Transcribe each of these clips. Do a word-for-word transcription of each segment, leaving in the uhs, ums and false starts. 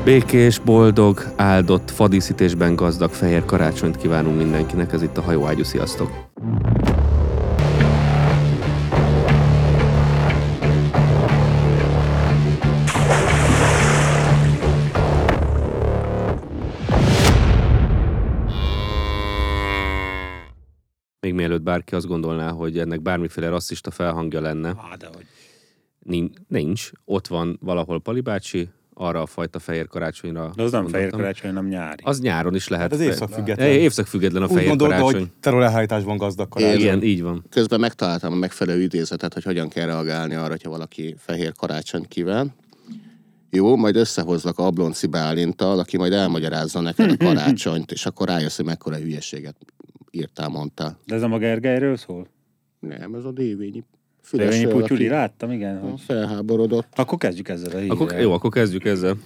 Békés, boldog, áldott, fadíszítésben gazdag fehér karácsonyt kívánunk mindenkinek, ez itt a Hajóágyú, sziasztok! Még mielőtt bárki azt gondolná, hogy ennek bármiféle rasszista felhangja lenne. Á, dehogy. Nincs, nincs. Ott van valahol Pali bácsi, arra a fajta fehér karácsonyra. De az nem fehér karácsony, nem nyári. Az nyáron is lehet. Hát az évszakfüggetlen. Évszakfüggetlen a fehér karácsony. Úgy gondolod, hogy terrorelhárításban gazdag karácsony. Igen, így van. Közben megtaláltam a megfelelő idézetet, hogy hogyan kell reagálni arra, hogyha valaki fehér karácsonyt kíván. Jó, majd összehozlak Ablonci Bálinttal, aki majd elmagyarázza neked a karácsonyt, és akkor rájössz, hogy mekkora hülyeséget írtál, mondtál. De ez nem a Gergelyről szól? Nem, ez a Dévényi Dévényi Fülesről, Putyuli, láttam, igen. Hogy... felháborodott. Akkor kezdjük ezzel a hírrel. Akkor, jó, akkor kezdjük ezzel.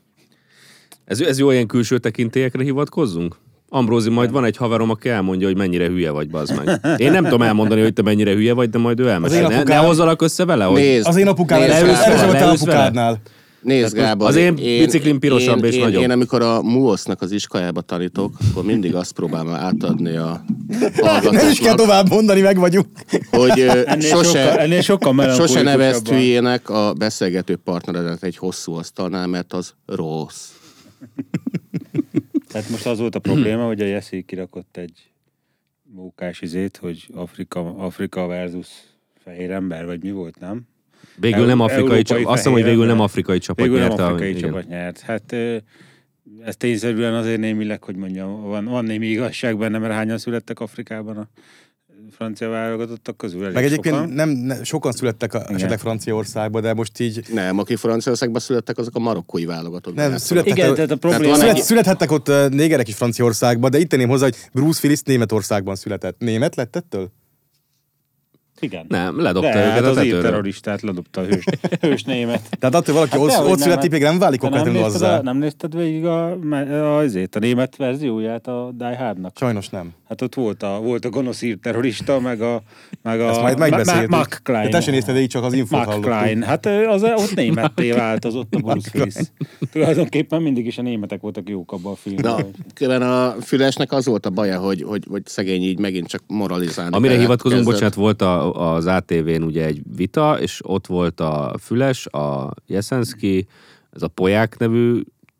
Ez, ez jó, ilyen külső tekintélyekre hivatkozzunk? Ambrózi, majd van egy haverom, aki elmondja, hogy mennyire hülye vagy, bazd meg. Én nem tudom elmondani, hogy te mennyire hülye vagy, de majd ő elmesél. Ne, ne hozzalak össze vele, hogy... Nézd, az én apukám először volt apukádnál. Nézd, Gábor, az én, én biciklim pirosabb én, és én, nagyobb. Én amikor a MUOS-nak az iskolájába tanítok, akkor mindig azt próbálom átadni a hallgatóknak. Nem is kell tovább mondani, meg vagyunk. Hogy ennél sose, sokkal, ennél sokkal sose nevezd hülyének a beszélgető partneredet egy hosszú asztalnál, mert az rossz. Tehát most az volt a probléma, hogy a Jessy kirakott egy mókás izét, hogy Afrika, Afrika versus fehér ember, vagy mi volt, nem? Végül nem afrikai csapat. Azt mondom, hogy végül nem afrikai csapat végül nyert. Végül nem afrikai a, csapat igen. nyert. Hát ez tényszerűen azért némileg, hogy mondjam, van, van némi igazság benne, mert hányan születtek Afrikában a francia válogatottak közül? Meg egyébként sokan. Nem, ne, sokan születtek a, esetleg Franciaországban, de most így... Nem, aki Franciaországban születtek, azok a marokkói válogatott. Nem, születtek, igen, tehát a probléma... tehát szület, születhettek ott négerek is Franciaországban, de itt tenném hozzá, hogy Bruce Willis Németországban született. Német lett ettől? Igen. Nem, ledobta de, őket hát a az tetőről. terroristát ledobta a hős, hős német. Tehát attól valaki hát ott, de, ott születik, még nem válik okvetlenül azzal. Nem nézted végig a, a, azért, a német verzióját a Die Hardnak? Sajnos nem. Hát ott volt a, volt a gonosz ír terrorista, meg a... Meg a ezt majd megbeszéltük. Mark Klein. De te sem nézted így, csak az infót hallottuk. Mark Klein. Hát az, ott németté változott a Bruce Willis. Tulajdonképpen mindig is a németek voltak jók abban a filmben. Na, a Fülesnek az volt a baja, hogy, hogy, hogy szegény így megint csak moralizálni. Amire hivatkozunk, bocsánat, volt a, az á té vén ugye egy vita, és ott volt a Füles, a Jeszenszky, ez a Poják nevű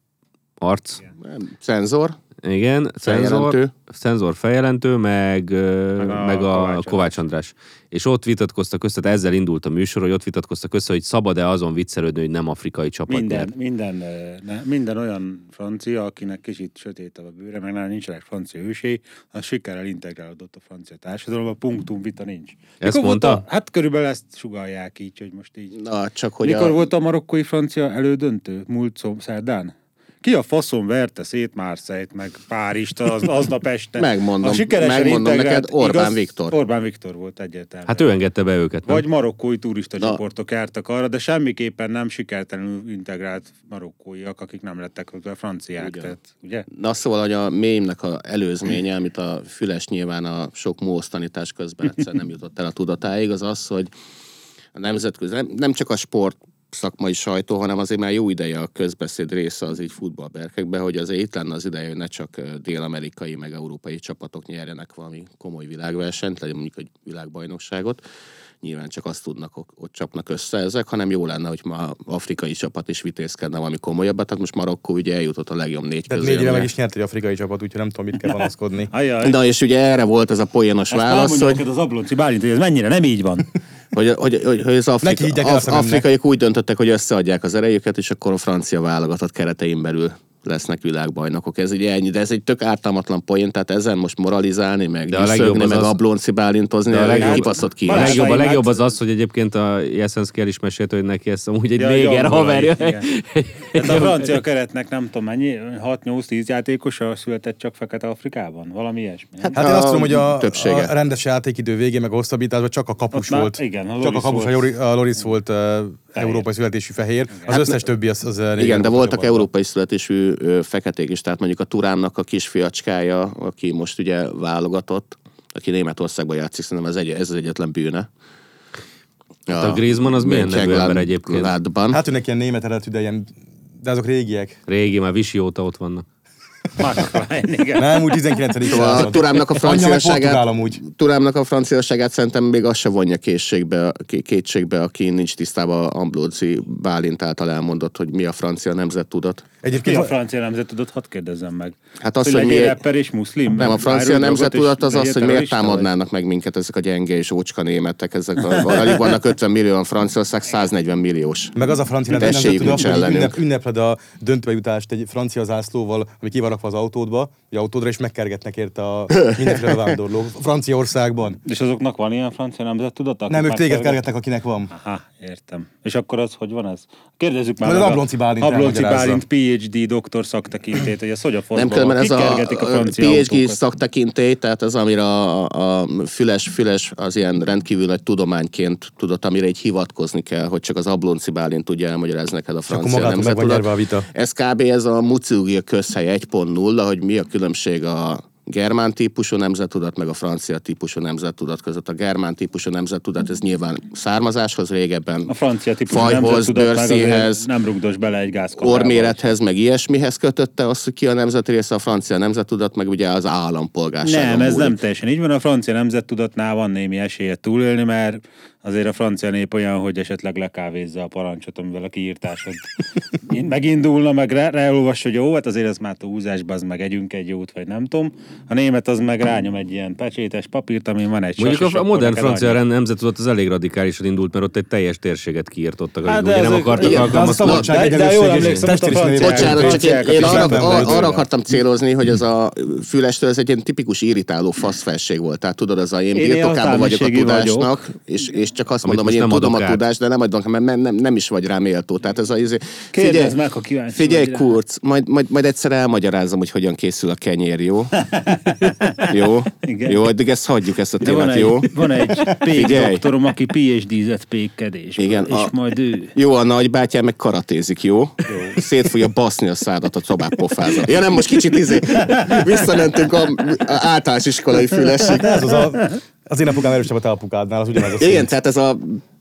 arc. Cenzor. Igen, cenzor, cenzor feljelentő, meg, meg a, meg a Kovács, Kovács András. És ott vitatkoztak össze, tehát ezzel indult a műsor, hogy ott vitatkoztak össze, hogy szabad-e azon viccelődni, hogy nem afrikai csapat minden, nyert. Minden, ne, minden olyan francia, akinek kicsit sötétebb a bőre, meg nála nincsenek francia ősé, az sikerrel integrálódott a francia társadalomba, punktum vita nincs. Ezt Mikor mondta? A, hát körülbelül ezt sugallják így, hogy most így. Na, csak hogy Mikor a... volt a marokkói francia elődöntő? Múlt szom, szerdán? Ki a faszon verte szét Marseille-t, meg Párizst az, aznap este? Megmondom, a megmondom neked, Orbán igaz, Viktor. Orbán Viktor volt egyértelműen. Hát ő engedte be őket. Nem? Vagy marokkói turista csoportok jártak arra, de semmiképpen nem sikertelenül integrált marokkóiak, akik nem lettek a franciák. Ugye. Tehát, ugye? Na szóval, hogy a mémnek a előzménye, amit a Füles nyilván a sok MUOS tanítás közben egyszer nem jutott el a tudatáig, az az, hogy a nemzetközi, nem, nem csak a sport szakmai sajtó, hanem azért már jó ideje a közbeszéd része az így futballberkekben, hogy azért itt lenne az ideje, hogy ne csak dél-amerikai meg európai csapatok nyerjenek valami komoly világversenyt, legyen mondjuk egy világbajnokságot. Nyilván csak azt tudnak, ott csapnak össze ezek, hanem jó lenne, hogy ma afrikai csapat is vitézkedne valami komolyabbat. Tehát most Marokkó ugye eljutott a legjobb négy közé. Tehát négyre meg is nyert egy afrikai csapat, úgyhogy nem tudom, mit kell panaszkodni. Na és ugye erre volt ez a poénos Ezt válasz, hogy... az Ablonci Bálint, hogy ez mennyire nem így van. Hogy, hogy, hogy, hogy az Afrika, af, afrikaiak úgy döntöttek, hogy összeadják az erejüket, és akkor a francia válogatott keretein belül lesznek világbajnokok. Ez ugye ennyi, de ez egy tök ártalmatlan poén, tehát ezen most moralizálni, meg szögni, meg az... Ablonci Bálintozni, a legjobb, kibaszott ki. A legjobb, a legjobb az az, hogy egyébként a Jeszenszky el is mesélte, hogy neki ezt amúgy egy ja, néger haverja. Tehát a francia keretnek nem tudom mennyi, hat-nyolc-tíz játékosa született csak Fekete-Afrikában? Valami ilyesmi. Hát, hát én azt tudom, hogy a, a rendes játékidő végén, meg hosszabbításban csak a kapus ott volt. Igen, a csak a kapus, volt. a Loris volt uh, európai születésű fehér. Az hát összes többi az... az igen, de voltak európai születésű feketék is, tehát mondjuk a Turánnak a kisfiacskája, aki most ugye válogatott, aki Németországban játszik, szerintem ez, egy, ez az egyetlen bűne. Hát a, a Griezmann az milyen nevű ember egyébként? Ládban. Hát őnek ilyen német eredetű, de ilyen De azok régiek. Régi, már Visi óta ott vannak. Nem, úgy tizenkilencedik A Thuramnak a franciaságát, úgy. Thuramnak a franciaságát szerintem még az se vonja kétségbe, kétségbe, aki nincs tisztában Amblóci Bálint által elmondott, hogy mi a francia nemzettudat. Egyébként mi a francia nemzettudat, hadd kérdezzem meg. Hát az, hogy mi... rapper és muszlim? Nem, a francia nemzettudat az az, hogy miért támadnának meg minket ezek a gyenge és ócska németek, ezek a, alig vannak ötven millióan, Franciaország száznegyven milliós. Meg az a francia nemzettudat, hogy ünnep, ünnepled a döntőbejutást egy francia zászlóval, ami ki van rakva az autódba, vagy autódra, és megkergetnek érte a mindenféle vándorlók Franciaországban. És azoknak van ilyen francia nemzettudat? Nem, ők téged kergetnek, akinek van. Aha, értem. És akkor az, hogy van ez? Kérdezzük már. Az Ablonci Bálint Ablonci Bálint pé há dé doktor szaktekintét, hogy ez hogy a formában? Nem, ez a, a pé há dé szaktekintély, tehát az, amire a, a füles, füles az ilyen rendkívül nagy tudományként tudott, amire egy hivatkozni kell, hogy csak az Ablonci Bálint tudja elmagyarázni neked a francia nemzettudat. Ez kb. Ez a Mucuglia közhely egy pont nulla, hogy mi a különbség a germán típusú nemzettudat, meg a francia típusú nemzettudat között. A germán típusú nemzettudat, ez nyilván származáshoz régebben, a francia típusú fajhoz, bőrszínhez, nem rugdos bele egy gázkamerával. ormérethez, meg ilyesmihez kötötte azt, hogy ki a nemzeti része, a francia nemzettudat, meg ugye az állampolgárság. Nem, ez nem teljesen így van. A francia nemzettudatnál van némi esélye túlélni, mert azért a francia nép olyan, hogy esetleg lekávézza a parancsot, amivel a kiírtásod megindulna, meg ráolvassa, hogy jó, hát azért ez már túlzásba, az meg együnk egy jót, vagy nem tudom. A német az meg rányom egy ilyen pecsétes papírt, amin van egy mondjuk a, a modern francia nemzettudat az elég radikálisan indult, mert ott egy teljes térséget kiírtottak, hát ugye nem akartak igen, alkalmazkodni. De, de, de jól emlékszem, bocsánat, csak én, én arra, arra akartam célozni, hogy ez a Fülestől ez egy ilyen tipikus irritáló faszfelség volt. Tehát tudod, az a én birtokában vagyok a tudásnak, és, és csak azt mondom, hogy én tudom a tudást, de nem adom, mert nem, nem, nem is vagy rá méltó. Tehát ez a izé... Kérdezz meg, ha kíváncsi. Figyelj, Kurz, majd, majd, majd egyszer elmagyarázom, hogy hogyan készül a kenyér, jó? Jó? Igen. Jó, addig ezt hagyjuk, ezt a témát, jó? Van egy pék doktorom, aki pé há dé-zett pékkedésben, igen, és a, majd ő... Jó, a nagybátyám meg karatézik, jó? jó? Szét fogja baszni a szádat a tovább pofázat. Ja nem, most kicsit izé, visszamentünk a, a általános iskolai Fülesig. Ez az a... Az én apukám erősebb a te apukádnál, az ugyanaz a szint. Igen, tehát ez a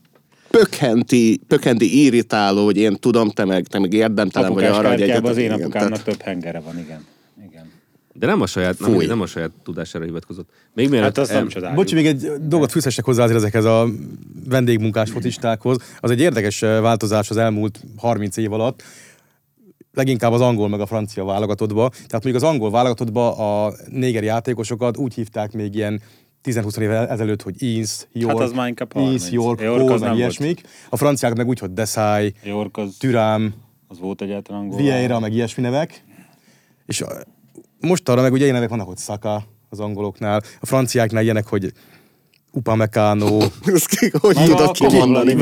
pökhenti, pökhenti irritáló, hogy én tudom, te meg, te meg érdemtelen vagy arra, hogy egyet... az én apukámnak tehát... több hengere van, igen. igen. De nem a saját, nem, nem a saját tudására hivatkozott. Még miért? Hát azt nem csodáljuk. Bocsi, még egy dolgot fűzhessek hozzá azért ezekhez a vendégmunkás focistákhoz. Az egy érdekes változás az elmúlt harminc év alatt. Leginkább az angol meg a francia válogatottba. Tehát még az angol válogatottba a néger játékosokat úgy hívták még ilyen tíz-húsz évvel ezelőtt, hogy Ince, York, hát az Ince, York, Cole, meg ilyesmik. Volt. A franciák meg úgy, hogy Desai, Thuram, az volt egyáltalán angol. Vieira, meg ilyesmi nevek. És most arra meg ugye ilyen nevek vannak, hogy Saka az angoloknál, a franciáknál ilyenek, hogy Upamecano, hogy tudod kimondani?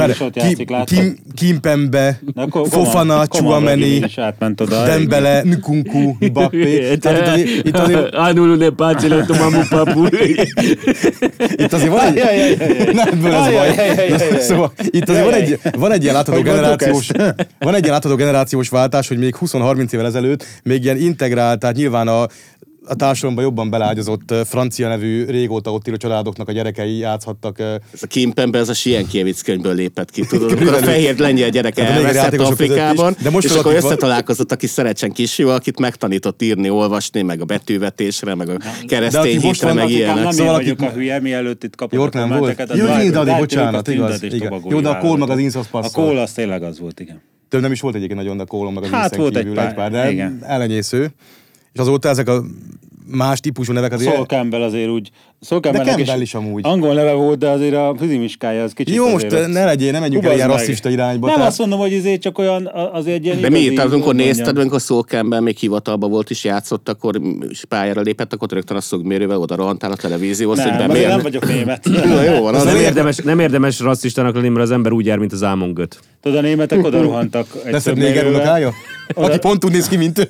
Kimpembe, Fofana, Tchouaméni, Dembele, Nkunku, Mbappé. Itt azért... Ánuló ne pácsilottam a mupapu. Itt azért van egy... Nem, ez baj. Szóval itt azért van egy ilyen látható generációs... Van egy ilyen látható generációs váltás, hogy még húsz-harminc évvel ezelőtt még ilyen integrált, tehát nyilván a a társadalomban jobban belágyazott francia nevű, régóta ott élő családoknak a gyerekei játszhattak. Ez a Kimpembe, ez a Sienkiewicz könyvből lépett ki, tudod? Amikor a fehér lengyel gyereke elveszett Afrikában, de most és akkor összetalálkozott, aki szeretsen kisfiú, akit megtanított írni, olvasni, meg a betűvetésre, meg a keresztény hitre, meg ilyenek. Nem szóval én vagyok a hülye, mielőtt itt kapott a kommenteket. Jó, Dadi, bocsánat, igaz. Jó, de a Cole meg az Ince az passzol. A Cole az tényleg az volt, igen. Több nem is volt egyébként nagyon, de a Cole meg az hát Ince kívül egy pár, de elenyésző. És azóta ezek a más típusú nevek azért... Sol Campbell azért úgy... Sol de Campbell is amúgy. Angol neve volt, de azért a fizimiskája az kicsit... Jó, most ne legyél, nem menjünk el ilyen rasszista irányba. Nem tehát... azt mondom, hogy azért csak olyan, azért egy ilyen... De mi? Tehát amikor nézted, amikor Sol Campbell még hivatalban volt és játszott, akkor pályára lépett, akkor rögtön a szögmérővel oda rohantál a televízióhoz, nem, hogy bemér... nem vagyok német. Na, jó van, az nem, érdemes, nem érdemes rasszistának lenni, mert az ember úgy jár, mint az Ámongöt. Tudod, a németek oda rohantak egy Lesz egy néger unokája? Aki pont úgy néz ki, mint ő.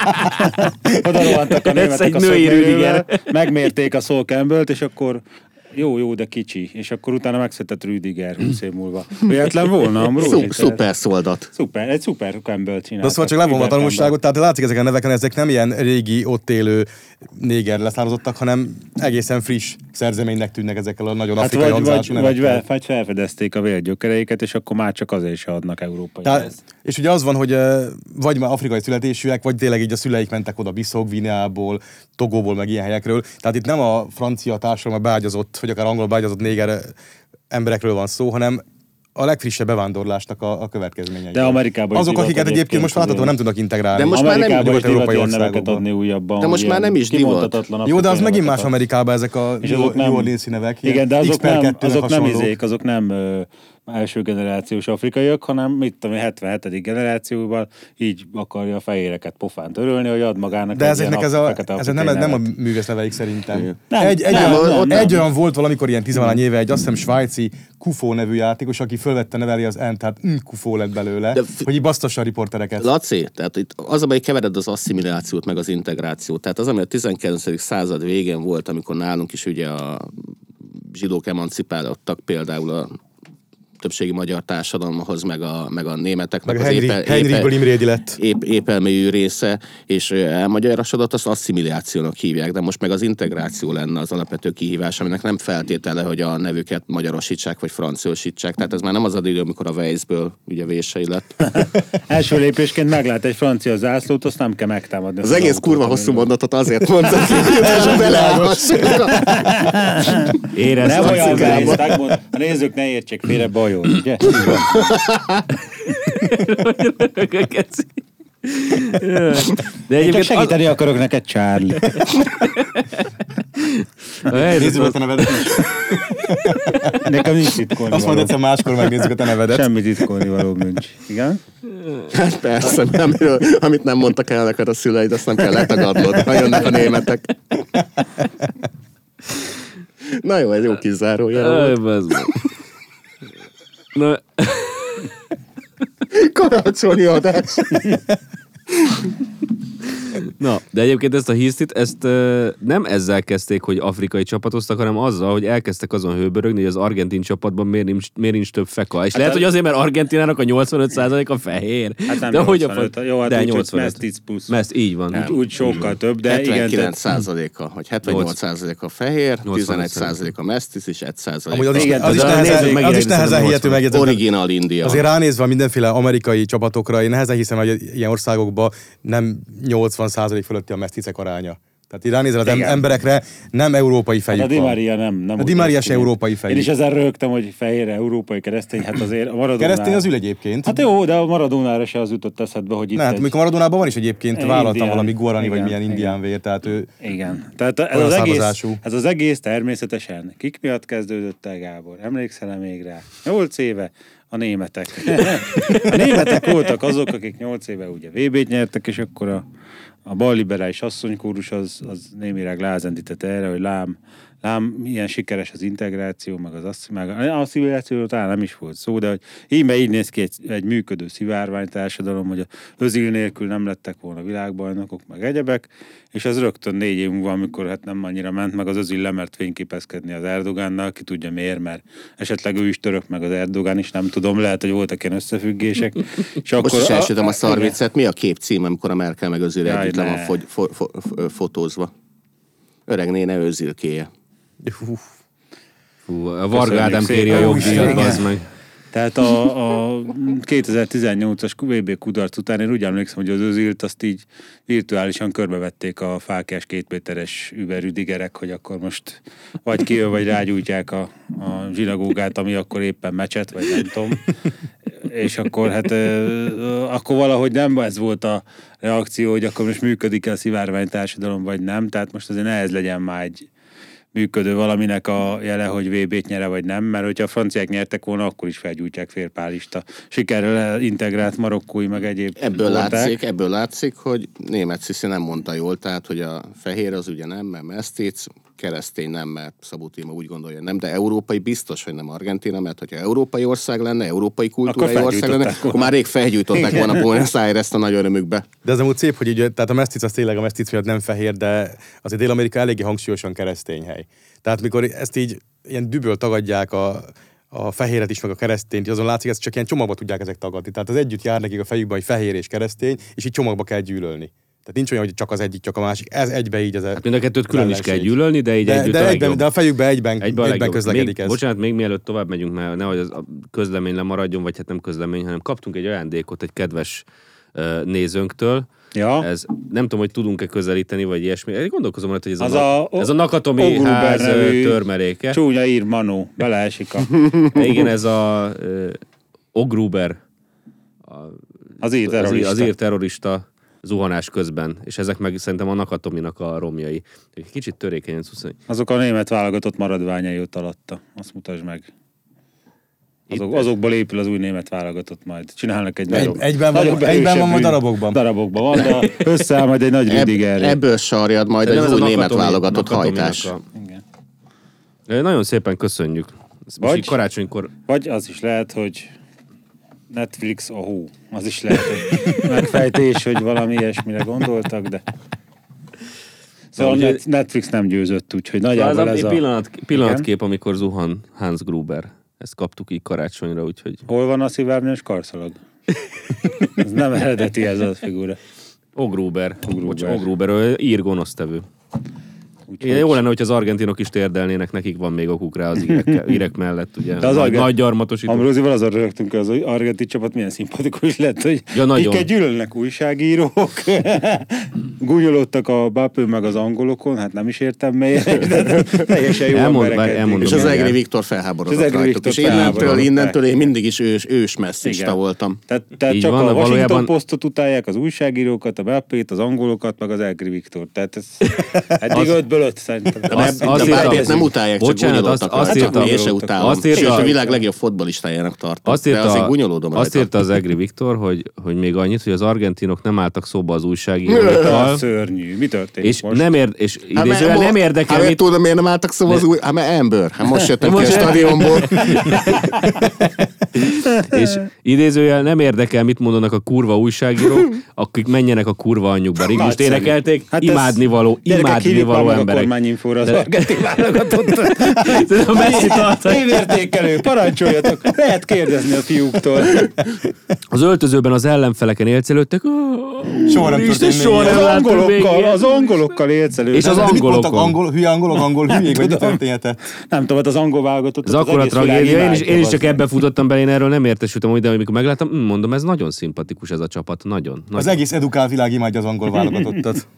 Oda rohantak a németek a szögmérővel, megmérték a Sol Campbellt, és akkor jó, jó, de kicsi. És akkor utána megszületett Rüdiger húsz év múlva. Véletlen volna, Ambrós? Szup, szuper szoldat. Szuper, egy szuper Campbell csináltak. De szóval csak levonva a tanulságot, tehát látszik ezeken a neveken, ezek nem ilyen régi, ott élő néger leszármazottak, hanem egészen friss szerzeménynek tűnnek ezekkel a nagyon hát afrikai vagy, hangzású vagy, vagy, nevekkel. vagy felfedezték a vérgyökereiket, és akkor már csak azért se adnak európai. Tehát, és ugye az van, hogy uh, vagy már afrikai születésűek, vagy tényleg így a szüleik mentek oda Bissau, Guineából, Togóból, meg ilyen helyekről. Tehát itt nem a francia társadalom beágyazott, vagy akár angol beágyazott néger emberekről van szó, hanem a legfrissebb bevándorlásnak a, a következményei. De Amerikában azok, akiket egyébként most láthatóan nem tudnak integrálni. De most már nem európai neveket adni újabban. De most már nem is divat. Jó, de az megint más Amerikában ezek a New Orleans-i nevek. Igen, de azok nem, azok nem izék, azok nem ö, első generációs afrikaiak, hanem mit tudom, hetvenhetedik generációban így akarja a fehéreket pofán törölni, hogy ad magának. De ezeknek ez, a, ez nem, nem a művész neveik szerintem. Nem, egy, egy, nem, olyan, nem, nem, egy nem. olyan volt valamikor ilyen tizenvalány éve, egy azt hiszem svájci Kufó nevű játékos, aki fölvette neveli az N, tehát mm, Kufó lett belőle, de f- hogy így basztassa a riportereket. Laci, tehát itt az a baj, kevered az asszimilációt meg az integrációt. Tehát az, ami a tizenkilencedik század végén volt, amikor nálunk is ugye a zsidók emancipálódtak például a többségi magyar társadalomhoz, meg a, meg a németeknek meg az Henry, épel, Henryből Imrédi lett. Ép, épelmélyű része, és elmagyarasodott, azt asszimilációnak hívják, de most meg az integráció lenne az alapvető kihívás, aminek nem feltétele, hogy a nevüket magyarosítsák, vagy franciosítsák. Tehát ez már nem az a idő, amikor a Weissből ugye vései lett. Első lépésként meglát egy francia zászlót, azt nem kell megtámadni. Az, az egész kurva hosszú mondatot azért mondtam, hogy beleállhassuk. Nem olyan Weiss, megmond, a nézők ne értsék félre, bajol, ugye? De egyébként segíteni az... akarok neked, Charlie. Nézzük a te nevedet is. Nekem nincs titkolni. Azt majd egyszer máskor megnézzük a te nevedet. Semmi titkolni való nincs. Igen? Hát persze, amiről, amit nem mondtak el neked a szüleid, azt nem kell letagadnod, ha jönnek a németek. Na jó, ez jó kis zárójel. Na... Karácsonyi adás. Na, de egyébként ezt a hisztit, ezt uh, nem ezzel kezdték, hogy afrikai csapatoztak, hanem azzal, hogy elkezdtek azon hőbörögni, hogy az argentin csapatban miért nincs, miért nincs több feka. És hát lehet, a... hogy azért, mert Argentinának a nyolcvanöt százalék a fehér. Hát nem de nyolcvanöt, hogy a... jó, hát de úgy, nyolcvanöt. Meszt plusz. Meszt, így van. Úgy, úgy sokkal úgy több, de hetvenkilenc százaléka, vagy hetvennyolc százaléka fehér, tizenegy százaléka mesztis, és egy százalék. Amúgy az, igen, az, az, az, nehezen, az is nehezen hihető megjegyzet. Original India. Azért ránézve a mindenféle amerikai csapatokra, én nehezen hiszem, hogy ilyen országokban nem nyolcvan százalék fölötti a meszticek aránya. Tehát így ránézel az igen. emberekre, nem európai fejük hát a van. Di Maria nem. nem a Di Maria se európai fejük. Én is ezzel rögtem, hogy fehér európai keresztény, hát azért a Maradónál... Keresztény az ül egyébként. Hát jó, de a Maradónára se az jutott eszedbe, hogy itt... Ne, hát mikor Maradónában van is egyébként vállaltam indián, valami guarani, igen, vagy milyen igen. indián vér, tehát ő... Igen. Tehát ez az, egész, ez az egész természetesen. Kik miatt kezdődött el, Gábor? Emlékszel még rá? Nyolc éve a németek. A németek voltak azok, akik nyolc éve ugye vé bét nyertek, és akkor a A balliberális asszonykórus az, az némileg lázendített erre, hogy lám, lám, milyen sikeres az integráció, meg az asszi, meg a asszimilációról talán nem is volt szó, de hogy íme így néz ki egy, egy működő szivárványtársadalom, hogy a Özil nélkül nem lettek volna világbajnokok, meg egyebek, és az rögtön négy év múlva, amikor hát nem annyira ment, meg az Özil lemert fényképezkedni az Erdogánnal, ki tudja miért, mert esetleg ő is török, meg az Erdogán is, nem tudom, lehet, hogy voltak ilyen összefüggések. És most akkor is elsütöm a szarviccet, mi a képcím, amikor a Merkel meg Özil Jaj, együtt le ne. van fo- fo- fo- fotózva? Öreg néne Özilkéje. Fú, a Varga Ádám kéri a jogdíjat, bazd meg. Tehát a, a kétezer-tizennyolcas vé bé kudarc után én úgy emlékszem, hogy az Özilt azt így virtuálisan körbevették a fákás kétméteres Über Rüdigerek, hogy akkor most vagy kijön, vagy rágyújtják a, a zsinagógát, ami akkor éppen mecset, vagy nem tudom. És akkor hát akkor valahogy nem ez volt a reakció, hogy akkor most működik-e a szivárványtársadalom, vagy nem. Tehát most azért ne ez legyen már egy működő valaminek a jele, hogy vé bét nyere, vagy nem, mert hogyha a franciák nyertek volna, akkor is felgyújtják félpálista. Sikerrel integrált marokkói, meg egyéb Ebből volták. látszik, ebből látszik, hogy német Sziszi nem mondta jól, tehát, hogy a fehér az ugye nem, mert mesztic, keresztény nem, mert Szabó Tíma úgy gondolja, nem, de európai biztos, hogy nem Argentína, mert hogyha európai ország lenne, európai kultúrai Akkor ország lenne, akkor már rég felgyújtották volna Buenos Aires-t a nagy örömükbe. De ez amúgy szép, hogy így, tehát a mesztic az tényleg a mesztic miatt nem fehér, de azért Dél-Amerika eléggé hangsúlyosan keresztény hely. Tehát mikor ezt így ilyen düböl tagadják a, a fehéret is, meg a keresztényt, azon látszik, ezt csak ilyen csomagba tudják ezek tagadni. Tehát az együtt jár nekik a fejükben, hogy fehér és keresztény, és így csomagba kell gyűlölni. Tehát nincs olyan, hogy csak az egyik, csak a másik. Ez egybe így az. Hát mind a kettőt külön is kell gyűlölni, de így de, együtt de, a egyben, de a fejükben egyben, egyben, egyben közlekedik még, ez. Bocsánat, még mielőtt tovább megyünk, mert nehogy az a közlemény lemaradjon, vagy hát nem közlemény, hanem kaptunk egy ajándékot egy kedves uh, nézőnktől. Ja. Ez, nem tudom, hogy tudunk-e közelíteni, vagy ilyesmi. Gondolkozom, hogy ez az a, a, ez a Nakatomi ház törmeléke. Csúnya ír Manó, beleesik a... Igen, ez a uh, Ogruber, a, az ír terrorista. Az ír terrorista zuhanás közben, és ezek meg szerintem a Nakatominak a romjai. Egy kicsit törékenyen szuszony. Azok a német válogatott maradványai ott alatta. Azt mutasd meg. Azok, azokból épül az új német válogatott majd. Csinálnak egy, egy nagyobb... Egyben van, nagyobb egyben van, vagy darabokban? Darabokban van, de összeáll majd egy nagy Rüdiger. Ebb, ebből sarjad majd egy új német válogatott hajtás. A... Igen. Nagyon szépen köszönjük. Vagy, karácsonykor... Vagy az is lehet, hogy Netflix a hó. Az is lehet, hogy megfejtés, hogy valami ilyesmire gondoltak, de... Szóval ugye... Netflix nem győzött, úgyhogy nagyjából szóval ez a... Pillanat, pillanatkép, amikor zuhan Hans Gruber. Ezt kaptuk így karácsonyra, úgyhogy... Hol van a szivárványos karszalag? Ez nem eredeti ez a figura. Ogruber. Ogruber, ír gonosztevő. Úgyhogy... Jó lenne, hogy az argentinok is térdelnének, nekik van még okuk rá az írek, írek mellett, ugye. De az nagy, argen... nagy gyarmatosító. Ambrózival azon rögtünk, az argentin csapat milyen szimpatikus lett, hogy ja, nagyon. gyűlölnek újságírók. Gúnyolódtak a Bapő meg az angolokon, hát nem is értem miért, de teljesen jó elmond, emberek. elmond, és az Egri Viktor felháborodott rajtuk. És innentől, innentől én mindig is ős, ős messzista voltam. Tehát, tehát csak van, a Washington valójában... Postot utálják, az újságírókat, a Bapét, az angolokat, meg az Egri Viktor. Tehát ez eddig ötből öt szerintem. Azt, azt a Bapét nem utálják, csak gúnyolódtak rajta. Én se utálom. Sőt, a világ legjobb fotballistájának tartom. Azt írta, de azért gúnyolódom rajta. Azt írta az Egri Viktor, hogy, hogy még annyit, hogy az argentinok nem álltak szóba az újságírókkal. Szörnyű. Mi történik és most? Nem ér, és idézően nem érdekel. Hát mit... tudom, miért nem álltak szóba az új... Hát mert ember. Hát most jöttem ki a stadionból. És idézőjel nem érdekel, mit mondanak a kurva újságírók, akik menjenek a kurva anyjukba. Rég most énekelték, hát imádnivaló, imádnivaló emberek. A kormányinfóra az argentin válogatottat. Évértékelő, parancsoljatok, lehet kérdezni a fiúktól. Az öltözőben az ellenfeleken élcelődtek. Soha nem történt soha nem az angolokkal, az angolokkal élcelődtek. És az angolokon. Angol, hülye angolok, angol hülyék, vagy mi történhetett? Nem tudom, az angol válogatott. Ez akkor a tragédia. Én is, én is csak ebbe futottam bele, én erről nem értesültem, de amikor megláttam, mondom, ez nagyon szimpatikus ez a csapat, nagyon. nagyon. Az egész edukál világ imádja az angol válogatottat.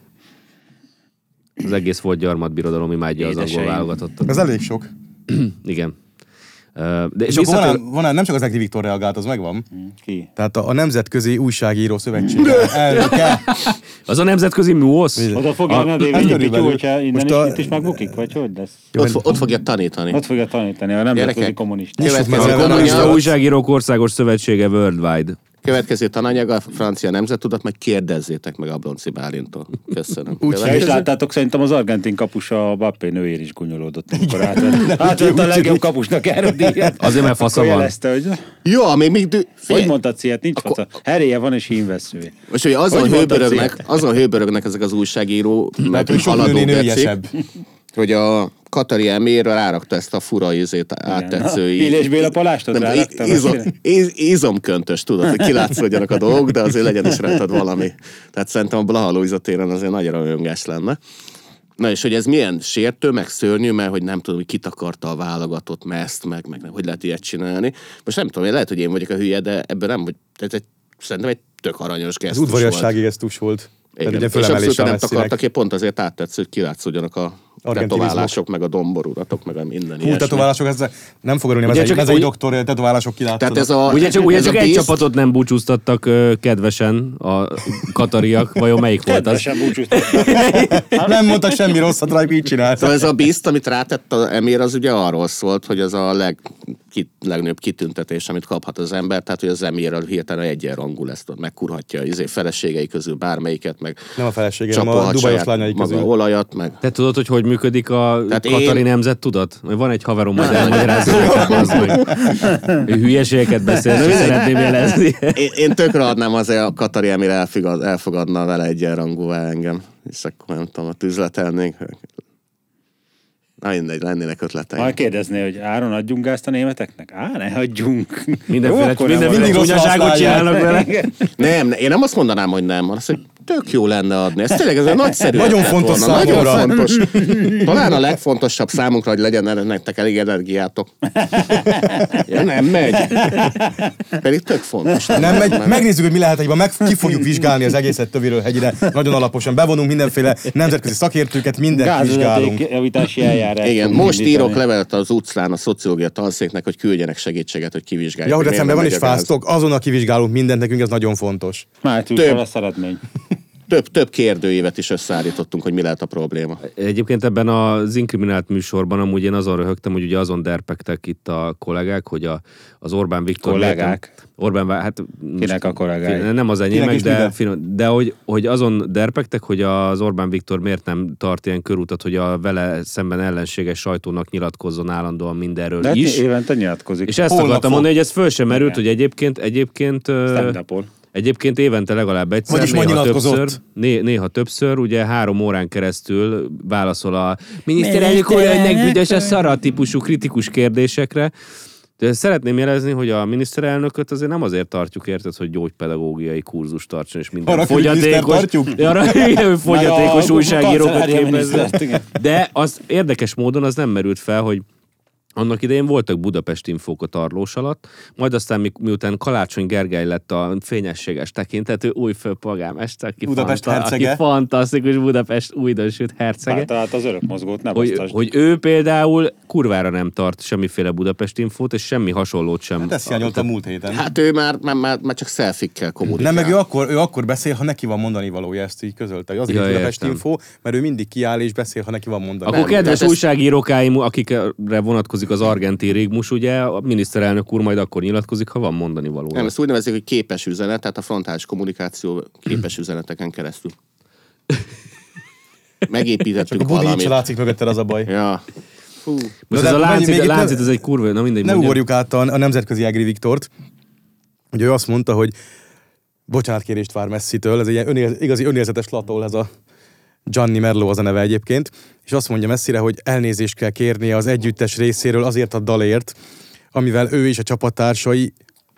Az egész volt gyarmatbirodalom imádja az angol válogatottat. Ez elég sok. Igen. De és akkor van, van, nem csak az Egri Viktor reagált, az megvan. Ki? Tehát a, a Nemzetközi Újságíró Szövetség elnöke. Az a Nemzetközi em u o es? Oda fogja a Pityú, hogyha innen is, itt is megbukik, vagy hogy lesz? Ott, ott fogja tanítani. Ott fogja tanítani, a Nemzetközi Kommunista. A Kommunista Újságírók Országos Szövetsége Worldwide. Következő tananyag a francia nemzettudat, majd kérdezzétek meg Ablonci Bálintól. Köszönöm. Úgy is láttátok, szerintem az argentin kapus a Bappé nőért is gúnyolódott, amikor átvett. Átvett a legjobb kapusnak erről díjat. Azért, mert fasza van. Jelezte, hogy... Jó, még még... Hogy mondtad, Cihet? Nincs fasza. Heréje van és hímveszője. Most, hogy azon hőbörögnek, azon hőbörögnek ezek az újságíró, meg haladó gecik, hogy a Katari Emérről rárakta ezt a fura ízét áttetszői. Illés Béla Palástot rárakta? Izom, iz, izomköntös, tudod, hogy kilátszódjanak a dolgok, de azért legyen is rajtad valami. Tehát szerintem a Blaha Lujza téren azért nagyra öngyás lenne. Na és hogy ez milyen sértő, meg szörnyű, mert hogy nem tudom, hogy kit akarta a válogatott meszt, meg, meg hogy lehet ilyet csinálni. Most nem tudom, lehet, hogy én vagyok a hülye, de ebből nem, hogy tehát egy, szerintem egy tök aranyos gesztus volt. Ez udvariassági gesztus volt. Igen. És abszolút nem takartak, én pont azért áttetsz, hogy kilátszódjanak a tetoválások, meg a domboruratok, meg a minden ilyesmi. Tetoválások, ez nem fog örülni, ez egy doktor tetoválások kilátszódnak. Ez a, ugye csak, ugye ez csak a egy bízt... csapatot nem búcsúztattak uh, kedvesen a katariak, vajon melyik volt az? Kedvesen búcsúztattak. Nem mondtak semmi rosszat rájuk, így csináltak. Szóval ez a bízt, amit rátett az Emir, az ugye arról szólt, hogy ez a leg kit, legnagyobb kitüntetés, amit kaphat az ember, tehát hogy az emirről hirtelen egyenrangú lesz, megkurhatja izé feleségei közül bármelyiket, meg nem a feleségei, hanem a dubajos lányai közül. Maga olajat, meg... Te tudod, hogy hogy működik a Tehát katari én... nemzet, tudat? Van egy haverom, majd elmagyarázom neked, az meg. Ő hülyeségeket beszél, nem szeretném jelezni. Én, én tökre adnám azért a katari emir elfogad, elfogadna vele egyenrangúvá engem, és akkor nem tudom, ott üzletelnénk. Na mindegy, lennének ötleteim. Majd kérdezné, hogy áron adjunk gázt a németeknek? Á, ne adjunk. Mindenféle, mindenféle csúnyaságot csinálnak vele. Nem, én nem azt mondanám, hogy nem, azt, hogy tök jó lenne adni. Ez tényleg ez egy nagyszerű. Nagyon fontos számomra. Nagyon fontos. Talán a legfontosabb számunkra, hogy legyen nektek elég energiátok. Ja, nem megy. Pedig tök fontos. Nem megy. Megnézzük, hogy mi lehet egyben. Meg ki fogjuk vizsgálni az egészet tövéről hegyire. Nagyon alaposan bevonunk mindenféle nemzetközi szakértőket, mindent vizsgálunk. Javítási eljárás. Igen, most írok levelet az utcán a szociológia tanszéknek, hogy küldjenek segítséget, hogy kivizsgálják. Ja, hogy decemberben van is fáztok, azonnal kivizsgálunk mindent, nekünk ez nagyon fontos. Márciusra lesz eredmény. Több, több kérdőívet is összeállítottunk, hogy mi lehet a probléma. Egyébként ebben az inkriminált műsorban amúgy én azon röhögtem, hogy ugye azon derpektek itt a kollégák, hogy a, az Orbán Viktor... Kollégák? Orbán, hát... Kinek a kollégái? Nem az enyémek, de, finom, de hogy, hogy azon derpektek, hogy az Orbán Viktor miért nem tart ilyen körutat, hogy a vele szemben ellenséges sajtónak nyilatkozzon állandóan mindenről de is. évente nyilatkozik. És ezt Holnap akartam fog. mondani, hogy ez föl sem merült, hogy egyébként... egyébként stand-upol. Egyébként évente legalább egyszer, Vagyis néha többször, né, néha többször, ugye három órán keresztül válaszol a miniszterelnök úr, hogy büdös a szara típusú kritikus kérdésekre. De szeretném jelezni, hogy a miniszterelnököt azért nem azért tartjuk, érted, hogy gyógypedagógiai kurzus tartson, és minden arra fogyatékos, arra, fogyatékos újságírókat képezze. De az érdekes módon az nem merült fel, hogy annak idején voltak Budapest infók a Tarlós alatt, majd aztán mi, miután Kalácsony Gergely lett a fényességes tekintető új főpolgármester, aki, Budapest fanta, hercege. aki fantasztikus Budapest újdonsült hercege. Hát, hát az örök mozgót ne hogy, basztasd. hogy ő például kurvára nem tart semmiféle Budapest infót, és semmi hasonlót sem. Hát ezt hiányoltam múlt héten. Hát ő már, már, már, már csak szelfikkel kommunikál. Nem, meg ő akkor, ő akkor beszél, ha neki van mondani valója, ezt így közölte. Azért Ja, ja, Budapest értem. info, mert ő mindig kiáll és beszél, ha neki van mondani. Akkor Nem, kedves tehát ez- újságírókáim, akikre vonatkozik az argentin rigmus, ugye a miniszterelnök úr majd akkor nyilatkozik, ha van mondani valója. Nem, ezt úgy nevezik, hogy képes üzenet, tehát a frontális kommunikáció képes üzeneteken keresztül. Megépítettük A budi valamit. se látszik mögötted, az a baj. Ja. Fú. Most Na ez de a láncid, még itt láncid, ne- ez egy kurva, na mindegy. Ne mondjam. ugorjuk át a, a nemzetközi Egri Viktort. Ugye ő azt mondta, hogy bocsánatkérést vár Messitől, ez egy ilyen önér, igazi önérzetes latol, ez a Gianni Merlo az a neve egyébként, és azt mondja Messire, hogy elnézést kell kérnie az együttes részéről azért a dalért, amivel ő és a csapattársai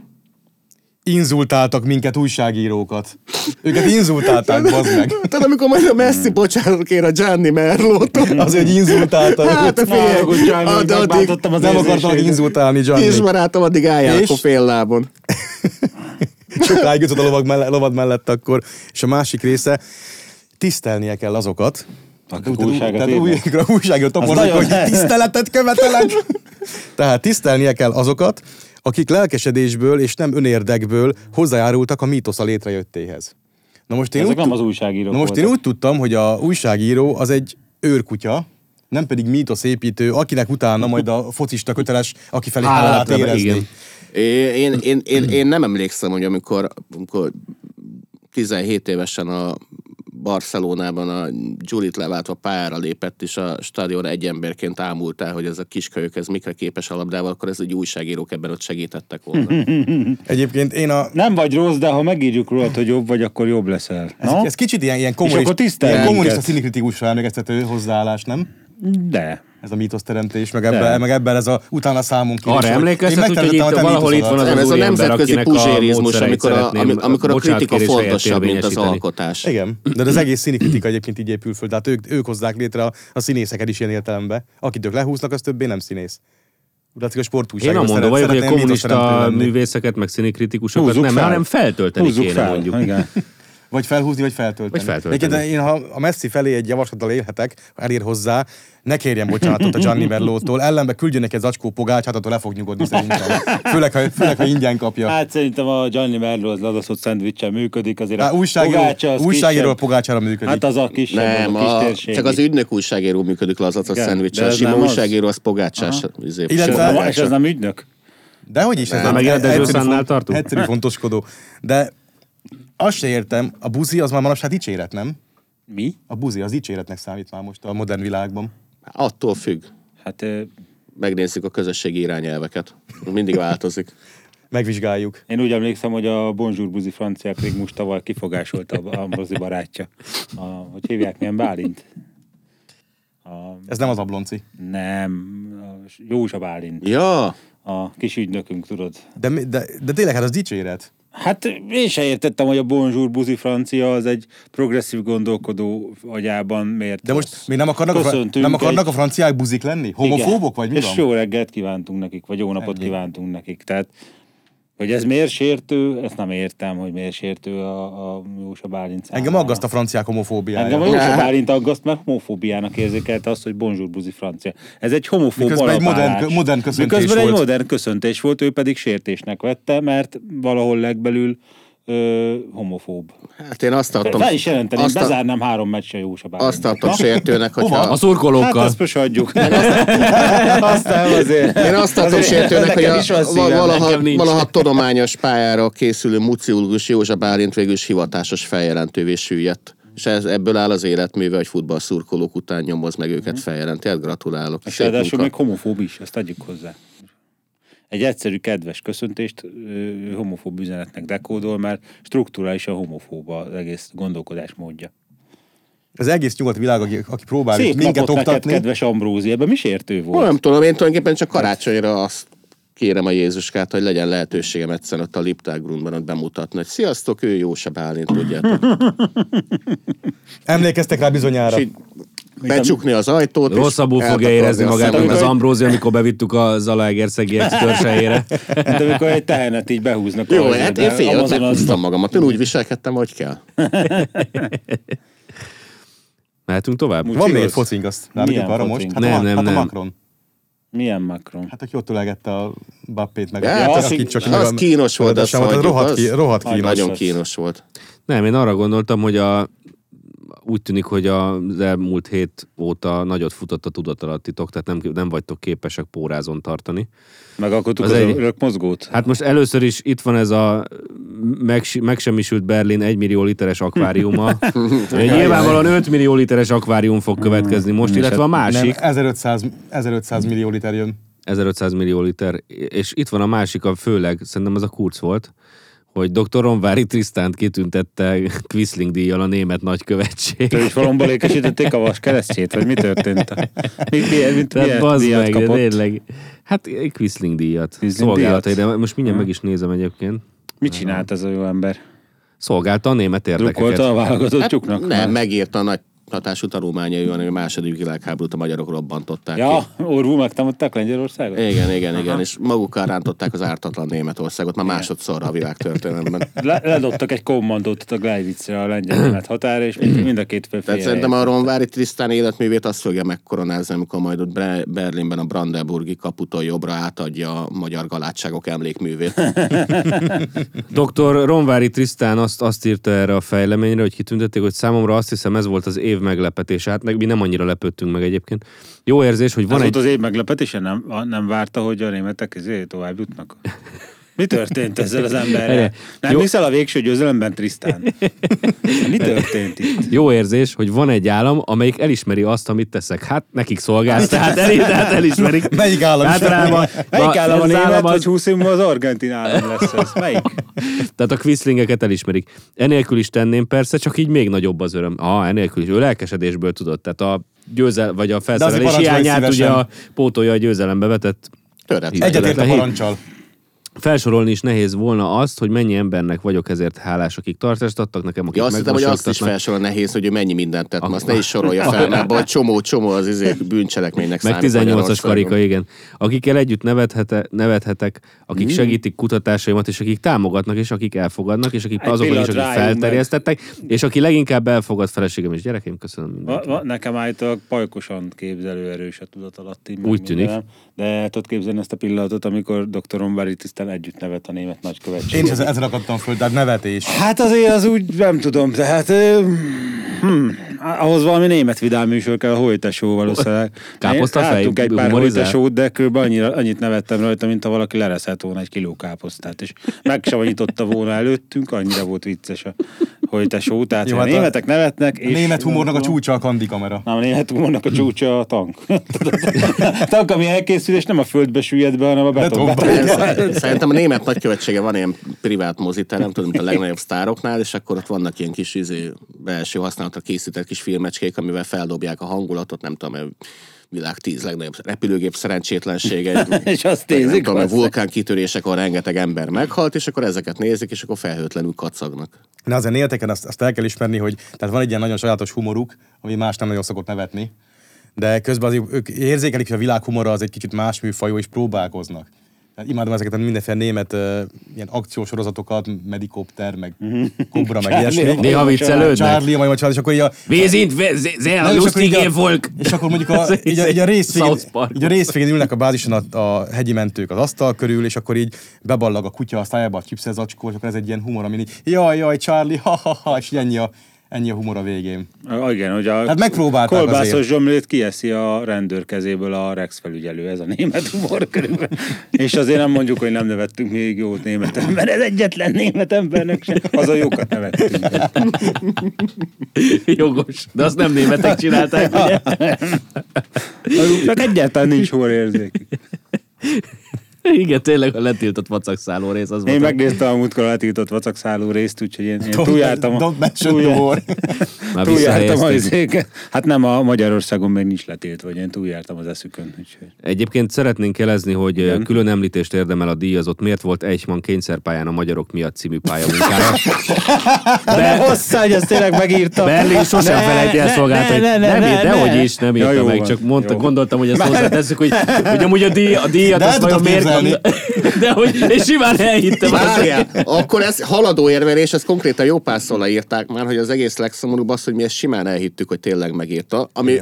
inzultáltak minket, újságírókat. Őket inzultálták, bazd meg. Tehát amikor majd a Messi bocsánat kér a Gianni Merlótól. Azért, hogy inzultáltak. Hát a Hallgass, Gianni, figyelj, hogy megbántottam az nem akartak érzéseidet. inzultálni Gianni. kis barátom, addig álljál És? akkor fél lábon. Sokáig jutott a lovag mellett, lovad mellett akkor. És a másik része, tisztelnie kell azokat, Akik tehát újságot új, írnak. újságíró topornak, nagyon- hogy tiszteletet követelek. Tehát tisztelnie kell azokat, akik lelkesedésből és nem önérdekből hozzájárultak a mítosza létrejöttéhez. Na most én, Ezek úgy, nem tud- az újságírók Na most én voltak. úgy tudtam, hogy a újságíró az egy őrkutya, nem pedig mítoszépítő, akinek utána majd a focista köteles, aki felé hálát Hálát érezni. igen. Én, én, én, én, én nem emlékszem, hogy amikor, amikor tizenhét évesen a Barcelonában a Julit leváltva pályára lépett, és a stadion egy emberként ámultál, hogy ez a kiskölyök, ez mikre képes a labdával, akkor ez egy újságírók ebben ott segítettek volna. Egyébként én a... Nem vagy rossz, de ha megírjuk rólad, hogy jobb vagy, akkor jobb leszel. Ez, No? ez kicsit ilyen, ilyen akkor kommunista, tisztelj ilyen kommunista minket. színikritikusra emlékeztető hozzáállás, nem? De. Ez a mítoszteremtés, meg ebben, meg ebben ez a utána számon kérés. Arra hogy emlékeztet, én hogy itt megteremtettem a te valahol itt van az mítoszodat. Nem, ez az a úriember, nemzetközi akinek a puzsérizmus, módszereit amikor a, szeretném ami- amikor a kritika bocsánatkérés helyett fontosabb, mint az érvényesíteni. alkotás. Igen, de az egész színikritika egyébként így épül föl, tehát ők, ők hozzák létre a, a színészeket is ilyen értelembe. Akit ők lehúznak, az többé nem színész. Úgy látszik, a Én sportújságban nem mondom, vagyok, hogy a szeretném kommunista mítoszteremtő lenni. művészeket, meg színikritikusokat Húzzuk nem, fel. hanem feltölteni Húzzuk kéne fel. mondjuk. Igen. Vagy felhúzni, vagy feltölteni. Vagy feltölteni. Egyébként én, ha a Messi felé egy javaslattal élhetek, ha elér hozzá, ne kérjen bocsánatot a Gianni Merlótól, ellenbe küldjön neki egy zacskó pogácsát, attól le fog nyugodni szerintem. Főleg, ha, főleg, ha ingyen kapja. Hát szerintem a Gianni Merlo az ladaszott szendvicsen működik, azért Hát, a újságíró, pogácsa az újságíró kisebb. pogácsára működik. Hát az a kisebb, Nem, az a a, kis térségi. csak az ügynök újságíró működik lazac a Igen, szendvicsel. de A ez sima nem az. újságíró az pogácsás. izé, Illetve- És ez nem- pogácsa. És ez nem ügynök? Dehogy is, ez Már megint a Dezső egyszerű, Szánnál font- tartunk? egyszerű fontoskodó. De azt se értem, a buzi az már manapság dicséret, nem? Mi? A buzi az dicséretnek számít már most a modern világban. Attól függ. Hát ö, Megnézzük a közösségi irányelveket. Mindig változik. Megvizsgáljuk. én úgy emlékszem, hogy a Bonjour buzi franciák még most tavaly kifogásolta a Ambrosi barátja. A, hogy hívják, milyen Bálint? A, Ez nem az Ablonci. nem, a Józsa Bálint. Ja, A kis ügynökünk, tudod. De, mi- de, de tényleg, hát az dicséret. Hát én se értettem, hogy a Bonjour buzi francia az egy progresszív gondolkodó agyában miért. De most még nem akarnak, a, fra- Köszöntünk nem akarnak egy- a franciák buzik lenni? Homofóbok, vagy mi És van? jó reggelt kívántunk nekik, vagy jó napot Ennyi. kívántunk nekik. Tehát, hogy ez miért sértő, ezt nem értem, hogy miért sértő a, a Józsa Bálint számára. Engem aggaszt a franciák homofóbiája. Engem a Józsa Bálint aggaszt, mert homofóbiának érzékelte azt, hogy bonjour buzi francia. Ez egy homofób Miközben egy alapállás. modern- modern köszöntés Miközben egy volt. modern köszöntés volt, ő pedig sértésnek vette, mert valahol legbelül ö, homofób. hát én azt tartom... Fel is jelenteni, azt, a, bezárnám három meccsen Józsa Bálint. azt tartom sértőnek, Hova? hogyha... A szurkolókkal. Hát azt most adjuk. Aztán azért. Én azt tartom azért sértőnek, hogy nekem a, is van val- szívem, valaha, nekem nincs. valaha tudományos pályára készülő muciulgus Józsa Bálint végül is hivatásos feljelentővé süllyedt. És ez, ebből áll az életműve, hogy futballszurkolók után nyomoz meg őket feljelenti. Hát gratulálok. És Szép ráadásul munka. még homofób is, ezt adjuk hozzá. Egy egyszerű, kedves köszöntést ö, homofób üzenetnek dekódol, mert strukturálisan homofób az egész gondolkodás módja. Az egész nyugat világ, aki, aki próbál Szép minket napot neked, oktatni. kedves Ambrózi, ebben mi sértő volt? Nem tudom, én tulajdonképpen csak karácsonyra azt kérem a Jézuskát, hogy legyen lehetőségem egyszerűen ott a Liptágrundban ott bemutatni, hogy sziasztok, ő Józsa Bálint, tudjátok. Emlékeztek rá bizonyára. És így becsukni az ajtót. és Rosszabbul fogja eltakarni érezni a magát, mint szemet. az Ambrózi, amikor bevittük a Zalaegerszegi törzsejére. Hát amikor egy tehenet így behúznak. Jó, a- hát én fél, ott Amazonas- meghúztam magamat. Én úgy viselkedtem, hogy kell. Mehetünk tovább? Úgy Van még igaz? egy focink, azt rámegyünk Milyen arra focink? most? Hát, Nem, a, nem, hát a nem. Macron. Milyen Macron? Hát aki ott ölelgette a Bappét meg. Ja, a- az- akit csak az meg a- kínos volt, azt az hagyjuk, rohadt, az- ki, rohadt Nagy- kínos. Nagyon az- kínos volt. Nem, én arra gondoltam, hogy a, úgy tűnik, hogy az elmúlt hét óta nagyot futott a tudatalattitok, tehát nem, nem vagytok képesek pórázon tartani. Megalkottuk Az az, az egy- örökmozgót? Hát most először is itt van ez a megsi, megsemmisült Berlin egymillió literes akváriuma. Nyilvánvalóan öt millió literes akvárium fog következni most, illetve a Nem, másik, ezerötszáz, ezerötszáz millió liter jön. ezerötszáz millió liter, és itt van a másik, a főleg, szerintem ez a Kurz volt, hogy doktor Ronvári Trisztánt kitüntette Quisling díjjal a német nagykövetség. Te is valóban lékesítették a vas keresztjét, vagy mi történt? Mi, mi, mi, Tehát milyen bazd díjat meg, kapott? tényleg. Hát egy Quisling díjat. Quisling Szolgálta díjat? ide, most mindjárt meg is nézem egyébként. Mit csinált ez a jó ember? Szolgálta a német érdekeket. Drukkolta a válogatottjuknak? Hát Nem, megírta a nagy hatású tanulmányai, hogy a második világháborút a magyarok robbantották Ja, ki. orvú megtámadták Lengyelországot? Igen, igen, igen, és magukkal rántották az ártatlan Németországot, már másodszorra a világtörténelemben. Le, ledobtak egy kommandót a Gleiwitzre a lengyel-német határa, és mind mind a két fél Tehát szerintem a Ronvári Trisztán életművét azt fogja megkoronázni, amikor majd ott Bre- Berlinben a Brandenburgi kaputól jobbra átadja a magyar galátságok emlékművét. doktor Ronvári Trisztán azt, azt írta erre a fejleményre, hogy kitüntették, hogy számomra azt hiszem ez volt az év meglepetése. Hát meg mi nem annyira lepődtünk meg egyébként. Jó érzés, hogy Ez van volt egy... az év meglepetése, nem, nem várta, hogy a németek izé tovább jutnak? Mi történt ezzel az emberrel? Erre. Nem Jó. hiszel a végső győzelemben, Trisztán? Mi történt itt? Jó érzés, hogy van egy állam, amelyik elismeri azt, amit teszek. Hát nekik szolgálsz, tehát, el, tehát elismerik. Melyik állam is? Általában, Melyik állam a ez az német, állam az- vagy húsz év múlva az argentin állam lesz ez? Melyik? Tehát a Quislingeket elismerik. Enélkül is tenném persze, csak így még nagyobb az öröm. Ah, enélkül is. Ő lelkesedésből tudott. Tehát a győzel, vagy a felszerelés parancsolj hiányát ugye szívesen. a pótolja a győzelembe vetett. Töretlen. Egyetért a Hét. parancsal. Felsorolni is nehéz volna azt, hogy mennyi embernek vagyok ezért hálás, akik tartást adtak nekem, akik Ja, azt hittem, hogy azt is megmosolyogtatnak. felsorol nehéz, hogy ő mennyi mindent tett. Azt ne is sorolja fel, mert abban csomó-csomó az izé bűncselekménynek Meg számít tizennyolcas Magyarországon. karika, igen. Akikkel együtt nevethete, nevethetek, akik Hmm. segítik kutatásaimat, és akik támogatnak, és akik elfogadnak, és akik Egy azokon is, pillanat, akik rájön meg. felterjesztettek, és aki leginkább elfogad feleségem és gyerekeim, köszönöm Va, mindenki. va, nekem állítólag pajkosan képzelőerős a tudatalatti. meg Úgy tűnik. mindenem. De tudod képzelni ezt a pillanatot, amikor doktor Ronvári ketten együtt nevet a német nagykövetség. Én is ezzel akadtam föl, tehát nevetés. Hát azért az úgy, nem tudom, tehát hm, ahhoz valami német vidám műsor kell, a Hojtesó valószínűleg. Káposztafej, Láttunk egy pár humorizál? Hojtesót, de kb. Annyira, annyit nevettem rajta, mint ha valaki lereszelt volna egy kiló káposztát, és megsavanyította volna előttünk, annyira volt vicces a Hojtesó. Tehát Jó, a hát németek nevetnek. A német humornak a csúcsa a kandikamera. Nem, a német humornak a csúcsa a tank. A tank, ami elkészül, és nem a földbe süllyed be, hanem a betonba. Persze. Szerintem a német nagykövetsége van ilyen privát moziter, nem tudom, mint a legnagyobb sztároknál, és akkor ott vannak ilyen kis izé, belső használatra készített kis filmecskék, amivel feldobják a hangulatot, nem tudom, világ tíz legnagyobb repülőgép szerencsétlensége. És azt nem nézik. tudom, a vulkánkitörések, rengeteg ember meghalt, és akkor ezeket nézik, és akkor felhőtlenül kacagnak. De azért néleteken azt, azt el kell ismerni, hogy tehát van egy ilyen nagyon sajátos humoruk, ami más nem nagyon szokott nevetni, de közben azért ők érzékelik, hogy a világ humora az egy kicsit más műfajú, és próbálkoznak. Tehát imádom ezeket a mindenféle német uh, ilyen akciósorozatokat, Medikopter, meg Kobra, meg ilyesmi. Néha viccelődnek. Charlie, majd Charlie, és akkor így a... Wir sind sehr Nem, és akkor így lustige a- Volk. És akkor mondjuk a, így a, így a részvégén, South Park. így a részvégén ülnek a bázison a, a hegyi mentők az asztal körül, és akkor így beballag a kutya a szájába a chipszel zacskó, és akkor ez egy ilyen humor, amin így jaj, jaj, Charlie, ha, ha, ha, és ennyi a, ennyi a humor a végén. Ah, igen, hogy a Hát megpróbálták kolbászos azért. zsomlét kieszi a rendőr kezéből a Rex felügyelő, ez a német humor körülbelül. És azért nem mondjuk, hogy nem nevettünk még jót német ember, ez egyetlen német embernek sem. Az a jókat nevettünk. Jogos. De azt nem németek csinálták, ugye? Csak egyáltalán nincs humorérzékük. Igen, tényleg a letiltott vacakszálló rész az Én volt. megnéztem a múltkor a letiltott vacakszálló részt, úgyhogy én, én túljártam a... Don't mention túljár- the war. Már túljártam a visszahelyezték. izéket. Hát nem, a Magyarországon még nincs letiltva, hogy én túljártam az eszükön. Úgyhogy. Egyébként szeretnénk jelezni, hogy Igen. külön említést érdemel a díjazott Miért volt Eichmann kényszerpályán a magyarok miatt című pályamunkája. De hosszá, hogy ezt tényleg megírtam. Berlin sosem Ne, felejti el ne, szolgált, ne, hogy ne, ne, nem ne, írt, ne. dehogy is, nem Ja, írta jó meg, van, csak mondta, jó. gondoltam, hogy ezt hozzátesszük, hogy, hogy amúgy a, díj, a díjat De el azt vajon tudod miért képzelni. kapta. De hogy, és simán elhittem. Várjál, akkor ez haladó érvelés, ezt konkrétan jó párszor leírták már, hogy az egész legszomorúbb az, hogy mi ezt simán elhittük, hogy tényleg megírta, ami,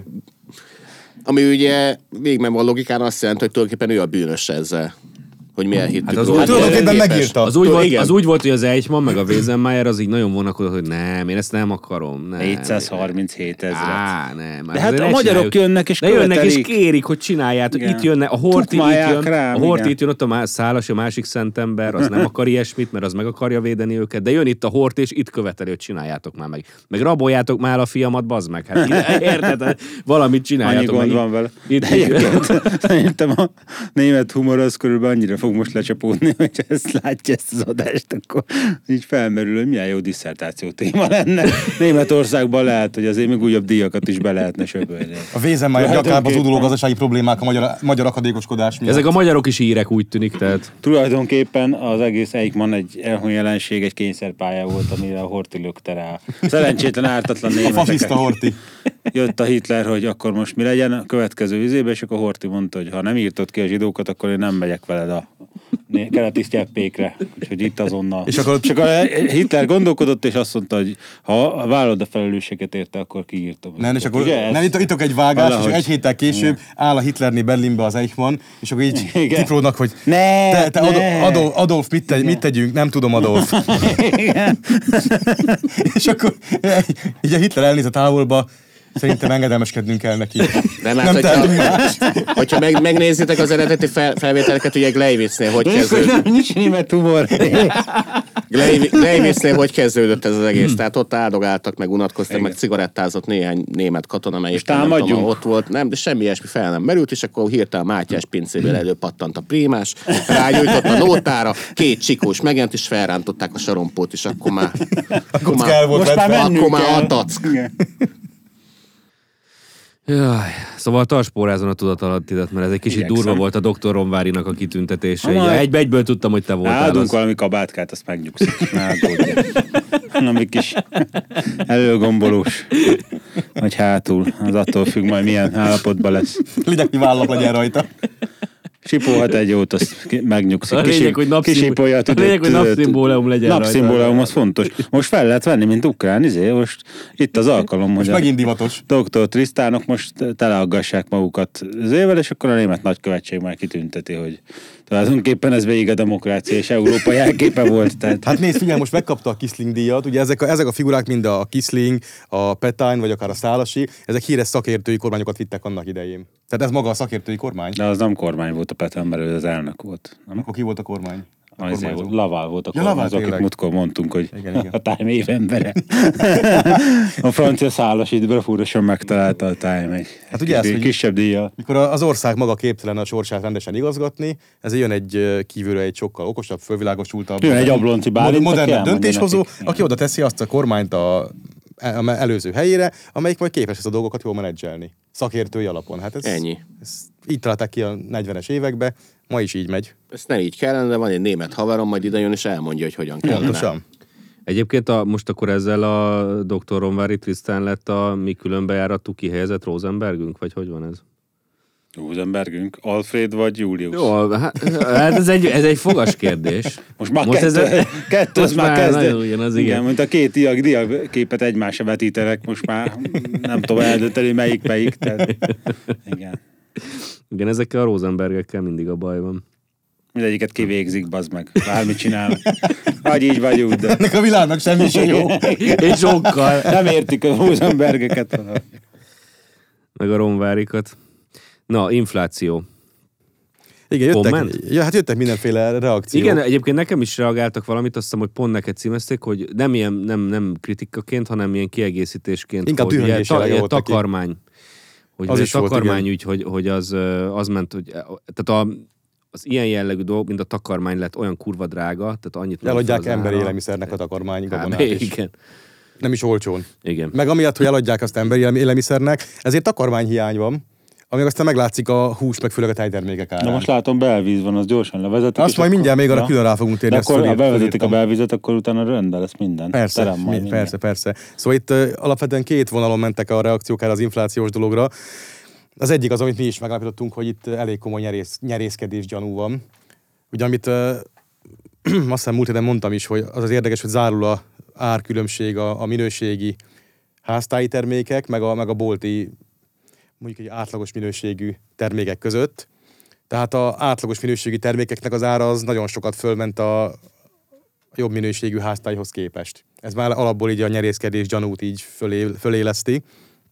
ami ugye végigmenve a logikán azt jelenti, hogy tulajdonképpen ő a bűnös ezzel, hogy mi elhittük. Hát az róla. úgy- Tulajdonképpen képes. megírta. Az úgy, Tudod, volt, igen. az úgy volt, hogy az Eichmann meg a Weizenmayer az így nagyon vonakodott, hogy nem, én ezt nem akarom. Nem, hétszázharminchét ezret. Á, nem. De hát a magyarok jönnek és De jönnek és követelik. kérik, hogy csináljátok. Igen. Itt jönne, a Horthy itt Tukmálják jön, rám, a Horthy igen. itt jön, ott a má- Szálas, a másik szentember, az nem akar ilyesmit, mert az meg akarja védeni őket, de jön itt a Horthy, és itt követeli, hogy csináljátok már meg. Meg raboljátok már a fiamat, bazd meg. Hát ide- érted? Valamit Annyi csináljátok gond meg. van vele. Itt, De egyébként szerintem a német humor az körülbelül annyira fog most lecsapódni, hogy ezt látja ezt az adást, akkor így felmerül, hogy milyen jó disszertáció téma lenne. Németországban lehet, hogy azért még újabb díjakat is be lehetne söpölni. A Weizenmayer nyakába Tulajdonképpen- zúduló gazdasági problémák a magyar, magyar akadékoskodás miatt. ezek a magyarok is írek, úgy tűnik, tehát. Tulajdonképpen az egész Eichmann egy elhon jelenség, egy kényszerpálya volt, amire a Horthy lökte rá. Szerencsétlen ártatlan A fasiszta németeket. Horthy. Jött a Hitler, hogy akkor most mi legyen a következő üzébe, és akkor Horthy mondta, hogy ha nem írtod ki a zsidókat, akkor én nem megyek veled a né- keleti sztyeppékre. Úgyhogy itt azonnal. És akkor- Csak a Hitler gondolkodott, és azt mondta, hogy ha vállalod a felelősséget érte, akkor kiírtom. Nem, és akkor Ugye, ez- nem, itt, itt egy vágás, Valahogy. és egy héttel később áll a Hitlerné Berlinbe az Eichmann, és akkor így Igen. kipródnak, hogy Ne, te, te ne. Adolf, Adolf, Adolf mit, te, mit tegyünk? Nem tudom, Adolf. És akkor így a Hitler elnéz a távolba, szerintem engedelmeskednünk kell neki. De Nem hát, hogyha, tehetünk mást. hogyha meg, megnézitek az eredeti fel, felvételeket, ugye Gleiwitznél hogy De akkor kezdődött. nem, nincs német humor. Gleiwi- Gleiwitznél hogy kezdődött ez az egész? Tehát ott áldogáltak, meg unatkoztak, Igen. meg cigarettázott néhány német katona, mely És éppen nem tudom, támadjunk. ott volt, nem, de semmi ilyesmi fel nem merült, és akkor hirtelen Mátyás pincéből előpattant a prímás, rágyújtott a nótára, két csikós megent, és felrántották a sarompót, és akkor már, akkor Kocka el volt Most már vetve. mennünk akkor már kell. a tack. Igen. Jaj, szóval talspórázon a tudatalatidat, mert ez egy kicsit Igyekszem. durva volt a doktor Romvárinak a kitüntetése. Ha, Így majd- Egy, egyből tudtam, hogy te voltál. Áldunk Az. valami kabátkát, azt megnyugszik. Ne aggódj. Ami kis előgombolós. Vagy hátul. Az attól függ majd milyen állapotban lesz. Lideki vállap legyen rajta. Sipolhat egy jót, azt ki- megnyugszik. A lényeg, Kisip- hogy napszimbó- kisipolja, a tudod, lényeg, hogy tudod, napszimbólum legyen rajta. Napszimbólum, az fontos. Most fel lehet venni, mint ukrán, izé, most itt az alkalom, hogy Most a megint divatos. doktor Trisztánok most teleaggassák magukat zével, és akkor a német nagykövetség már kitünteti, hogy Tulajdonképpen ez végig a demokrácia és Európa jelképe volt. Tehát... Hát nézd, figyelj, most megkapta a Kisling díjat, ugye ezek a, ezek a figurák mind a Kisling, a Petain, vagy akár a Szálasi, ezek híres szakértői kormányokat vittek annak idején. Tehát ez maga a szakértői kormány. De az nem kormány volt a Petain, mert ő az elnök volt. Nem? Akkor ki volt a kormány? A Azért volt, Laval volt a ja, kormány, Laval, azok, akik múltkor mondtunk, hogy igen, igen. a Time évembere. A francia Szálasit befúrosan megtalálta a Time egy, hát egy ugye kis, ez, kisebb díjjal. Mikor az ország maga képtelen a sorsát rendesen igazgatni, ez jön egy kívülre egy sokkal okosabb, fölvilágosultabb, Jön egy Ablonci Bálint, modern döntéshozó, aki oda teszi azt a kormányt a, a előző helyére, amelyik majd képes ezt a dolgokat jól menedzselni. Szakértői alapon. Hát ez, Ennyi. Ez, így találták ki a negyvenes években, ma is így megy. Ezt ne így kellene, de van egy német haverom, majd ide jön és elmondja, hogy hogyan kellene. Pontosan. Egyébként a, most akkor ezzel a doktor Ronvári Trisztán lett a mi különbejáratú kihelyezett Rosenbergünk, vagy hogy van ez? Rosenbergünk, Alfred vagy Julius? Jó, hát ez egy, ez egy fogas kérdés. Most már most kettő, ez, kettő most már, már kezd. nagyon ugyanaz, igen. igen, mint a két diag, diag képet egymásra vetítenek, most már nem tudom eldönteni, melyik melyik. Tehát, igen. Igen, ezekkel a Rosenbergekkel mindig a baj van. Mindegyiket kivégzik, bazd meg. Bármit csinálnak. Vagy így, vagy úgy. De... Ennek a világnak semmi sem jó. És sokkal. Nem értik a Rosenbergeket. Meg a Ronvárikat. Na, infláció. Igen, jöttek, Komment? ja, hát jöttek mindenféle reakciók. Igen, egyébként nekem is reagáltak valamit, azt hiszem, hogy pont neked címezték, hogy nem ilyen, nem, nem kritikaként, hanem ilyen kiegészítésként. Inkább hogy ilyen, dühöngés ta, jelege ilyen volt neki. takarmány. Hogy Az a is volt, takarmányügy, hogy, hogy az, az ment, hogy tehát a, az ilyen jellegű dolog, mint a takarmány lett olyan kurva drága, tehát annyit... Eladják az emberi ára. élelmiszernek a takarmány Kb. gabonát is. Igen. Nem is olcsón. Igen. Meg amiatt, hogy eladják azt emberi élelmiszernek, ezért takarmányhiány van, ami aztán meglátszik a hús, meg főleg a tejtermékek árán. Na most látom, belvíz van, az gyorsan levezetik. Azt majd mindjárt még arra külön rá fogunk térni. De ezt akkor, ha fölírt- bevezetik a fölírtam. belvizet, akkor utána rendben lesz minden. Persze, Terem majd mi, minden. persze, persze. Szóval itt uh, alapvetően két vonalon mentek a reakciók erre az inflációs dologra. Az egyik az, amit mi is megállapítottunk, hogy itt elég komoly nyerész, nyerészkedés gyanú van. Ugye, amit uh, azt hiszem múlt héten mondtam is, hogy az az érdekes, hogy zárul a árkülönbség a, a minőségi háztáji termékek, meg a, meg a bolti, mondjuk egy átlagos minőségű termékek között. Tehát az átlagos minőségű termékeknek az ára az nagyon sokat fölment a jobb minőségű háztájhoz képest. Ez már alapból így a nyerészkedés gyanút így fölé, föléleszti.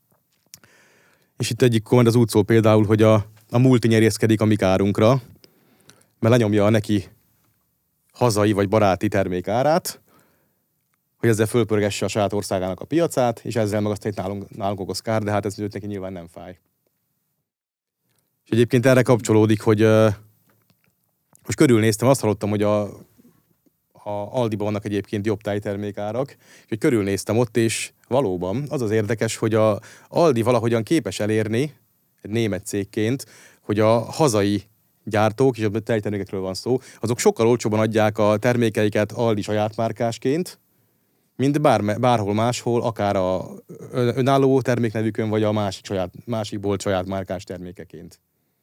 És itt egyik komment az úgy szól például, hogy a, a multi nyerészkedik a mi kárunkra, mert lenyomja a neki hazai vagy baráti termék árát, hogy ezzel fölpörgesse a saját országának a piacát, és ezzel meg aztán itt nálunk, nálunk okoz kár, de hát ez őt neki nyilván nem fáj. És egyébként erre kapcsolódik, hogy uh, most körülnéztem, azt hallottam, hogy a, a Aldiban vannak egyébként jobb tájtermékárak, és hogy körülnéztem ott, és valóban az az érdekes, hogy a Aldi valahogyan képes elérni, egy német cégként, hogy a hazai gyártók, és a tejtermékekről van szó, azok sokkal olcsóban adják a termékeiket Aldi saját márkásként, mint bár, bárhol máshol, akár a önálló terméknevükön, vagy a másik, saját, másik bolt saját márkás termékeként.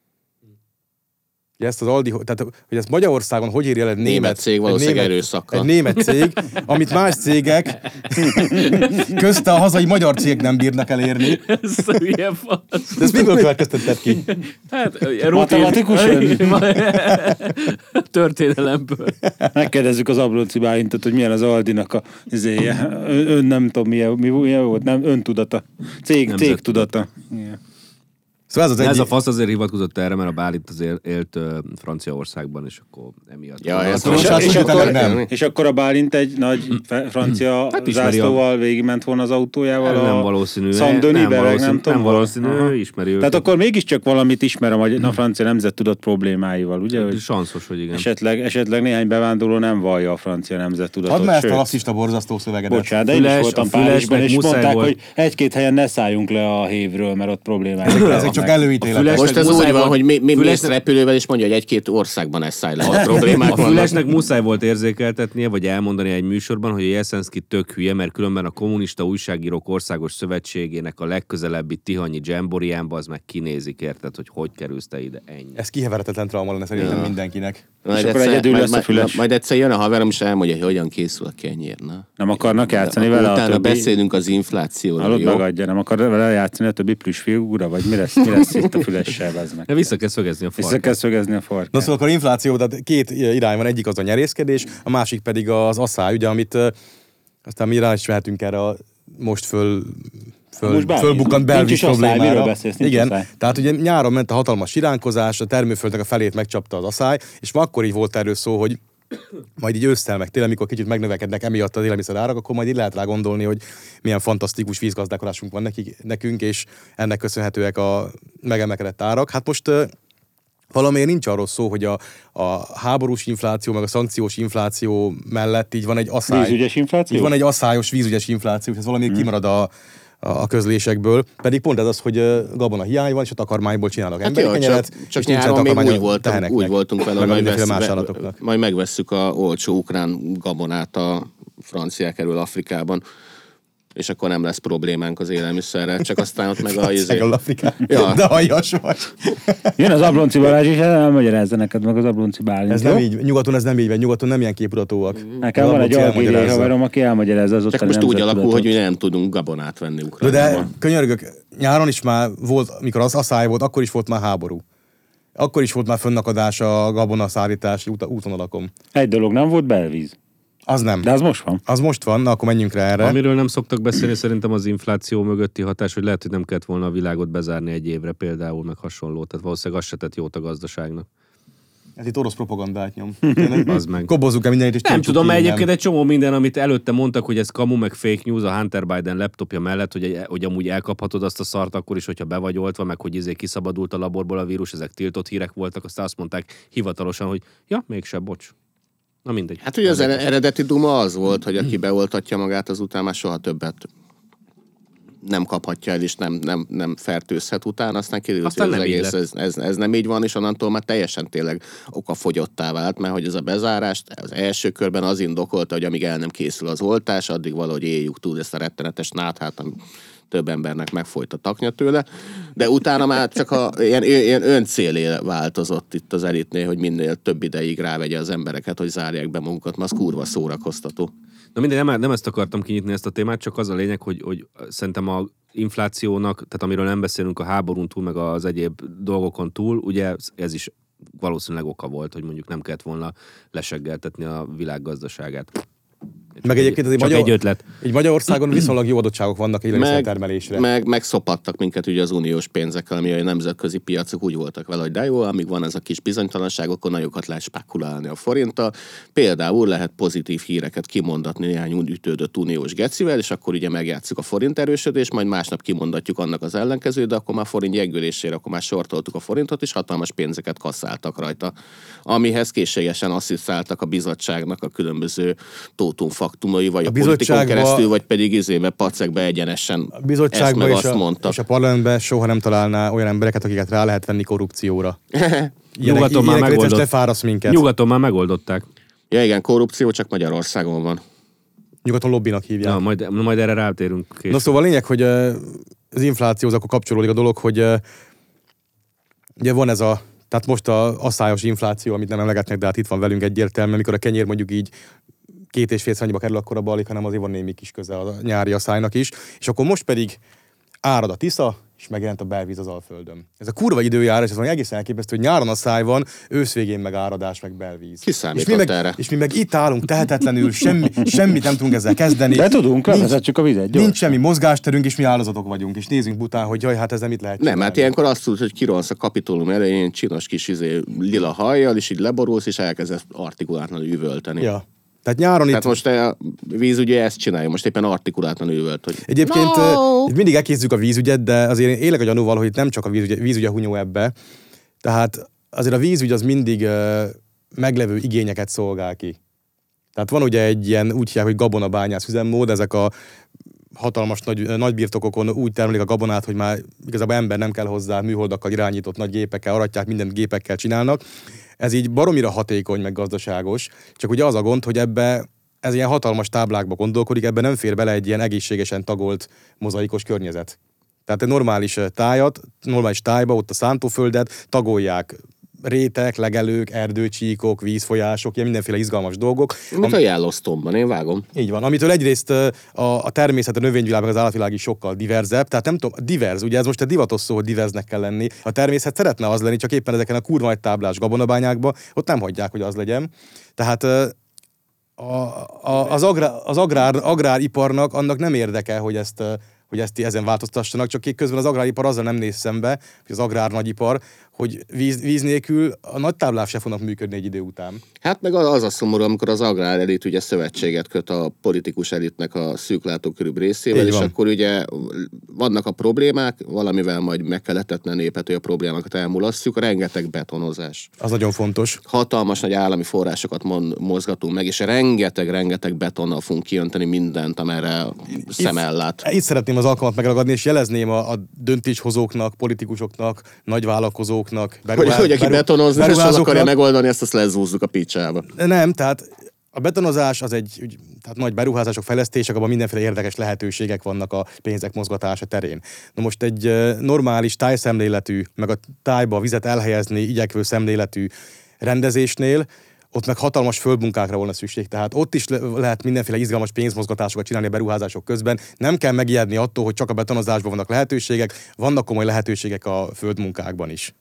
Ezt az Aldi, tehát hogy ezt Magyarországon hogy írja el egy német, Német cég valószínűleg egy német, erőszakkal. Egy német cég, amit más cégek közte a hazai magyar cég nem bírnak elérni. Ez a hülye fasz. De ezt miből következtetted ki? Hát, Matematikusan? Történelemből. Megkérdezzük az Ablonci Bálintot, hogy milyen az Aldinak a izéje. Ön, ön nem tudom, milyen, mi, milyen volt, nem, öntudata. Cég, cég tudata. Igen. Szóval ez az Ez egyik... a fasz azért hivatkozott erre, mert a Bálint azért élt uh, Franciaországban, és akkor emiatt. Ja, ez Most És, már és, tudjuk, akkor, nem. és akkor a Bálint egy nagy fe- francia Hát ismeri a- zászlóval végigment volna az autójával nem a valószínű. Saint-Denis-be, nem meg valószínű, nem tudom. nem valószínű, Aha. ő ismeri őket. Tehát akkor mégiscsak valamit ismer a, magyar, a francia nemzettudat problémáival, ugye? Hogy Sanszos, hogy igen. esetleg, esetleg néhány bevándorló nem vallja a francia nemzettudatot. Hadd már ezt a sőt, rasszista borzasztó szövegedet. bocsánat, de én is Füles- voltam a Fülesnek Párizsban, és muszáj mondták, volt- hogy egy-két helyen ne szálljunk le a hévről, mert ott problémák Ezek vannak. csak előítéletek. Fülesnek Most ez muszáj úgy van, volt- hogy mi, mi mész Fülesnek- repülővel, és mondja, hogy egy-két országban ez száll le. A problémák A vannak. Fülesnek muszáj volt érzékeltetnie, vagy elmondani egy műsorban, hogy a Jeszenszky tök hülye, mert különben a Kommunista Újságírók Országos Szövetségének a legközelebbi tihanyi dzsemboriánba az meg kinézik, érted, hogy hogy kerülsz te ide, ennyi. Ez kiheveretetlen trauma lenne szerintem mindenkinek. Majd és akkor egyszer, egyedül majd, lesz a majd, füles. majd egyszer jön a haverom, és elmondja, hogy hogyan készül a kenyér. Na. Nem akarnak játszani De vele a utána többi... beszélünk az inflációról, Hallod, jó? megadja, nem akar vele játszani a többi plüss figura, vagy mi lesz, mi lesz itt a fülessel, ez meg. De vissza kell szögezni a Vissza farkát. kell szögezni a farkát. Na szóval akkor infláció, tehát két irány van, egyik az a nyerészkedés, a másik pedig az asszály, ugye, amit uh, aztán mi rá is vehetünk erre a most föl, föl, Most belvíz. fölbukkant Nincs belvíz is asszály, problémára. miről beszélsz? Nincs Igen, asszály. tehát ugye nyáron ment a hatalmas siránkozás, a termőföldnek a felét megcsapta az asszály, és ma akkor így volt erről szó, hogy majd így ősszel meg télen, amikor kicsit megnövekednek emiatt az élelmiszer árak, akkor majd így lehet rá gondolni, hogy milyen fantasztikus vízgazdálkodásunk van nekik, nekünk, és ennek köszönhetőek a megemelkedett árak. Hát most uh, valamiért nincs arról szó, hogy a, a háborús infláció, meg a szankciós infláció mellett így van egy asszály. Vízügyes infláció? Így van egy asszályos vízügyes infláció, és ez valami hmm. kimarad a, a, a közlésekből. Pedig pont ez az, hogy uh, gabona hiány van, és a takarmányból csinálnak Hát emberi jó, kenyeret, csak, csak és nincsen nyáron még takarmány úgy a voltunk, teheneknek, úgy voltunk vele, meg hogy a majd, mindenféle vesz, más ve, állatoknak. majd megvesszük a olcsó ukrán gabonát a franciák elől Afrikában, és akkor nem lesz problémánk az élelmiszerrel, csak aztán ott meg a... Franciákkal Afrikán. Ja. De aljas vagy. Jön az Ablonci Balázs, és elmagyarázza neked meg az Ablonci Bálint. Ez nem így, nyugaton ez nem így van, nyugaton nem ilyen képmutatóak. Nekem van egy algériai haverom, aki elmagyarázza az Csak ottani most úgy alakul, hogy nemzettudatot. mi nem tudunk gabonát venni De, Ukránában. de könyörgök, nyáron is már volt, mikor az asszály volt, akkor is volt már háború. Akkor is volt már fönnakadás a gabonaszállítási út- útvonalakon. Egy dolog nem volt, belvíz. Az nem. De az most van. Az most van, na akkor menjünk rá erre. Amiről nem szoktak beszélni, szerintem az infláció mögötti hatás, hogy lehet, hogy nem kellett volna a világot bezárni egy évre például, meg hasonló. Tehát valószínűleg az se tett jót a gazdaságnak. Ez itt orosz propagandát nyom. Az meg. Kobozzuk-e mindenit, és Nem csontsuk tudom, ki mert innen. egyébként egy csomó minden, amit előtte mondtak, hogy ez kamu, meg fake news a Hunter Biden laptopja mellett, hogy, hogy amúgy elkaphatod azt a szart akkor is, hogyha be vagy oltva, meg hogy izé kiszabadult a laborból a vírus, ezek tiltott hírek voltak, aztán azt mondták hivatalosan, hogy ja, mégse, bocs. Na mindegy. Hát ugye az eredeti duma az volt, hogy aki beoltatja magát, azután már soha többet nem kaphatja el, és nem, nem, nem fertőzhet utána, aztán kiderült, Aztán hogy az nem így egész ez, ez, ez nem így van, és onnantól már teljesen tényleg okafogyottá vált, mert hogy ez a bezárást az első körben az indokolta, hogy amíg el nem készül az oltás, addig valahogy éljük túl ezt a rettenetes náthát, ami több embernek megfolyt a taknya tőle, de utána már csak a, ilyen, ilyen öncélé változott itt az elitnél, hogy minél több ideig rávegye az embereket, hogy zárják be magukat, mert az kurva szórakoztató. Na mindegy, nem, nem ezt akartam kinyitni ezt a témát, csak az a lényeg, hogy, hogy szerintem a inflációnak, tehát amiről nem beszélünk a háborún túl, meg az egyéb dolgokon túl, ugye ez is valószínűleg oka volt, hogy mondjuk nem kellett volna leseggeltetni a világ gazdaságát. Meg egyébként azért csak Magyar... egy ötlet. Így Magyarországon viszonylag jó adottságok vannak Meg, élelmiszertermelésre. meg, meg szopattak minket ugye az uniós pénzekkel, ami a nemzetközi piacok úgy voltak vele, hogy de jó, amíg van ez a kis bizonytalanság, akkor nagyokat lehet spekulálni a forinttal. Például lehet pozitív híreket kimondatni néhány úgy ütődött uniós gecivel, és akkor ugye megjátszuk a forint erősödés, majd másnap kimondatjuk annak az ellenkező, de akkor már forint gyengülésére, akkor már sortoltuk a forintot, és hatalmas pénzeket kasszáltak rajta. Amihez készségesen asszisztáltak a bizottságnak a különböző tótumfaktumai, vagy a, a politikon keresztül, vagy pedig izébe, pacekbe egyenesen A bizottságban ezt meg és, azt a, mondta. és a parlamentben soha nem találná olyan embereket, akiket rá lehet venni korrupcióra. Ilyenek, Nyugaton már ilyenek megoldott. lefáraszt minket. Nyugaton már megoldották. Ja igen, korrupció csak Magyarországon van. Nyugaton lobbinak hívják. Na, majd, majd erre rátérünk később. Na szóval a lényeg, hogy uh, az inflációhoz akkor kapcsolódik a dolog, hogy uh, ugye van ez a, tehát most a asszályos infláció, amit nem emlegetnek, de hát itt van velünk egyértelműen, amikor a kenyér mondjuk így két és fél annyiba kerül, akkor a balik, hanem azért van némi kis köze a nyári asszálynak is. És akkor most pedig árad a Tisza, és megjelent a belvíz az Alföldön. Ez a kurva időjárás, ez van egészen elképesztő, hogy nyáron asszály van, őszvégén meg áradás, meg belvíz. Ki és számított mi, meg, erre? és mi meg itt állunk tehetetlenül, semmi, semmit nem tudunk ezzel kezdeni. De tudunk, levezetjük a vizet, gyors. Nincs semmi mozgásterünk, és mi áldozatok vagyunk, és nézzünk bután, hogy jaj, hát ezzel mit lehet Nem, csinálni. hát ilyenkor azt tudod, hogy kirohansz a kapitólum elején, csinos kis izé, lila hajjal, és így leborulsz, és elkezdesz artikulátlanul üvölteni. Ja. Tehát nyáron Tehát itt... most a víz ugye ezt csinálja, most éppen artikulátlanul üvölt, hogy Egyébként no! uh, mindig elkézzük a vízügyet, de azért én élek a gyanúval, hogy itt nem csak a vízügy, vízügy a hunyó ebbe. Tehát azért a vízügy az mindig uh, meglevő igényeket szolgál ki. Tehát van ugye egy ilyen, úgy hívják, hogy gabonabányász üzemmód, ezek a hatalmas nagy, nagy birtokokon úgy termelik a gabonát, hogy már igazából ember nem kell hozzá, műholdakkal irányított nagy gépekkel aratják, mindent gépekkel csinálnak. Ez így baromira hatékony, meg gazdaságos, csak ugye az a gond, hogy ebbe ez ilyen hatalmas táblákba gondolkodik, ebben nem fér bele egy ilyen egészségesen tagolt mozaikos környezet. Tehát egy normális tájat, normális tájba, ott a szántóföldet tagolják rétek, legelők, erdőcsíkok, vízfolyások, ilyen mindenféle izgalmas dolgok. Mint am... a Yellowstone-ban, én vágom. Így van, amitől egyrészt a, a természet, a növényvilág, meg az állatvilág is sokkal diverzebb. Tehát nem tudom, divers, ugye ez most egy divatos szó, hogy diverznek kell lenni. A természet szeretne az lenni, csak éppen ezeken a kurva nagy táblás gabonabányákban, ott nem hagyják, hogy az legyen. Tehát a, a, az, agrár, az agrár, agráriparnak annak nem érdeke, hogy ezt, hogy ezt ezen változtassanak, csak közben az agráripar azzal nem néz szembe, hogy az agrár nagyipar, hogy víz, víz nélkül a nagy táblák se fognak működni egy idő után. Hát meg az a szomorú, amikor az agrár elit ugye szövetséget köt a politikus elitnek a szűklátókörűbb részével, és akkor ugye vannak a problémák, valamivel majd meg kell etetni a népet, hogy a problémákat elmulasszuk, rengeteg betonozás. Az nagyon fontos. Hatalmas nagy állami forrásokat mozgatunk meg, és rengeteg-rengeteg betonnal fogunk kijönteni mindent, amerre szem ellát. Itt szeretném az alkalmat megragadni, és jelezném a, a döntéshozóknak, politikusoknak, nagyvállalkozóknak, Beruhá... Hogy, hogy aki betonozni, és az akarja megoldani, ezt azt lezúzzuk a picsába. Nem, tehát a betonozás az egy úgy, tehát nagy beruházások, fejlesztések, abban mindenféle érdekes lehetőségek vannak a pénzek mozgatása terén. Na most egy normális tájszemléletű, meg a tájba a vizet elhelyezni igyekvő szemléletű rendezésnél, ott meg hatalmas földmunkákra volna szükség. Tehát ott is le- lehet mindenféle izgalmas pénzmozgatásokat csinálni a beruházások közben. Nem kell megijedni attól, hogy csak a betonozásban vannak lehetőségek, vannak komoly lehetőségek a földmunkákban is.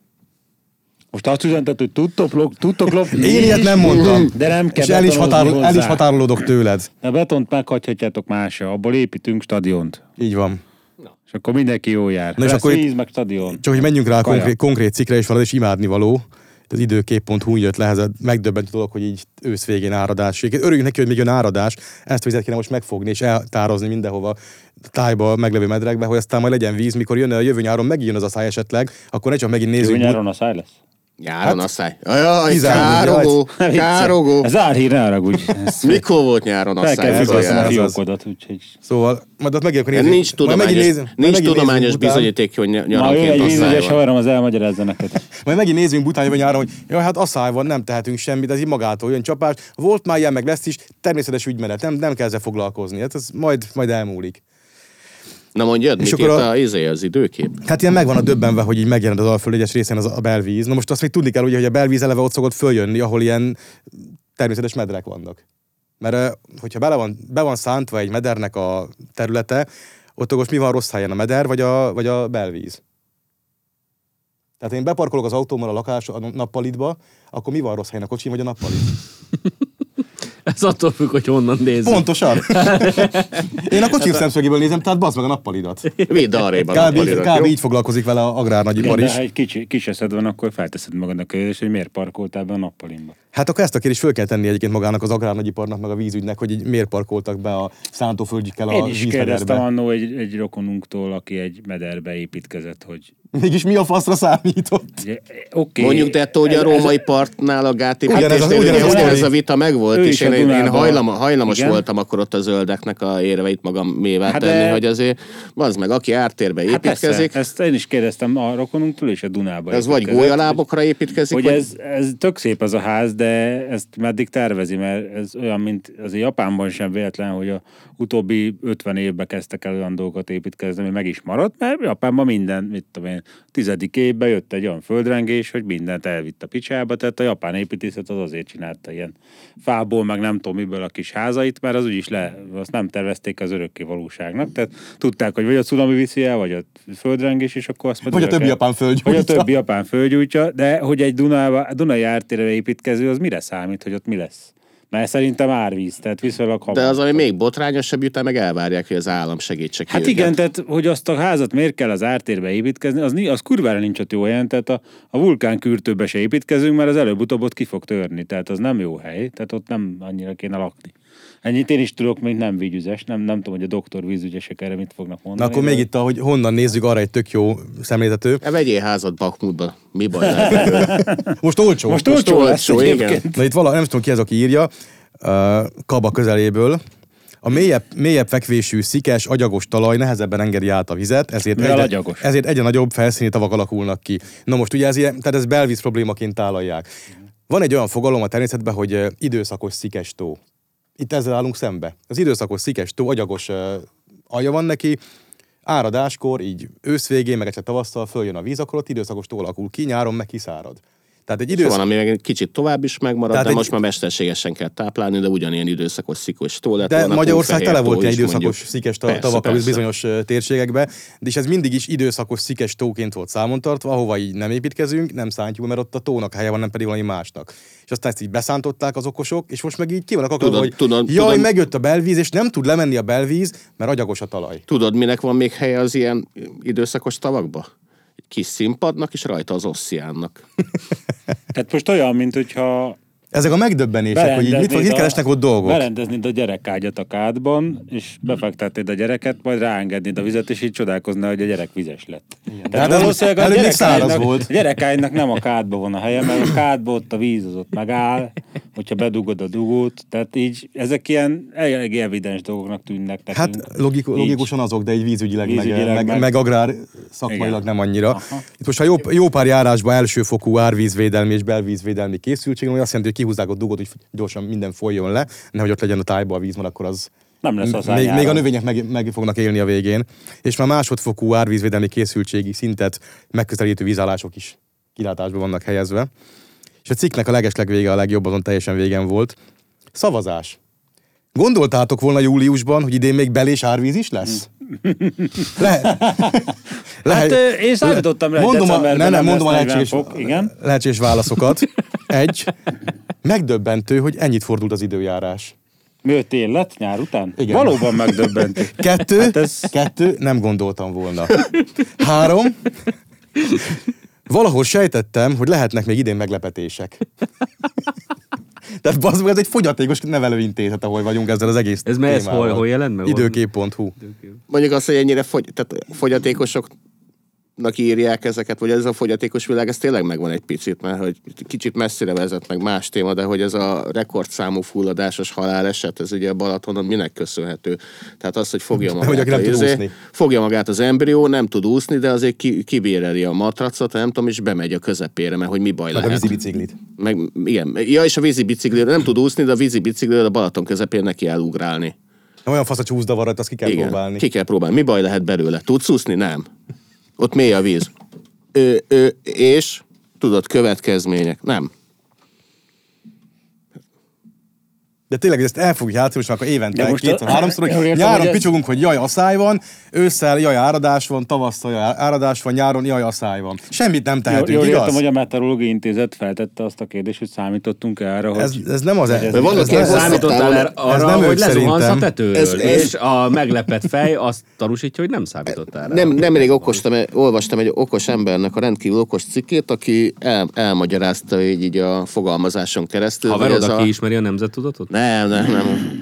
Most azt üzentett, hogy tudtok, tudtok lopni. Én ilyet nem mondtam. De nem kell. És el is, határol, el is határolódok tőled. A betont meghagyhatjátok másra, abból építünk stadiont. Így van. És akkor mindenki jó jár. Na és akkor víz, meg stadion. Csak hogy menjünk rá a konkrét, konkrét cikkre, és van az is imádnivaló. Az időkép pont hu jött le, ez a megdöbbentő dolog, hogy így ősz végén áradás. Örüljünk neki, hogy még jön áradás, ezt vizet kéne most megfogni és eltározni mindenhova, tájba, meglevő medrekbe, hogy aztán majd legyen víz, mikor jön a jövő nyáron, megint jön az a száj esetleg, akkor ne csak megint nézzük. Jövő nyáron a száj lesz? Nyáron hát, a száj. Jaj, károgó, károgó. Ez árhír, ne haragudj. Mikor volt nyáron a száj? Fel kell függeszteni a fiókodat, úgyhogy... Szóval, majd ott megint akkor nézzük. Nincs tudományos, nézzünk, nincs tudományos bizonyíték, hogy nyaranként a száj van. Ma egy vízügyes haverom, az elmagyarázza neked. Majd megint nézzünk bután jövő nyáron, hogy jaj, hát a száj van, nem tehetünk semmit, ez így magától jön csapás. Volt már ilyen, meg lesz is, természetes ügymenet, nem, nem kell ezzel foglalkozni. Hát ez majd, majd elmúlik. Na mondjad, mit írt a, izé, az időkép? Hát ilyen megvan a döbbenve, hogy így megjelent az Alföld egyes részén az a belvíz. Na most azt még tudni kell, ugye, hogy a belvíz eleve ott szokott följönni, ahol ilyen természetes medrek vannak. Mert hogyha bele van, be van szántva egy medernek a területe, ott most mi van rossz helyen, a meder vagy a, vagy a belvíz? Tehát én beparkolok az autómmal a lakás a nappalitba, akkor mi van rossz helyen, a kocsim vagy a nappalit? Ez attól függ, hogy honnan nézzük. Pontosan. Én a kocsim szemszögéből nézem, tehát bazd meg a nappalidat. Vidd arrébb a nappalidat. Kb. Így foglalkozik vele a agrárnagyipar is. De ha egy kicsi, kis eszed van, akkor felteszed magadnak kérdést, hogy miért parkoltál be a nappalimba. Hát akkor ezt a kérdést föl kell tenni egyébként magának az agrárnagyiparnak, meg a vízügynek, hogy így miért parkoltak be a szántóföldjükkel a vízmederbe. Én is kérdeztem annó egy, egy rokonunktól, aki egy mederbe építkezett, hogy... Mégis mi a faszra számított? Ugye, okay. Mondjuk, de ettől, hogy a római partnál a gátépítésnél ugyanez, ugyanez, ez a vita megvolt, és én, én hajlam, hajlamos igen. voltam akkor ott a zöldeknek a érveit magam mével hát tenni, de... hogy azért, az meg, aki ártérbe építkezik. Hát ezt én is kérdeztem a rokonunktól, és a Dunába ez vagy gólyalábokra építkezik, hogy vagy... Ez, ez tök szép az a ház, de ezt meddig tervezi, mert ez olyan, mint azért Japánban sem véletlen, hogy a utóbbi ötven évben kezdtek el olyan dolgokat építkezni, ami meg is maradt, mert Japánban minden, mit tudom én, tizedik évben jött egy olyan földrengés, hogy mindent elvitt a picsába, tehát a japán építészet az azért csinálta ilyen fából, meg nem tudom miből a kis házait, mert az úgyis le, azt nem tervezték az örökké valóságnak, tehát tudták, hogy vagy a cunami viszi el, vagy a földrengés, és akkor azt vagy a többi japán földgyújtja. Vagy a többi japán földgyújtja, de hogy egy Dunába, Dunai ártérre építkező, az mire számít, hogy ott mi lesz? Mert szerintem árvíz, tehát viszonylag hamar. De az, ami még botrányosabb, után meg elvárják, hogy az állam segítse ki Hát őket. igen, tehát hogy azt a házat miért kell az ártérbe építkezni, az, az kurvára nincs ott jó helyen, tehát a, a vulkánkürtőbe se építkezünk, mert az előbb-utóbb ott ki fog törni, tehát az nem jó hely, tehát ott nem annyira kéne lakni. Ennyit én is tudok, még nem vízügyes, nem, nem tudom, hogy a doktor vízügyesek erre mit fognak mondani. Na akkor még itt, hogy honnan nézzük, arra egy tök jó szemléltető. E, vegyél házat Bakhmutba, mi baj? Most olcsó. Most olcsó, Most olcsó igen. Na itt vala, nem tudom ki ez, aki írja, uh, Kaba közeléből. A mélyebb, mélyebb fekvésű, szikes, agyagos talaj nehezebben engedi át a vizet, ezért egyre, ezért egyre nagyobb felszíni tavak alakulnak ki. Na most ugye ez, ilyen, tehát ez belvíz problémaként tálalják. Van egy olyan fogalom a természetben, hogy időszakos szikes tó. Itt ezzel állunk szembe. Az időszakos szikes tó, agyagos uh, alja van neki, áradáskor, így ősz végén, meg egyszer tavasszal följön a víz, akkor ott időszakos tó alakul ki, nyáron meg kiszárad. Tehát egy Idősz... időszak... Van, ami meg kicsit tovább is megmarad, Tehát de egy... most már mesterségesen kell táplálni, de ugyanilyen időszakos szikos tó lett De volna, Magyarország tele volt ilyen is, időszakos mondjuk. szikes Persze, tavakkal persze. bizonyos térségekbe, és ez mindig is időszakos szikes tóként volt számon tartva, ahova így nem építkezünk, nem szántjuk, mert ott a tónak helye van, nem pedig valami másnak. És aztán ezt így beszántották az okosok, és most meg így ki vannak akarva, hogy tudod, jaj, tudod, megjött a belvíz, és nem tud lemenni a belvíz, mert agyagos a talaj. Tudod, minek van még helye az ilyen időszakos tavakba? Egy kis színpadnak, és rajta az ossziánnak. Tehát most olyan, mint hogyha Ezek a megdöbbenések, hogy így mit, mit keresnek ott dolgok. Berendeznéd a gyerekágyat a kádban, és befektetnéd a gyereket, majd ráengednéd a vizet, és így csodálkozna, hogy a gyerek vizes lett. Tehát ez valószínűleg a előbb még száraz gyerekágynak, volt. a gyerekágynak nem a kádban van a helye, mert a kádban ott a víz az ott megáll, hogyha bedugod a dugót. Tehát így ezek ilyen elég evidens dolgoknak tűnnek nekünk. Hát logik, logikusan azok, de egy vízügyileg, Vízügyileg meg, meg, meg- meg agrár szakmailag Igen. nem annyira. Aha. Itt most a jó, jó pár járásban elsőfokú árvízvédelmi és belvízvédelmi készültség, ami azt jelenti, hogy kihúzzák a dugót, hogy gyorsan minden folyjon le, nehogy ott legyen a tájba a víz, mert akkor az Nem lesz az még, még a növények meg, meg fognak élni a végén. És már másodfokú árvízvédelmi készültségi szintet megközelítő vízállások is kilátásba vannak helyezve. És a cikknek a legesleg vége a legjobb, azon teljesen végen volt. Szavazás. Gondoltátok volna júliusban, hogy idén még bel- és árvíz is lesz? Le- Hát ö, én számítottam rá, hogy mondom a, decemberben ne, ne, nem mondom a lesz lehetséges, negyven fok, igen. lehetséges válaszokat. Egy. Megdöbbentő, hogy ennyit fordult az időjárás. Mi tél lett nyár után? Igen. Valóban megdöbbentő. Kettő, Hát ez- kettő, nem gondoltam volna. Három, valahol sejtettem, hogy lehetnek még idén meglepetések. Tehát bazd meg, ez egy fogyatékos nevelőintézet, ahol vagyunk ezzel az egész Ez, ez témával. hol, hol jelent meg? Időkép pont hu. Mondjuk azt, hogy ennyire fogy, tehát fogyatékosoknak írják ezeket, vagy ez a fogyatékos világ, ez tényleg megvan egy picit, mert hogy kicsit messzire vezet meg más téma, de hogy ez a rekordszámú fulladásos haláleset, ez ugye a Balatonon minek köszönhető? Tehát az, hogy fogja hogy magát, aki nem a tud izé, úszni. fogja magát az embrió, nem tud úszni, de azért ki, kibéreli a matracot, nem tudom, és bemegy a közepére, mert hogy mi baj Meg a lehet. vízi biciklit. Meg, igen. Ja, és a vízi bicikliről nem tud úszni, de a vízi bicikliről a Balaton közepén neki elugrálni. Olyan fasz a csúszda van rajta, azt ki kell Igen, próbálni. ki kell próbálni. Mi baj lehet belőle? Tudsz úszni? Nem. Ott mély a víz. Ö, ö, és tudod, következmények. Nem. De tényleg ezt el fogjuk játszani, és akkor évente De most kétszer, a- háromszor, jól hogy értem, nyáron hogy ez- picsogunk, hogy jaj, asszály van, ősszel jaj, áradás van, tavasszal jaj, áradás van, nyáron jaj, asszály van. Semmit nem Jól, tehetünk, jól igaz? értem, hogy a Meteorológiai Intézet feltette azt a kérdést, hogy számítottunk erre, hogy... Ez, ez nem az... ez- Ez, De vannak ez, ilyen ez, hosszabb Számítottál távon- erre ez arra, nem ők hogy lezuhansz a szerintem. tetőről, Ez- ez- és a meglepett fej azt tanúsítja, hogy nem számítottál rá. Nem, nemrég okostam, olvastam egy okos embernek a rendkívül okos cikkét, aki el, elmagyarázta így, így a fogalmazáson keresztül. hogy Haverod, ez aki a... ismeri a nemzettudatot? Nem, nem, nem.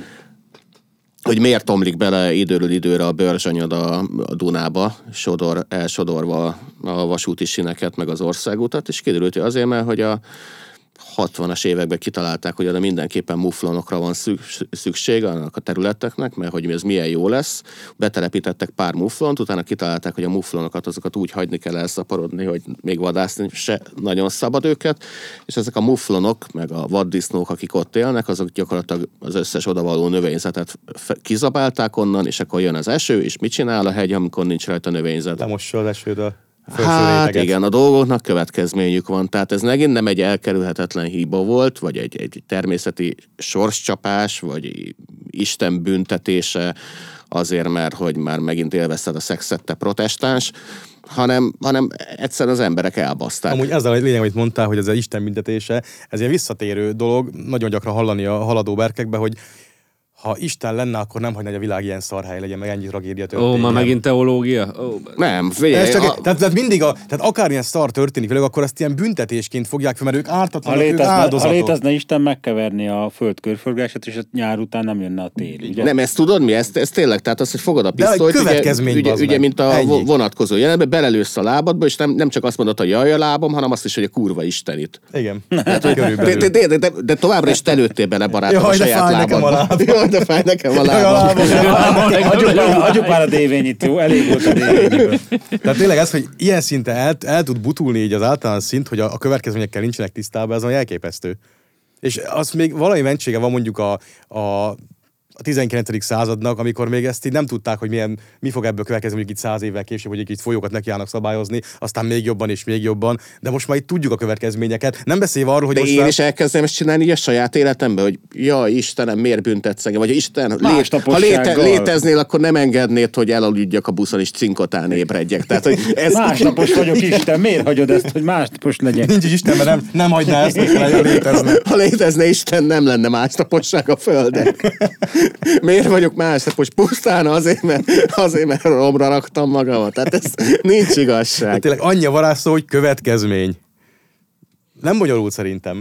Hogy miért omlik bele időről időre a bőrzsanyad a, a Dunába, sodor, elsodorva a vasúti sineket, meg az országutat, és kiderült, hogy azért, mert hogy a hatvanas években kitalálták, hogy oda mindenképpen muflonokra van szük- szükség annak a területeknek, mert hogy ez milyen jó lesz. Betelepítettek pár muflont, utána kitalálták, hogy a muflonokat azokat úgy hagyni kell elszaporodni, hogy még vadászni se nagyon szabad őket, és ezek a muflonok, meg a vaddisznók, akik ott élnek, azok gyakorlatilag az összes odavaló növényzetet fe- kizabálták onnan, és akkor jön az eső, és mit csinál a hegy, amikor nincs rajta növényzet? lemossa az esőd a felső Hát réteget. igen, a dolgoknak következményük van. Tehát ez megint nem egy elkerülhetetlen hiba volt, vagy egy, egy természeti sorscsapás, vagy Isten büntetése azért, mert hogy már megint élvezted a szexet, te protestáns, hanem, hanem egyszerűen az emberek elbaszták. Amúgy ezzel a lényeg, amit mondtál, hogy ez az Isten büntetése, ez ilyen visszatérő dolog, nagyon gyakran hallani a haladó berkekbe, hogy ha Isten lenne, akkor nem hagyna, hogy a világ ilyen szarhely legyen, meg ennyi tragédia Ó, történjen. ma megint teológia? Ó, Nem, Ez figyelj, csak, a, tehát, tehát, mindig a, tehát akármilyen szar történik velük, akkor ezt ilyen büntetésként fogják fel, mert ők Ha ártatlanak, ők létezne, ha áldozatok. létezne Isten, megkeverni a föld körforgását, és a nyár után nem jönne a tél, ugye? nem, ezt tudod mi? Ezt, ez tényleg, tehát az, hogy fogod a De egy pisztolyt, ugye, következmény, ugye, bazd ugye meg. mint a Ennyi. vo- vonatkozó jelenetben, belelősz a lábadba, és nem, nem csak azt mondod, hogy jaj a lábam, hanem azt is, hogy a kurva istenit. Igen, De, körülbelül. de, de, de, de, de továbbra is te lőttél bele, barátom, Jaj, a de saját fáj nekem a lábadba. lábam. Jaj, de fáj nekem a Jaj, a lábam. lábam. Hagyjuk már, hagyjuk már a dévényit, jó? Elég volt a dévényiből. Tehát tényleg ez, hogy ilyen szinten el, el tud butulni így az általános szint, hogy a, a következményekkel nincsenek tisztában, ez olyan elképesztő. És az még valami mentsége van mondjuk a, a a tizenkilencedik századnak, amikor még ezt így nem tudták, hogy milyen, mi fog ebből következni, mondjuk itt száz évvel később, hogy itt folyókat nekiállnak szabályozni, aztán még jobban és még jobban, de most már itt tudjuk a következményeket. Nem beszélve arról, hogy de most én már... is elkezdem ezt csinálni a saját életemben, hogy ja, Istenem, miért büntetsz engem? Vagy Isten, lét, ha léte, léteznél, akkor nem engednéd, hogy elaludjak a buszon és cinkotán ébredjek. Tehát, hogy ez... Másnapos vagyok, Isten, miért hagyod ezt, hogy másnapos legyek? Nincs is Isten, mert nem, nem hagyná ezt, hogy létezne. Ha létezne Isten, nem lenne másnaposság a földön. Miért vagyok másnapos? Pusztán azért, mert, azért, mert romra raktam magamat. Tehát ez nincs igazság. De tényleg annyi a varázsszó, hogy következmény. Nem bonyolult szerintem.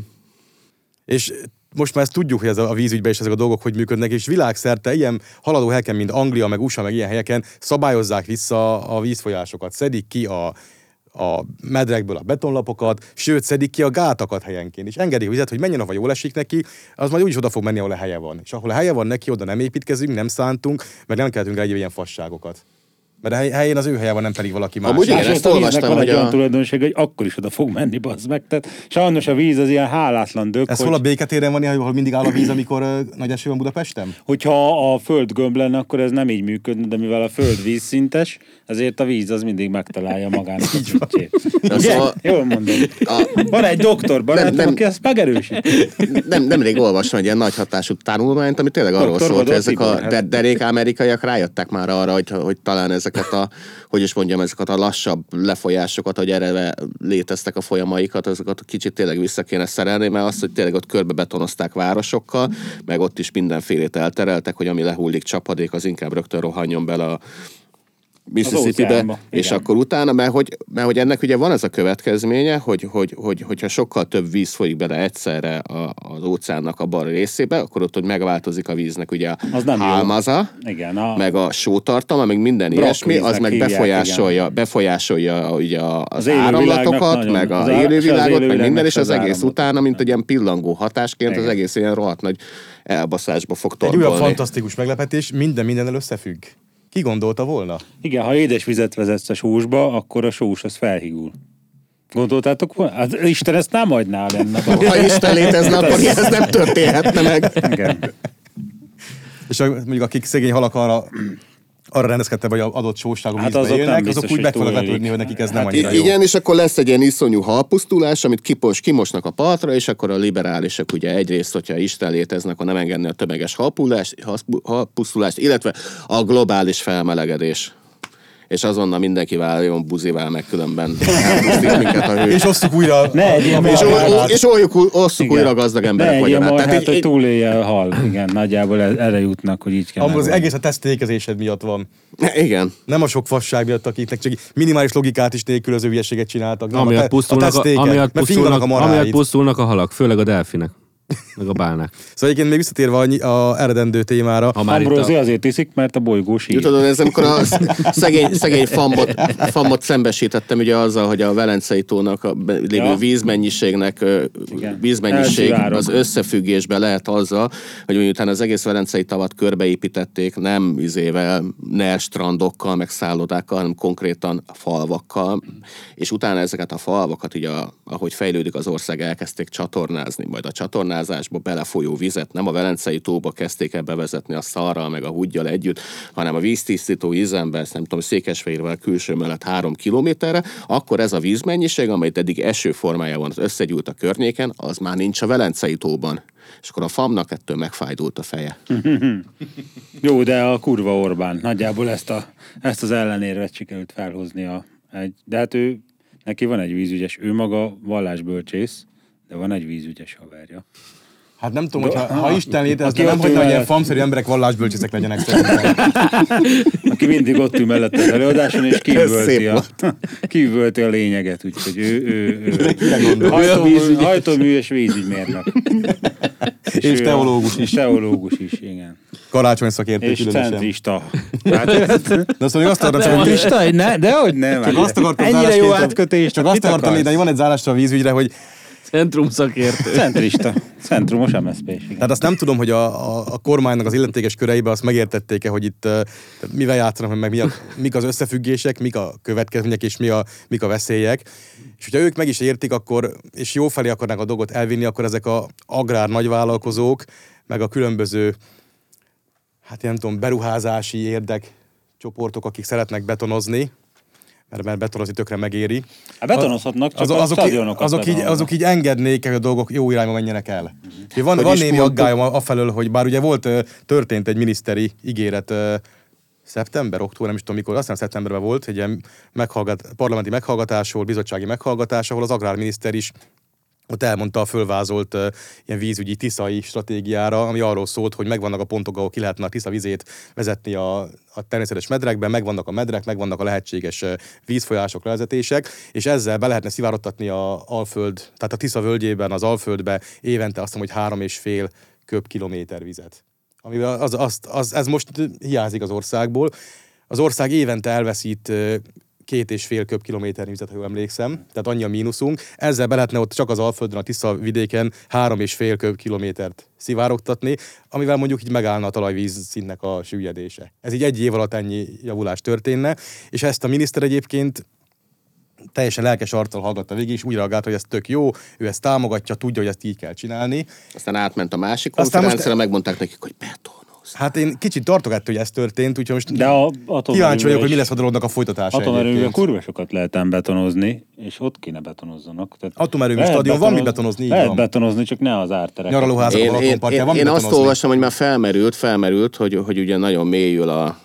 És most már ezt tudjuk, hogy ez a vízügyben is ezek a dolgok hogy működnek, és világszerte ilyen haladó helyeken, mint Anglia, meg u es á, meg ilyen helyeken szabályozzák vissza a vízfolyásokat. Szedik ki a, a medrekből a betonlapokat, sőt, szedik ki a gátakat helyenként. És engedik vizet, hogy menjen, ahol jól esik neki, az majd úgyis oda fog menni, ahol a helye van. És ahol a helye van neki, oda nem építkezünk, nem szántunk, mert nem keltünk rá egy ilyen fasságokat. Mert a helyén az ő helye van, nem pedig valaki más. Amúgy igen, ezt olvastam, van hogy egy a... olyan tulajdonság, hogy akkor is oda fog menni, bazd meg. Tehát sajnos a víz az ilyen hálátlan dög, Ez hogy... hol a Béketéren van, ahol mindig áll a víz, amikor uh, nagy eső van Budapesten? Hogyha a föld gömb lenne, akkor ez nem így működne, de mivel a föld vízszintes, ezért a víz az mindig megtalálja magának a csúcsét. Szóval... Jól mondom. A... Van egy doktor barátom, nem, nem... aki ezt megerősít. Nem, nemrég olvastam egy ilyen nagy hatású tanulmányt, ami tényleg arról doktor szólt, hogy ezek Tibor, a der- derék amerikaiak rájöttek már arra, hogy, hogy talán ezeket a, hogy is mondjam, ezeket a lassabb lefolyásokat, hogy erre léteztek a folyamaikat, azokat kicsit tényleg vissza kéne szerelni, mert azt, hogy tényleg ott körbe betonozták városokkal, meg ott is mindenfélét eltereltek, hogy ami lehullik csapadék, az inkább rögtön rohanjon bele a Mississippi-be, és igen. Akkor utána, mert hogy, mert hogy ennek ugye van ez a következménye, hogy, hogy, hogy, hogyha sokkal több víz folyik bele egyszerre a, az óceánnak a bal részébe, akkor ott, hogy megváltozik a víznek ugye a hálmaza, igen, a... meg a sótartalma, meg minden ilyesmi, az meg hívják, befolyásolja, befolyásolja ugye az, az áramlatokat, nagyon, meg az, az élővilágot, meg minden, és az, az egész utána, mint egy ilyen pillangó hatásként, igen. Az egész ilyen rohadt nagy elbaszásba fog torkolni. Egy olyan fantasztikus meglepetés, minden mindennel összefügg. Ki gondolta volna? Igen, ha édes vizet vezetsz a sósba, akkor a sós az felhigul. Gondoltátok volna? Hát Isten ezt nem hagyná lenne. Ha Isten létezne, akkor ez nem történhetne meg. Igen. És mondjuk akik szegény halak arra, arra rendezkedtek, hogy adott sósságú hát vízbe azok élnek, azok úgy meg fognak lepődni, hogy nekik ez hát nem annyira jó. Igen, és akkor lesz egy ilyen iszonyú halpusztulás, amit kipos, kimosnak a partra, és akkor a liberálisok ugye egyrészt, hogyha Isten léteznek, akkor nem engedni a tömeges halpusztulást, illetve a globális felmelegedés. És azonnal mindenki váljon buzivál, meg különben elpusztít minket a hő. És osszuk újra... Ne egy ilyen és, és osszuk újra gazdag emberek vagyunk. Ne egy ilyen marhát, hogy túlélje a hal. Igen, nagyjából erre jutnak, hogy így kell. Amúgy az egész a tesztékezésed miatt van. Igen. Nem a sok fasság miatt, akiknek csak minimális logikát is nélkülöző hülyeséget csináltak. Nem, amiatt a, pusztulnak, a, a, amiatt pusztulnak, a amiatt pusztulnak a halak, főleg a delfinek. Meg a bálnák. Szóval egyébként még visszatérve a, a eredendő témára. Ambrózi a... azért iszik, mert a bolygó sír. Tudod, ez amikor a szegény, szegény fambot, fambot szembesítettem ugye azzal, hogy a Velencei tónak a lévő ja. vízmennyiségnek, igen. vízmennyiség Elszivárok. Az összefüggésben lehet azzal, hogy miután az egész Velencei tavat körbeépítették, nem izével, ner strandokkal, meg szállodákkal, hanem konkrétan falvakkal, és utána ezeket a falvakat, így a, ahogy fejlődik az ország, elkezdték csatornázni, majd a csatornázásba belefolyó vizet nem a Velencei tóba kezdték el bevezetni a szarral, meg a húggyal együtt, hanem a víztisztító üzembe, ezt nem tudom, Székesfehérvár külső mellett három kilométerre, akkor ez a vízmennyiség, amely eddig eső formájában az összegyűlt a környéken, az már nincs a Velencei tóban. És akkor a famnak ettől megfájdult a feje. Jó, de a kurva Orbán nagyjából ezt, a, ezt az ellenérvet sikerült felhoznia. Egy, de hát ő, neki van egy vízügyes, ő maga vallásbölcsész, de van egy vízügyes haverja. Hát nem tudom, hogy ha, ha Isten létezne, nem hagyna, hogy ilyen famszerű emberek vallásbölcsészek legyenek szerintem. Aki mindig ott ül mellett az előadáson, és kívülti a, kívülti a lényeget, úgyhogy ő, ő, ő hajtómű, hajtómű és vízügymérnök. És, és teológus is. És teológus is, igen. Karácsony szakértő és különösen. centrista. De azt mondjuk azt akartam, hogy... Centrista? Ne, de hogy nem. Csak azt akartam ennyire jó átkötés. Csak azt akartam írni, van egy zárásra a vízügyre, hogy centrum szakértő. Centrista. Centrumos em es zé pé. Tehát azt nem tudom, hogy a, a, a kormánynak az illetékes köreibe azt megértették-e, hogy itt uh, mivel játszanak, meg mi a, mik az összefüggések, mik a következmények és mi a, mik a veszélyek. És hogyha ők meg is értik, akkor, és jó felé akarnák a dolgot elvinni, akkor ezek a agrár nagyvállalkozók, meg a különböző hát nem tudom, beruházási érdekcsoportok, akik szeretnek betonozni, mert, mert betonozni tökre megéri. Hát betonozhatnak, csak az, az, a azok, stadionokat azok, így, azok így engednék, hogy a dolgok jó irányba menjenek el. Uh-huh. Van, van némi aggályom afelől, hogy bár ugye volt, történt egy miniszteri ígéret szeptember, október, nem is tudom mikor, azt hiszem szeptemberben volt, egy ilyen meghallgat, parlamenti meghallgatásról, bizottsági meghallgatás, ahol az agrárminiszter is ott elmondta a fölvázolt uh, ilyen vízügyi tiszai stratégiára, ami arról szólt, hogy megvannak a pontok, ahol ki lehetne a Tisza vizét vezetni a, a természetes medrekben, megvannak a medrek, megvannak a lehetséges uh, vízfolyások, levezetések, és ezzel be lehetne szivárogtatni a Alföld, tehát a Tisza völgyében, az Alföldbe évente azt mondom, hogy három és fél köbkilométer vizet. Amivel az, az, az, ez most hiányzik az országból. Az ország évente elveszít uh, két és fél köbkilométer vizet, ha jól emlékszem, tehát annyi a mínuszunk. Ezzel be lehetne ott csak az Alföldön, a Tisza vidéken három és fél köbkilométert szivárogtatni, amivel mondjuk így megállna a talajvíz szintnek a süllyedése. Ez így egy év alatt ennyi javulás történne, és ezt a miniszter egyébként teljesen lelkes arccal hallgatta végig, és úgy reagált, hogy ez tök jó, ő ezt támogatja, tudja, hogy ezt így kell csinálni. Aztán átment a másik konferenciára, most... megmondták nekik, hogy beton. Hát én kicsit tartok ettől, hogy ez történt, úgyhogy most de a kíváncsi vagyok, hogy mi lesz a dolognak a folytatása. Atomerőművel kurva sokat lehet ám betonozni, és ott kéne betonozzanak. Atomerőmű stadion van, mit betonozni? Lehet van. betonozni, csak ne az árterek. Nyaralóházak, én, a Balatonparkján van, én, mit én azt betonozni? olvastam, hogy már felmerült, felmerült, hogy, hogy ugye nagyon mélyül a,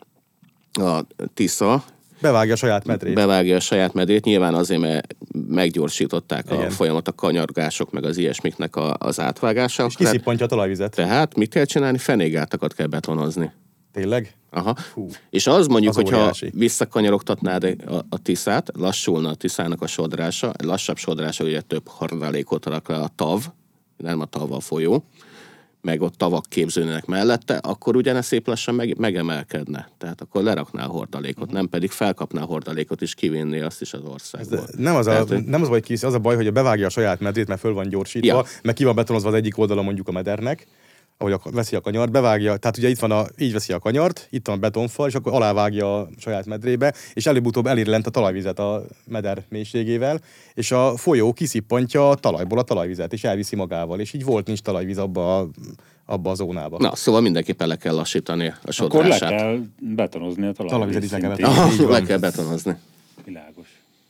a Tisza. Bevágja a saját medrét. Bevágja a saját medrét, nyilván azért, mert meggyorsították igen. a folyamat, a kanyargások, meg az ilyesmiknek a, az átvágása. És kiszippantja a talajvizet. Tehát mit kell csinálni? Fenégátakat kell betonozni. Tényleg? Aha. Hú. És az mondjuk, az hogyha óriási. visszakanyarogtatnád a, a Tiszát, lassulna a Tiszának a sodrása, egy lassabb sodrása, ugye több hardalékot rak le a tav, nem a tav a folyó, meg ott tavak képződnek mellette, akkor ugyane szép lassan meg, megemelkedne. Tehát akkor leraknál hordalékot, nem pedig felkapnál hordalékot, és kivinné azt is az országból. Nem az, a, Tehát, nem az, baj, az a baj, hogy bevágja a saját medrét, mert föl van gyorsítva, Ja. meg ki van betonozva az egyik oldala mondjuk a medernek, ahogy a, veszi a kanyart, bevágja, tehát ugye itt van a, így veszi a kanyart, itt van a betonfal, és akkor alávágja a saját medrébe, és előbb-utóbb elér lent a talajvizet a meder mélységével, és a folyó kiszippantja a talajból a talajvizet, és elviszi magával, és így volt nincs talajvíz abba a, abba a zónába. na, szóval mindenképpen le kell lassítani a Akkor le sodrását. kell betonozni a Talajvizet is le kell talajvíz betonozni. Aha, le kell betonozni. Világos.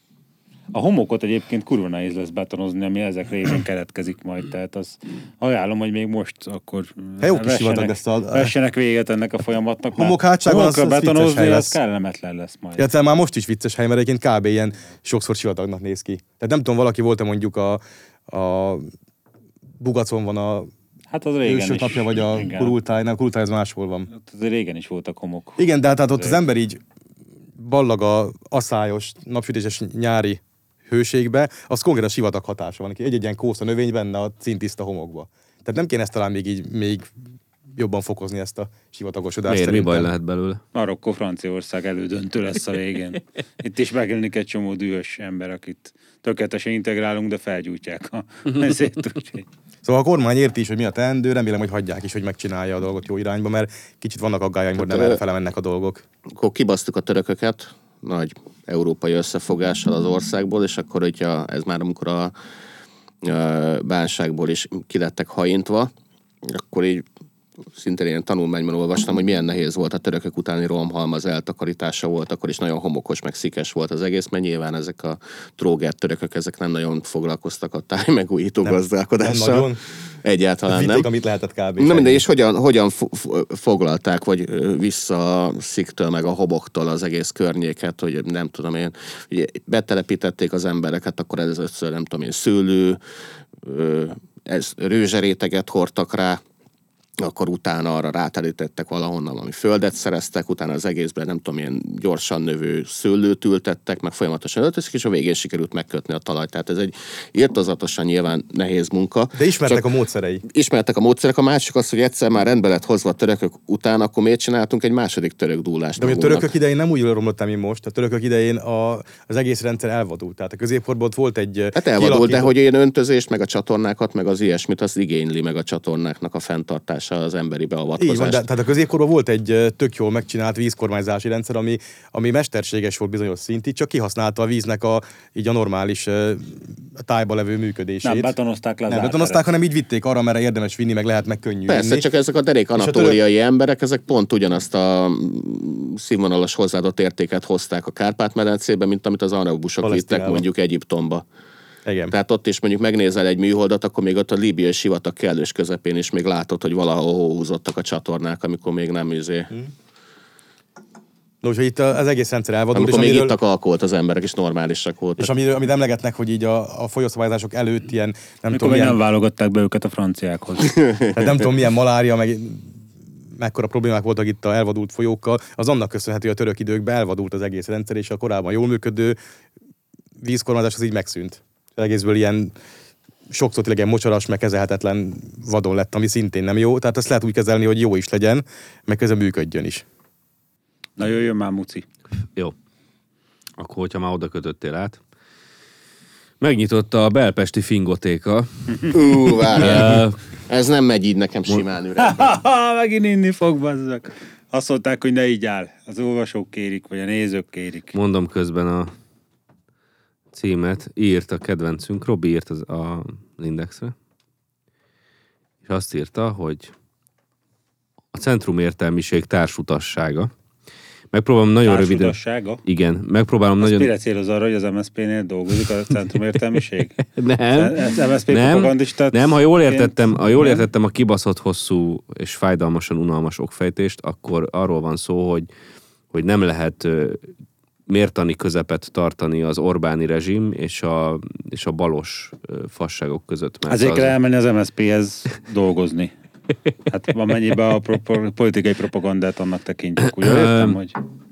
A homokot egyébként kurva nehéz lesz betonozni, ami ezek révén keletkezik majd, tehát az ajánlom, hogy még most akkor Hát jó kis sivatag lesz a- vessenek véget ennek a folyamatnak. Homok hátságban az- az vicces betonozni, hely az lesz. kellemetlen lesz majd. Illetve már most is vicces hely, mert egyébként kb. Ilyen sokszor sivatagnak néz ki. Tehát nem tudom, valaki volt-e mondjuk a, a Bugacon van a Hát az régen ősök is. napja, vagy a Igen. Kurultáj, nem, Kurultáj ez máshol van. Ott azért régen is voltak homok. Igen, de hát, hát ott az ember így ballag a aszályos, napsütéses nyári hőségbe, az konkrétan sivatag hatása van. Egy-egy ilyen kósza növény benne a cintiszta homokba. Tehát nem kéne ezt talán még így még jobban fokozni ezt a sivatagosodást. Miért? Mi szerintem. baj lehet belőle? Marokkó, Franciaország elődöntő lesz a végén. Itt is megjelenik egy csomó dühös ember, akit tökéletesen integrálunk, de felgyújtják a ezért úgyhogy. Szóval a kormány érti is, hogy mi a teendő, remélem, hogy hagyják is, hogy megcsinálja a dolgot jó irányba, mert kicsit vannak aggályaim, hogy nem erre fele mennek a dolgok. Akkor kibasztuk a törököket nagy európai összefogással az országból, és akkor, hogyha ez már amikor a, a bánságból is kilettek hajintva, akkor így szintén ilyen tanulmányban olvastam, hogy milyen nehéz volt a törökök utáni rohamhalmaz eltakarítása volt, akkor is nagyon homokos, meg szikes volt az egész, mert nyilván ezek a tróger törökök, ezek nem nagyon foglalkoztak a tájmegújító gazdálkodással. nem nagyon. Egyáltalán Vitték, nem. amit lehetett kb. Na mindegy, és hogyan, hogyan fo- fo- foglalták, vagy ö, vissza a sziktől, meg a hoboktól az egész környéket, hogy nem tudom én, ugye betelepítették az embereket, akkor ez össze, nem tudom én, szőlő, ö, ez rőzseréteget hordtak rá, akkor utána arra rátelítettek valahonnan valami földet szereztek, utána az egészben nem tudom, ilyen gyorsan növő szőlőt ültettek, meg folyamatosan öltöztek, és a végén sikerült megkötni a talajt. Tehát ez egy irtozatosan nyilván nehéz munka. De ismertek Csak a módszerei. ismertek a módszerek, a másik az, hogy egyszer már rendbe lett hozva a törökök után, akkor miért csináltunk egy második török dúlást? De hogy a magunknak? törökök idején nem úgy romlott, mint most. A törökök idején a, az egész rendszer elvadult. Tehát a középkorban ott volt egy... Hát elvadult, de hogy ilyen öntözést, meg a csatornákat, meg az ilyesmit, az igényli meg a csatornáknak a fenntartását. megállítása az emberi Így beavatkozás. van, de, tehát a középkorban volt egy ö, tök jól megcsinált vízkormányzási rendszer, ami, ami mesterséges volt bizonyos szintig, csak kihasználta a víznek a, így a normális ö, tájba levő működését. Nem betonozták le az Nem betonozták, hanem így vitték arra, merre érdemes vinni, meg lehet meg könnyű Persze, vinni. csak ezek a derék anatóliai török... emberek, ezek pont ugyanazt a színvonalas hozzáadott értéket hozták a Kárpát-medencébe, mint amit az arabusok vittek mondjuk Egyiptomba. Igen. Tehát ott is mondjuk megnézel egy műholdat, akkor még ott a líbiai sivatag kellős közepén is még látod, hogy valahol hóhúzottak a csatornák, amikor még nem üzé. Hmm. No, úgyhogy itt az egész rendszer elvadult. Amikor és még amiről, ittak alkoholt az emberek, is normálisak voltak. És amiről, amit emlegetnek, hogy így a, a folyószabályzások előtt ilyen, nem Mikor tudom, milyen, nem válogatták be őket a franciákhoz. tehát nem tudom milyen malária, meg mekkora problémák voltak itt a elvadult folyókkal, az annak köszönhető, hogy a török időkben elvadult az egész rendszer, és a korábban jól működő vízkormányzás az így megszűnt. Az egészből ilyen sokszor tényleg ilyen mocsaras, meg kezelhetetlen vadon lett, ami szintén nem jó. Tehát azt lehet úgy kezelni, hogy jó is legyen, meg közben működjön is. Na jöjjön már, Muci. Jó. Akkor, hogyha már oda kötöttél át. Megnyitotta a belpesti fingotéka. Ú, várjál. Ez nem megy így nekem simán üregben. Megint inni fog, bazzak. Azt mondták, hogy ne így áll. Az olvasók kérik, vagy a nézők kérik. Mondom közben a címet. Írt a kedvencünk, Robi írt az, a Indexre. És azt írta, hogy a centrum értelmiség társutassága. Megpróbálom nagyon röviden... Társutassága? Igen, megpróbálom Azt nagyon... mire céloz arra, hogy az em es zé pénél dolgozik a centrum értelmiség? Nem, az em es zé nem, propagandistát... nem, ha jól értettem, ha jól értettem a kibaszott hosszú és fájdalmasan unalmas okfejtést, akkor arról van szó, hogy, hogy nem lehet mértani közepet tartani az Orbáni rezsim és a, és a balos fasságok között. Mert Ezért az... kell elmenni az em es zé péhez dolgozni. Hát amennyiben a pro- pro- politikai propagandát annak tekintjük. Ugye értem, hogy...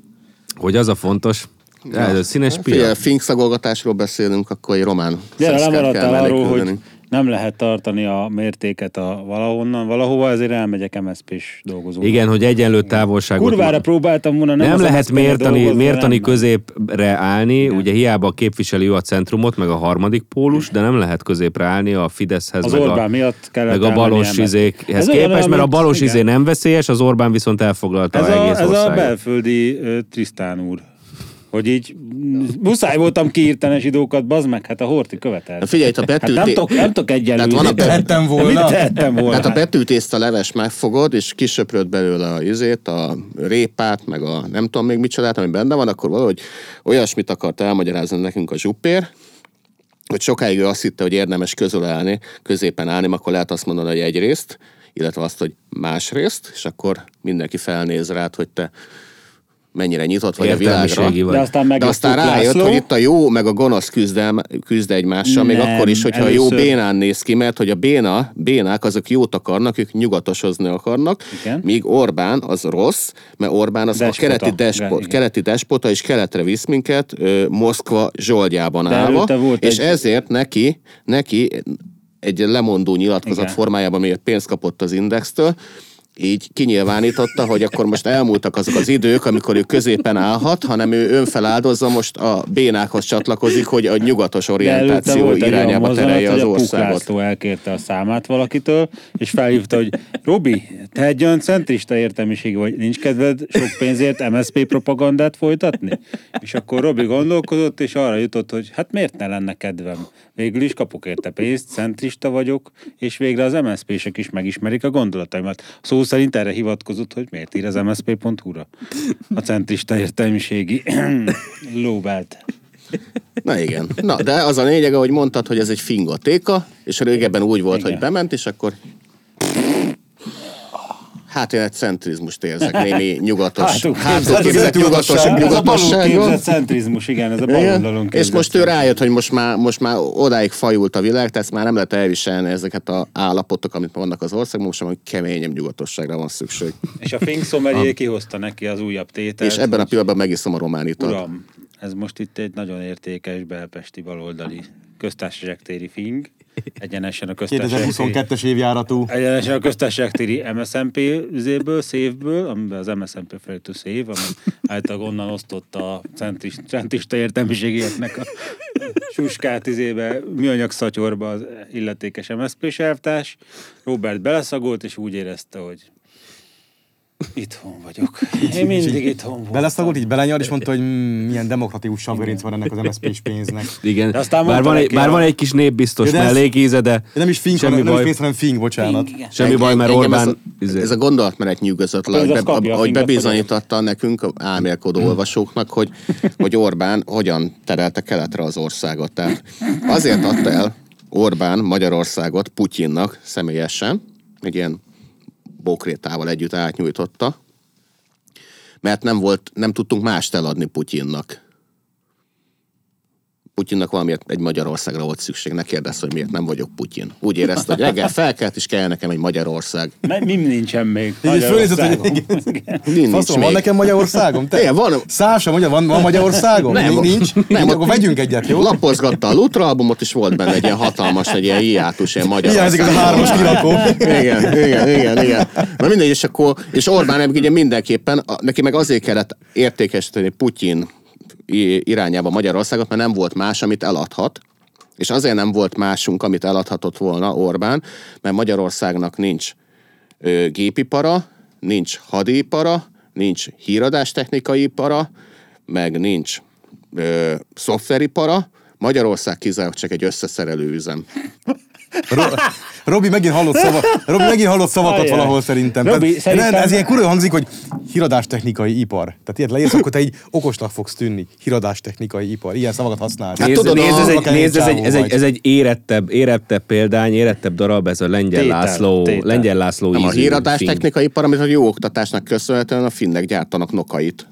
Hogy az a fontos, ja. Ez színes pia. Figyelj, finkszagolgatásról beszélünk, akkor egy román Gyere, szeszkát lemaradtál kell arról, küldeni. hogy nem lehet tartani a mértéket a valahonnan, valahova, ezért elmegyek em es zé pés dolgozóba. Igen, hogy egyenlő távolságot... Kurvára próbáltam volna, nem, nem az lehet em es zé-nél mértani, dolgozni, mértani nem. középre állni, Igen. ugye hiába képviseli ő a centrumot, meg a harmadik pólus, de nem lehet középre állni a Fideszhez, Az meg Orbán a, miatt kellett meg a balos izékhez képest, mert a balos izé nem veszélyes, az Orbán viszont elfoglalta Ez a a, egész ez országot. a belföldi uh, Trisztán úr. Hogy így muszáj voltam kiírteni a zsidókat, bazd meg, hát a Horthy követelt. Figyelj, itt a Hát betűté... nem tudok, nem tudok egyenlőzni. Tehát van a Mit tehettem volna? Mit tehettem volna? Tehát a betűtészta leves megfogod, és kisöpröd belőle a izét, a répát, meg a nem tudom még micsodát, ami benne van, akkor valahogy olyasmit akart elmagyarázni nekünk a zsupér, hogy sokáig ő azt hitte, hogy érdemes közül állni, középen állni, akkor lehet azt mondani, hogy egyrészt, illetve azt, hogy másrészt, és akkor mindenki felnéz rád, hogy te mennyire nyitott vagy a világra. Értelmiségi vagy. De aztán, De aztán rájött, László. hogy itt a jó meg a gonosz küzd, el, küzd egymással, még Nem, akkor is, hogyha először- a jó bénán néz ki, mert hogy a béna, bénák azok jót akarnak, ők nyugatosozni akarnak, Igen. míg Orbán az rossz, mert Orbán az Despota. a keleti, despot, Igen. keleti despota, és keletre visz minket, ö, Moszkva zsoldjában De állva, előtte volt és egy- ezért neki, neki egy lemondó nyilatkozat Igen. formájában, amiért pénzt kapott az Indextől, így kinyilvánította, hogy akkor most elmúltak azok az idők, amikor ő középen állhat, hanem ő önfeláldozza, most a bénákhoz csatlakozik, hogy a nyugatos De előtte orientáció volt egy olyan irányába mozzanat, terelje hogy az a Puk országot. László elkérte a számát valakitől, és felhívta, hogy Robi, te egy olyan centrista értelmiség vagy, nincs kedved sok pénzért em es zé pé propagandát folytatni? És akkor Robi gondolkodott, és arra jutott, hogy hát miért ne lenne kedvem? Végül is kapok érte pénzt, centrista vagyok, és végre az em es zé pések is megismerik a gondolataimat. Szó szerint erre hivatkozott, hogy miért ír az em es zé pé pont hu-ra. A centrista értelmiségi lóbelt. Na igen. Na, de az a lényeg, ahogy mondtad, hogy ez egy fingotéka, és régebben úgy volt, Igen. hogy bement, és akkor hát én egy centrizmust érzek, némi nyugatos, Hátul hátul képzett képzett nyugatos, Ez a nyugatosságon. balul centrizmus, igen, ez a bal Igen. oldalon És képzett most ő rájött, hogy most már, most már odáig fajult a világ, tehát már nem lehet elviselni ezeket az állapotok, amit vannak az országban, most már keményebb nyugatosságra van szükség. És a Fink szomelié kihozta neki az újabb tételt. És ebben a hogy, pillanatban megiszom a román italt. Uram, ez most itt egy nagyon értékes belpesti baloldali köztársaságtéri Fink. egyenesen a köztársaság kétezer-huszonkettes évjáratú. Egyenesen a köztársaságtéri em es em pé üzéből, szévből, amiben az em es em pé felütő szév, ami általában onnan osztotta a centris, centrista értelmiségieknek a suskát izébe, műanyag szatyorba az illetékes em es zé pés elvtárs. Robert beleszagolt, és úgy érezte, hogy itthon vagyok. Én mindig itthon voltam. Beleszagolt, így belenyar, és mondta, hogy mm, milyen demokratikus savgerinc van ennek az em es zé pés pénznek. Igen, aztán bár van, egy, bár van egy kis népbiztos Ja, de ez- mellékíze, de Nem is fink, semmi hanem, nem is baj, pénz, hanem fink, bocsánat. Igen. semmi baj, mert Engem Orbán... Ez a, ez a gondolatmenet nyűgözött le, Ez hogy, az be, kapja a ahogy finget, bebizonyította nekünk, a álmélkodó olvasóknak, hogy, hogy Orbán hogyan terelte keletre az országot. Tehát azért adta el Orbán Magyarországot Putyinnak személyesen, egy ilyen bokrétával együtt átnyújtotta, mert nem volt, nem tudtunk mást eladni Putyinnak. Putyinnak valamiért egy Magyarországra volt szükség. Ne kérdezz, hogy miért nem vagyok Putyin. Úgy érezte, hogy reggel felkelt, és kell nekem egy Magyarország. Mert mi nincsen még Így fölnézett, hogy Magyarországon. igen. Nincs Faszom, még. van nekem Magyarországom? Te? Igen, van. Szása, magyar, van, van Magyarországom? Nem, Nincs? van. nincs? Nem, Nem, ott- akkor vegyünk egyet, jó? Lapozgatta a Lutra albumot, és volt benne egy ilyen hatalmas, egy ilyen hiátus, ilyen Hiányzik az a Magyarország. hármas kirakó. Igen, igen, igen, igen. Na mindegy, és akkor, és Orbán meg ugye mindenképpen, a- neki meg azért kellett értékesíteni Putyin i- irányába Magyarországot, mert nem volt más, amit eladhat, és azért nem volt másunk, amit eladhatott volna Orbán, mert Magyarországnak nincs ö, gépipara, nincs hadipara, nincs híradástechnikai ipara, meg nincs ö, szoftveripara, Magyarország kizárólag csak egy összeszerelő üzem. Ro- Robi megint hallott, szava, Robi megint hallott szavakat Ajaj. valahol szerintem. Robi, Tehát, szerintem- nem, ez ilyen kurva hangzik, hogy híradástechnikai ipar. Tehát ilyet leírsz, akkor te így okosnak fogsz tűnni. Híradástechnikai ipar. Ilyen szavakat használsz. Hát Nézd, tudod, nézd, ez, a- egy, nézd ez, egy, ez, egy, vagy. ez egy érettebb, érettebb példány, érettebb darab, ez a Lengyel Tétel, László, tétel. Lengyel László Nem a ízű híradástechnikai ipar, amit a jó oktatásnak köszönhetően a finnek gyártanak nokait.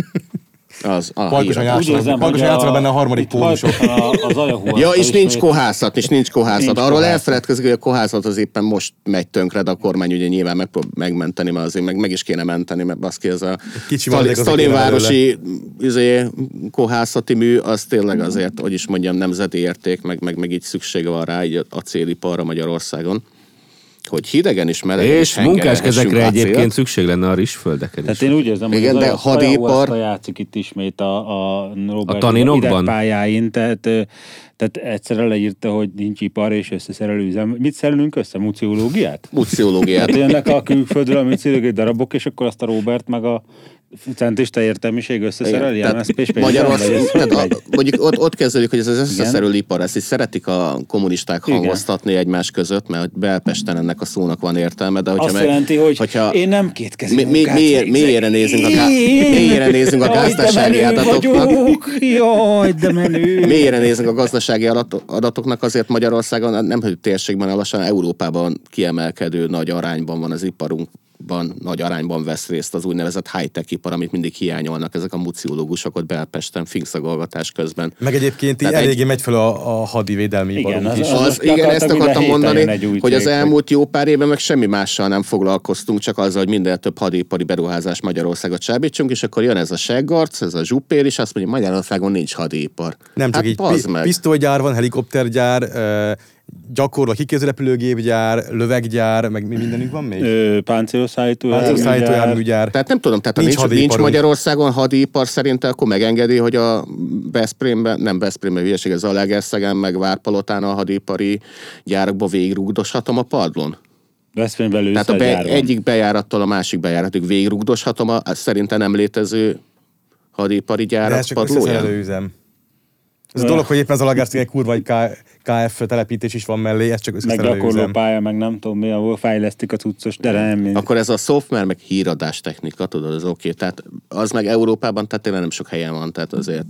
Az a Palkosan híradás. játszanak. Úgy érzem, Palkosan hogy játszanak benne a harmadik itt pólusok. hajtottan a- az ajahuaszta Ja, és nincs ismét. kohászat, és nincs kohászat. Nincs Arról kohászat. elfeledkezik, hogy a kohászat az éppen most megy tönkre, de a kormány ugye nyilván megprób- megmenteni, mert azért meg, meg is kéne menteni, mert baszki ez a kicsi Szali- maradék az, aki Szalinvárosi izé, kohászati mű, az tényleg azért, hogy is mondjam, nemzeti érték, meg, meg, meg így szüksége van rá, így a céliparra Magyarországon. Hogy hidegen is, melegen is És munkáskezekre hengerhessünk acélt. egyébként szükség lenne a rizsföldeken is. Tehát én úgy érzem, hogy Igen, az de aja- hadipar- ajahuaszta játszik itt ismét a, a Robert A taninokban? idegpályáin, tehát, ö, tehát egyszerre leírta, hogy nincs ipar és összeszerelő üzem. Mit szerelünk össze? Muciológiát? Muciológiát. Tehát jönnek a külföldről a muciológiai darabok, és akkor azt a Robert meg a centrista értelmiség összeszereli, Igen, em es zé pés tehát pénzben, vagy Magyarország, ez tehát hogy a, megy? mondjuk ott, ott kezdődik, hogy ez az összeszerelő ipar, ezt is szeretik a kommunisták Igen. hangoztatni egymás között, mert hogy Belpesten ennek a szónak van értelme, de hogyha Azt meg, jelenti, hogy hogyha én nem kétkezű mi, mi, munkát mélyre, végzek. mélyre nézünk a, gá, Én- mélyre nézünk a Jaj, de gazdasági menő adatoknak, vagyok, Jaj, de menő. mélyre nézünk a gazdasági adat- adatoknak, azért Magyarországon nem, hogy térségben, hanem lassan Európában kiemelkedő nagy arányban van az iparunkban, nagy arányban vesz részt az úgynevezett high-tech ipar, amit mindig hiányolnak ezek a muciológusok ott Belpesten finkszagolgatás közben. Meg egyébként így Tehát egy- eléggé megy fel a, a hadivédelmi Igen, iparunk az- is. az- Az, most igen, akartam, ezt minden akartam héten mondani, jön egy új hogy az cég, elmúlt jó pár évben meg semmi mással nem foglalkoztunk, csak azzal, hogy minden több hadipari beruházás Magyarországot csábítsunk, és akkor jön ez a seggarc, ez a zsupér, és azt mondja, Magyarországon nincs hadipar. Nem csak hát, így bazd pi- meg. pisztolygyár van, helikoptergyár, ö, gyakorlatilag kikézőrepülőgépgyár, löveggyár, meg mi mindenünk van még? Ö, Páncélszállító. Páncélszállító járműgyár. Tehát nem tudom, tehát ha Nincs nincs, nincs, nincs hadiparunk. Magyarországon hadipar szerint, akkor megengedi, hogy a Veszprémben, nem Veszprémben, hülyeség, ez a Legerszegen, meg Várpalotán a hadipari gyárakba végigrugdoshatom a padlón. Veszprémben Tehát a be, lőszergyár van. egyik bejárattól a másik bejáratig végigrugdoshatom a szerintem nem létező hadipari De gyárak ez csak padlóján. összeszerelő üzem. Ez a dolog, hogy éppen az a Lagerszeg egy kurva egy ká ef telepítés is van mellé, ez csak Meg összeszerelő gyakorló üzem. pálya, meg nem tudom mi, ahol fejlesztik a cuccos, de nem. Akkor ez a szoftver, meg híradás technika, tudod, az oké. Okay. Tehát az meg Európában, tehát tényleg nem sok helyen van, tehát azért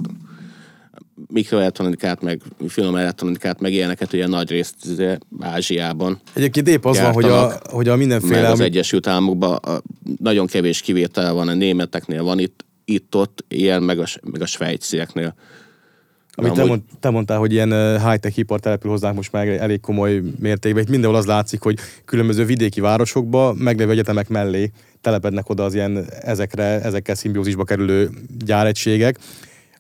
mikroelektronikát, meg filmelektronikát, meg ilyeneket ugye nagy részt ugye, Ázsiában. Egyébként épp az van, hogy a, gyártanak, hogy a mindenféle... Meg az ami- Egyesült Államokban a, nagyon kevés kivétel van, a németeknél van itt, itt-ott ilyen, meg a, meg a svájcieknél. Amit te, amúgy- mond, te mondtál, hogy ilyen uh, high-tech ipar települ hozzánk most már elég komoly mértékben. Itt mindenhol az látszik, hogy különböző vidéki városokba, meglévő egyetemek mellé telepednek oda az ilyen ezekre, ezekkel szimbiózisba kerülő gyáregységek,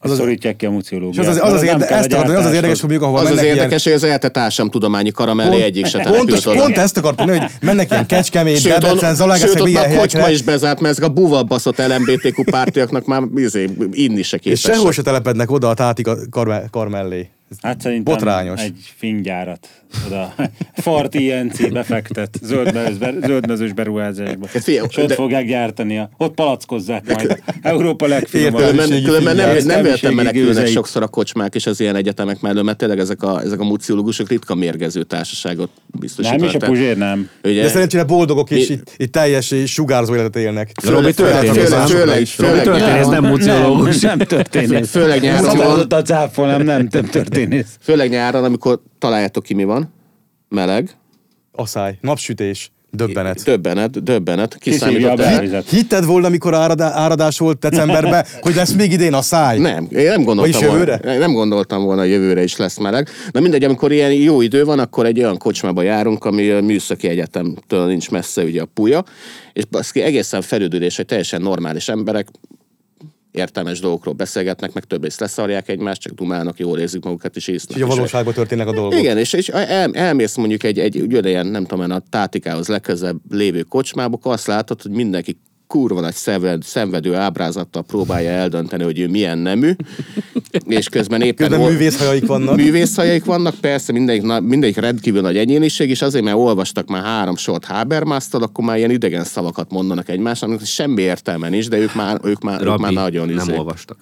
Az az, szorítják ki a muciológiát. az, az, az, az, érde, ezt tartani, az az érdekes, hogy mondjuk, ahol Az az mennek érdekes, ilyen... hogy az eltetásam tudományi kara mellé egyik se Pontos, pont ezt akartam mondani, hogy mennek ilyen Kecskemét, Debrecen, Zalaegerszeg, sőt, ott ilyen már helyekre. kocsma is bezárt, mert ezek a búval baszott el em bé té kú pártiaknak már izé, inni se És képesek. sehol se telepednek oda a tátik a kar, kar mellé. Hát szerintem botrányos. egy fingyárat oda. Fart i en cé befektet zöldmezős beruházásba. Hát figyelj, És ott de- fogják gyártani. A, ott palackozzák majd. Európa legfinomabb. Különben, különben nem, nem véletlen értelmiségi menekülnek gőzeit. sokszor a kocsmák és az ilyen egyetemek mellől, mert tényleg ezek a, ezek a muciológusok ritka mérgező társaságot biztosítanak. Nem is a Tehát, Puzsér, nem. ugye, De szerencsére boldogok és Mi- itt, itt teljes és sugárzó életet élnek. Robi történész. főleg, főleg, Robi főleg, történész, nem muciológus. Nem, nem történész. Főleg nyáron, Szabadott a cáfolom, nem, nem történész. főleg nyáron, amikor találjátok ki mi van, meleg, Asszály, napsütés, döbbenet. döbbenet, döbbenet, Kiszívja a kiszámított el. belvizet. Hitted volna, amikor áradá, áradás volt decemberben, hogy lesz még idén a száj? Nem, én nem gondoltam Vagyis volna, jövőre? nem gondoltam volna, hogy jövőre is lesz meleg. Na mindegy, amikor ilyen jó idő van, akkor egy olyan kocsmába járunk, ami a Műszaki Egyetemtől nincs messze, ugye a Puja, és baszki, egészen felüdülés, hogy teljesen normális emberek értelmes dolgokról beszélgetnek, meg több részt leszarják egymást, csak dumálnak, jól érzik magukat, és észnek. Hogy a valóságban történnek a dolgok. Igen, és, és el, elmész mondjuk egy, egy ugye ilyen, nem tudom, a Tátikához legközelebb lévő kocsmába, akkor azt látod, hogy mindenki kurva nagy szenved, szenvedő ábrázattal próbálja eldönteni, hogy ő milyen nemű, és közben éppen... Közben művészhajaik vannak. Művészhajaik vannak, persze, mindegyik, na- mindegyik rendkívül nagy egyéniség, és azért, mert olvastak már három sort Habermas-tól, akkor már ilyen idegen szavakat mondanak egymásnak, aminek semmi értelme nincs, de ők már, ők már, ők Rabi, már nagyon nem izé. olvastak.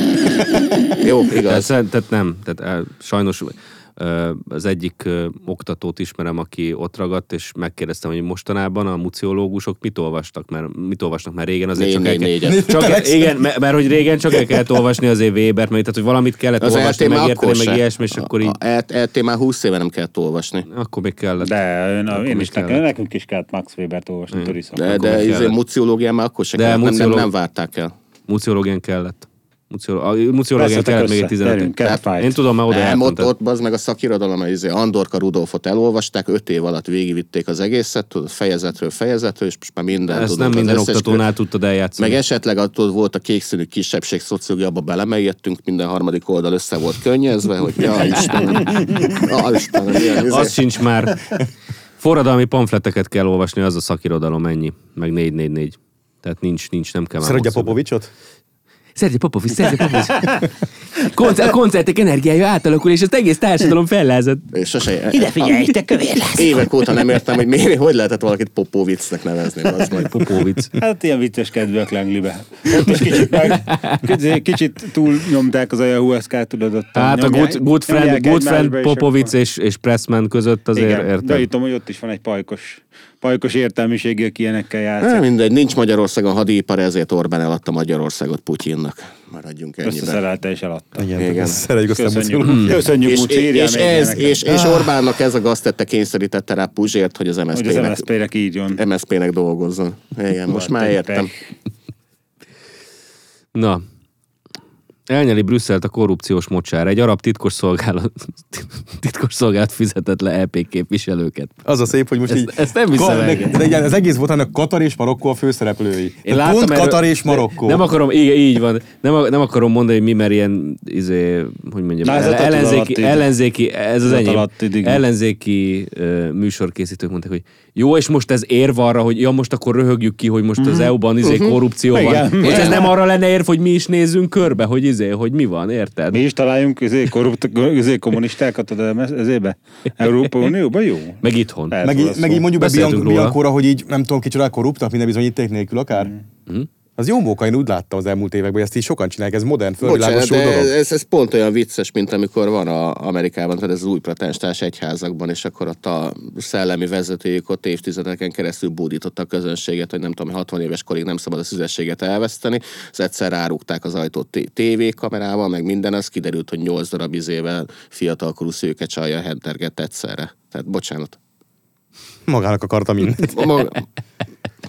Jó, Tehát, igaz. tehát nem, tehát el, sajnos ö, az egyik ö, oktatót ismerem, aki ott ragadt, és megkérdeztem, hogy mostanában a muciológusok mit olvastak, mert mit olvasnak, mert régen azért Négy, csak el négy, kell- négyet. csak, igen, mert, mert hogy régen csak el kellett olvasni azért Webert, mert tehát, hogy valamit kellett Az olvasni, é té már megérteni, akkor meg se. ilyesmi, és akkor így, A é té már húsz éve nem kellett olvasni. akkor még kellett. De ön, Akkor én mi is nekem, kellett? nekünk is kellett Max Webert olvasni, Turiszok. De, Akkor de még izé, kellett. muciológián már akkor se De kellett, nem, nem, muciológ- nem várták el. Muciológián kellett. Mucioló- a Muciológián Veszetek kellett még össze, egy tizenöt. gyerünk, catfight. Én tudom, már oda Nem, jártam, ott, tehát- ott az meg a szakirodalom, izé, Andorka Rudolfot elolvasták, öt év alatt végigvitték az egészet, tudod, fejezetről fejezetről, és most már minden Ezt tudod, nem az minden összes oktatónál tudtad eljátszani. Meg esetleg attól volt a kékszínű kisebbség szociológia, abba belemegijedtünk, minden harmadik oldal össze volt könnyezve, hogy ja Istenem, ja Istenem, milyen izé. Az sincs már. Forradalmi pamfleteket kell olvasni, az a szakirodalom, ennyi. Meg négy négy négy. Tehát nincs, nincs, nem kell már Szeretja hosszú. Popovicsot? Szergyi Popovics, Szergyi Popovics. Koncer- koncertek energiája átalakul, és az egész társadalom fellázad. És sose, Ide figyelj, te kövér lesz! Évek óta nem értem, hogy miért, hogy lehetett valakit Popovicnek nevezni. Az majd. Popovics. Hát ilyen vicces kedvűek Langlibe. Ott is kicsit, meg, kicsit, kicsit túl nyomták az Yahoo es ká-t, tudod ott. Hát a nyomják- good, good friend, nyomják good friend egymásba, és Popovics akkor- és, és Pressman között azért Igen, de értem. itt hogy ott is van egy pajkos, pajkos értelmiségi, aki ilyenekkel Nem, játszik. mindegy, nincs Magyarországon hadipar, ezért Orbán eladta Magyarországot Putyinnak. Maradjunk ennyiben. Összeszerelte és eladta. Igen. Igen. Szeretjük azt a Köszönjük, muciológiát. köszönjük És, Muci, és, írjál és, még ez, ilyeneket. és, és Orbánnak ez a gaztette kényszerítette rá Puzsért, hogy az Hogy az em es em es zé-nek, zé-nek írjon. em es zé pének dolgozzon. Igen, most már Tényleg. értem. Na, elnyeli Brüsszelt a korrupciós mocsár. Egy arab titkos szolgálat, titkos szolgálat fizetett le é pé képviselőket. Az a szép, hogy most Ezt- így... ezt nem hiszem Ka- el. de igen, az egész volt, annak Katar és Marokkó a főszereplői. Én Pont láttam erről- Katar és Marokkó. Nem akarom, így, így van. Nem, a- nem akarom mondani, hogy mi, mert ilyen, izé, hogy mondjam, Na, ez a ellenzéki, alatti- ellenzéki, ez az az enyém, alatti dig- ellenzéki uh, műsorkészítők mondták, hogy jó, és most ez érv arra, hogy ja, most akkor röhögjük ki, hogy most az é u-ban izé korrupció van. Igen. Most ez Igen. nem arra lenne érv, hogy mi is nézzünk körbe, hogy izé, hogy mi van, érted? Mi is találjunk izé, korrupt, izé, kommunistákat oda ezébe? Európa Unióban jó? Meg itthon. Lehet Meg, róla így, szó. meg így mondjuk be Beszéltünk Bianc- róla. Biancóra, hogy így nem tudom kicsoda korruptak, minden bizonyíték nélkül akár. Mhm. Az jó móka, én úgy láttam az elmúlt években, hogy ezt így sokan csinálják, ez modern, Bocsánat, fölvilágosó de dolog. ez, ez pont olyan vicces, mint amikor van a Amerikában, tehát ez az új protestáns egyházakban, és akkor ott a szellemi vezetőjük ott évtizedeken keresztül búdította a közönséget, hogy nem tudom, hatvan éves korig nem szabad a szüzességet elveszteni. Az egyszer rárúgták az ajtót té- tévékamerával, meg minden, az kiderült, hogy nyolc darab izével fiatalkorú szőke csalja hentergett egyszerre. Tehát bocsánat. Magának akarta mindent. Maga...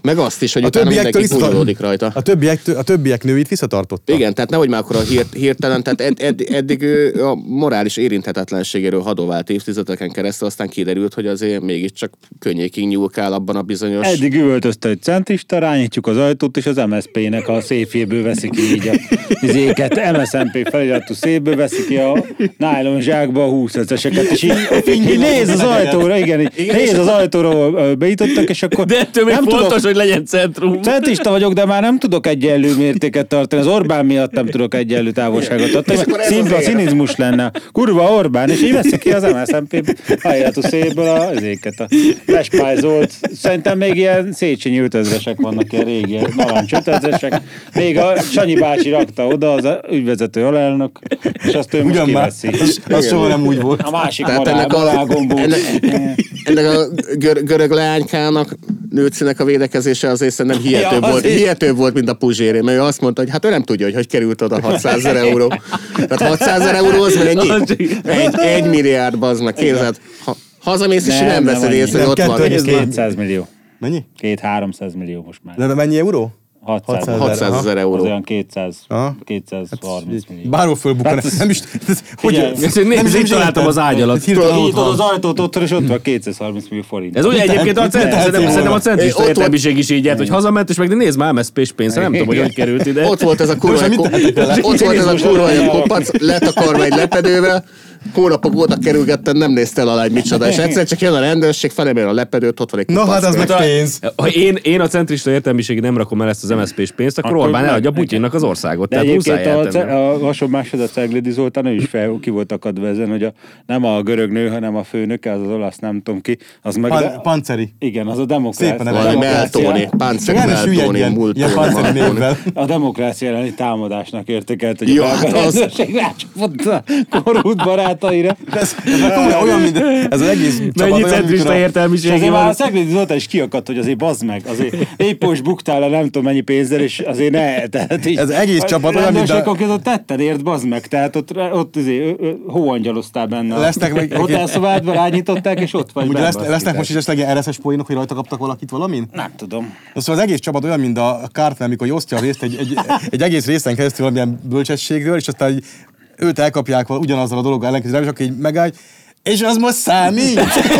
Meg azt is, hogy A utána mindenki visszatart- gúnyolódik rajta. A többiek, a többiek nőit visszatartotta. Igen, tehát nehogy már akkor a hír, hirtelen, tehát ed, ed, eddig ő a morális érinthetetlenségéről hadovált évtizedeken keresztül, aztán kiderült, hogy azért mégiscsak könnyékig nyúlkál abban a bizonyos... Eddig üvöltözte, hogy centrista, rányítjuk az ajtót, és az em es zé pé-nek a széfjéből veszi ki így a izéket, em es zé pé feliratú széfből veszi ki a nylon zsákba a húszezreseket, és így, így néz az ajtóra, igen, így néz az ajtóra, ahol beítottak, és akkor... De ettől még nem fontos, tudok, hogy legyen centrum. centrista vagyok, de már nem tudok egyenlő mértéket tartani. Az Orbán miatt nem tudok egyenlő távolságot tartani. Szimpla cinizmus lenne. Kurva Orbán, és így veszi ki az em es zé pé feliratú széfből az éket, a lespájzolt. Szerintem még ilyen Széchenyi ötezresek vannak, ilyen régi, narancs ötezresek. Még a Sanyi bácsi rakta oda, az ügyvezető alelnök, és azt ő most Ugyan már, kiveszi. az, az soha nem úgy volt. A másik Tehát morál, ennek a, morálgombó. ennek, ennek a gör, görög leánykának, nőcinek a védekezése azért szerintem hihetőbb, Ja, volt, azért. hihetőbb volt, mint a Puzséré, mert ő azt mondta, hogy hát ő nem tudja, hogy hogy került oda hatszázezer euró. Tehát hatszázezer euró az mennyi? Egy, egy milliárd, bazd meg, képzeld. Ha, hazamész és Nem, nem, nem veszed annyi. észre, hogy Nem, ott van. kettő egész kétszáz millió. Mennyi? két-háromszáz millió most már. De, de mennyi euró? hatszáz. hatszázezer Az euró. olyan kétszáz, Aha. kétszázharminc millió. Bárhol fölbukkan, Hát ez- nem is... ez- Hogy, Figyelj, Ezt én nézd, így találtam az ágy alatt. Hirtelen ott Nyitod az van. ajtót otthon, és ott van kétszázharminc millió forint. Ez ugye egyébként a mit cent, tehetsz szerintem, volna? szerintem a centrista Ott volt- értelmiség is így járt, hogy hazament, és meg de nézd már em es zé pés pénzt, nem tudom, hogy hogy került ide. Ott volt ez a kurva, Most mit tehetek vele? ott volt ez a Cinizmus kurva, lenne hogy a a- kopac letakarva egy lepedővel, hónapok óta kerülgettem, nem nézte alá, hogy micsoda, és egyszer csak jön a rendőrség, felemél a lepedőt, ott van egy Na kupac. hát az meg pénz. Ha én, én a centrista értelmiségig nem rakom el ezt az em es zé pés pénzt, akkor Akkor Orbán meg- eladja Putyinnak az országot. De Tehát muszáj egyébként a, eltenni. ce- a hasonlásod a Ceglidi Zoltán, ő is fel, ki volt akadva ezen, hogy a, nem a görög nő, hanem a főnöke, az az olasz, nem tudom ki, az meg... Pan, de, panceri. igen, az a demokrácia. Szépen neve. Valami demokrácia- Meltoni, Páncer Csak el is Meltoni, hülyedjen, ilyen Multoni, panceri Meltoni. névvel. A demokrácia elleni támadásnak értékelt, hogy Ja, a hát belga az- rendőrség rácsapott a korút barátaira. Ez, olyan, olyan, mint, ez az egész csapat Mennyi olyan, mint centrista a- És értelmiségi azért már a van. Ceglidi Zoltán is kiakadt, hogy azért bazd meg, azért épp most buktál le nem tudom mennyi pénzzel, és azért ne, tehát így. Ez egész csapat olyan, mint a- rendőrség között tetted ért, bazd meg, tehát ott, ott azért, ö- ö, hóangyaloztál benne. Lesznek meg- Hotelszobádba rányították, és ott vagy Ugye benne, lesz, bazd lesznek ki. most is esetleg ilyen er es es poénok, hogy rajta kaptak valakit valamin? Nem tudom. Szóval az egész csapat olyan, mint a Cartman, amikor osztja a részt egy, egy, egy egész részen keresztül valamilyen bölcsességről, és aztán így őt elkapják val- ugyanazzal a dologgal ellenkezően, és akkor így megáll, és az most számít?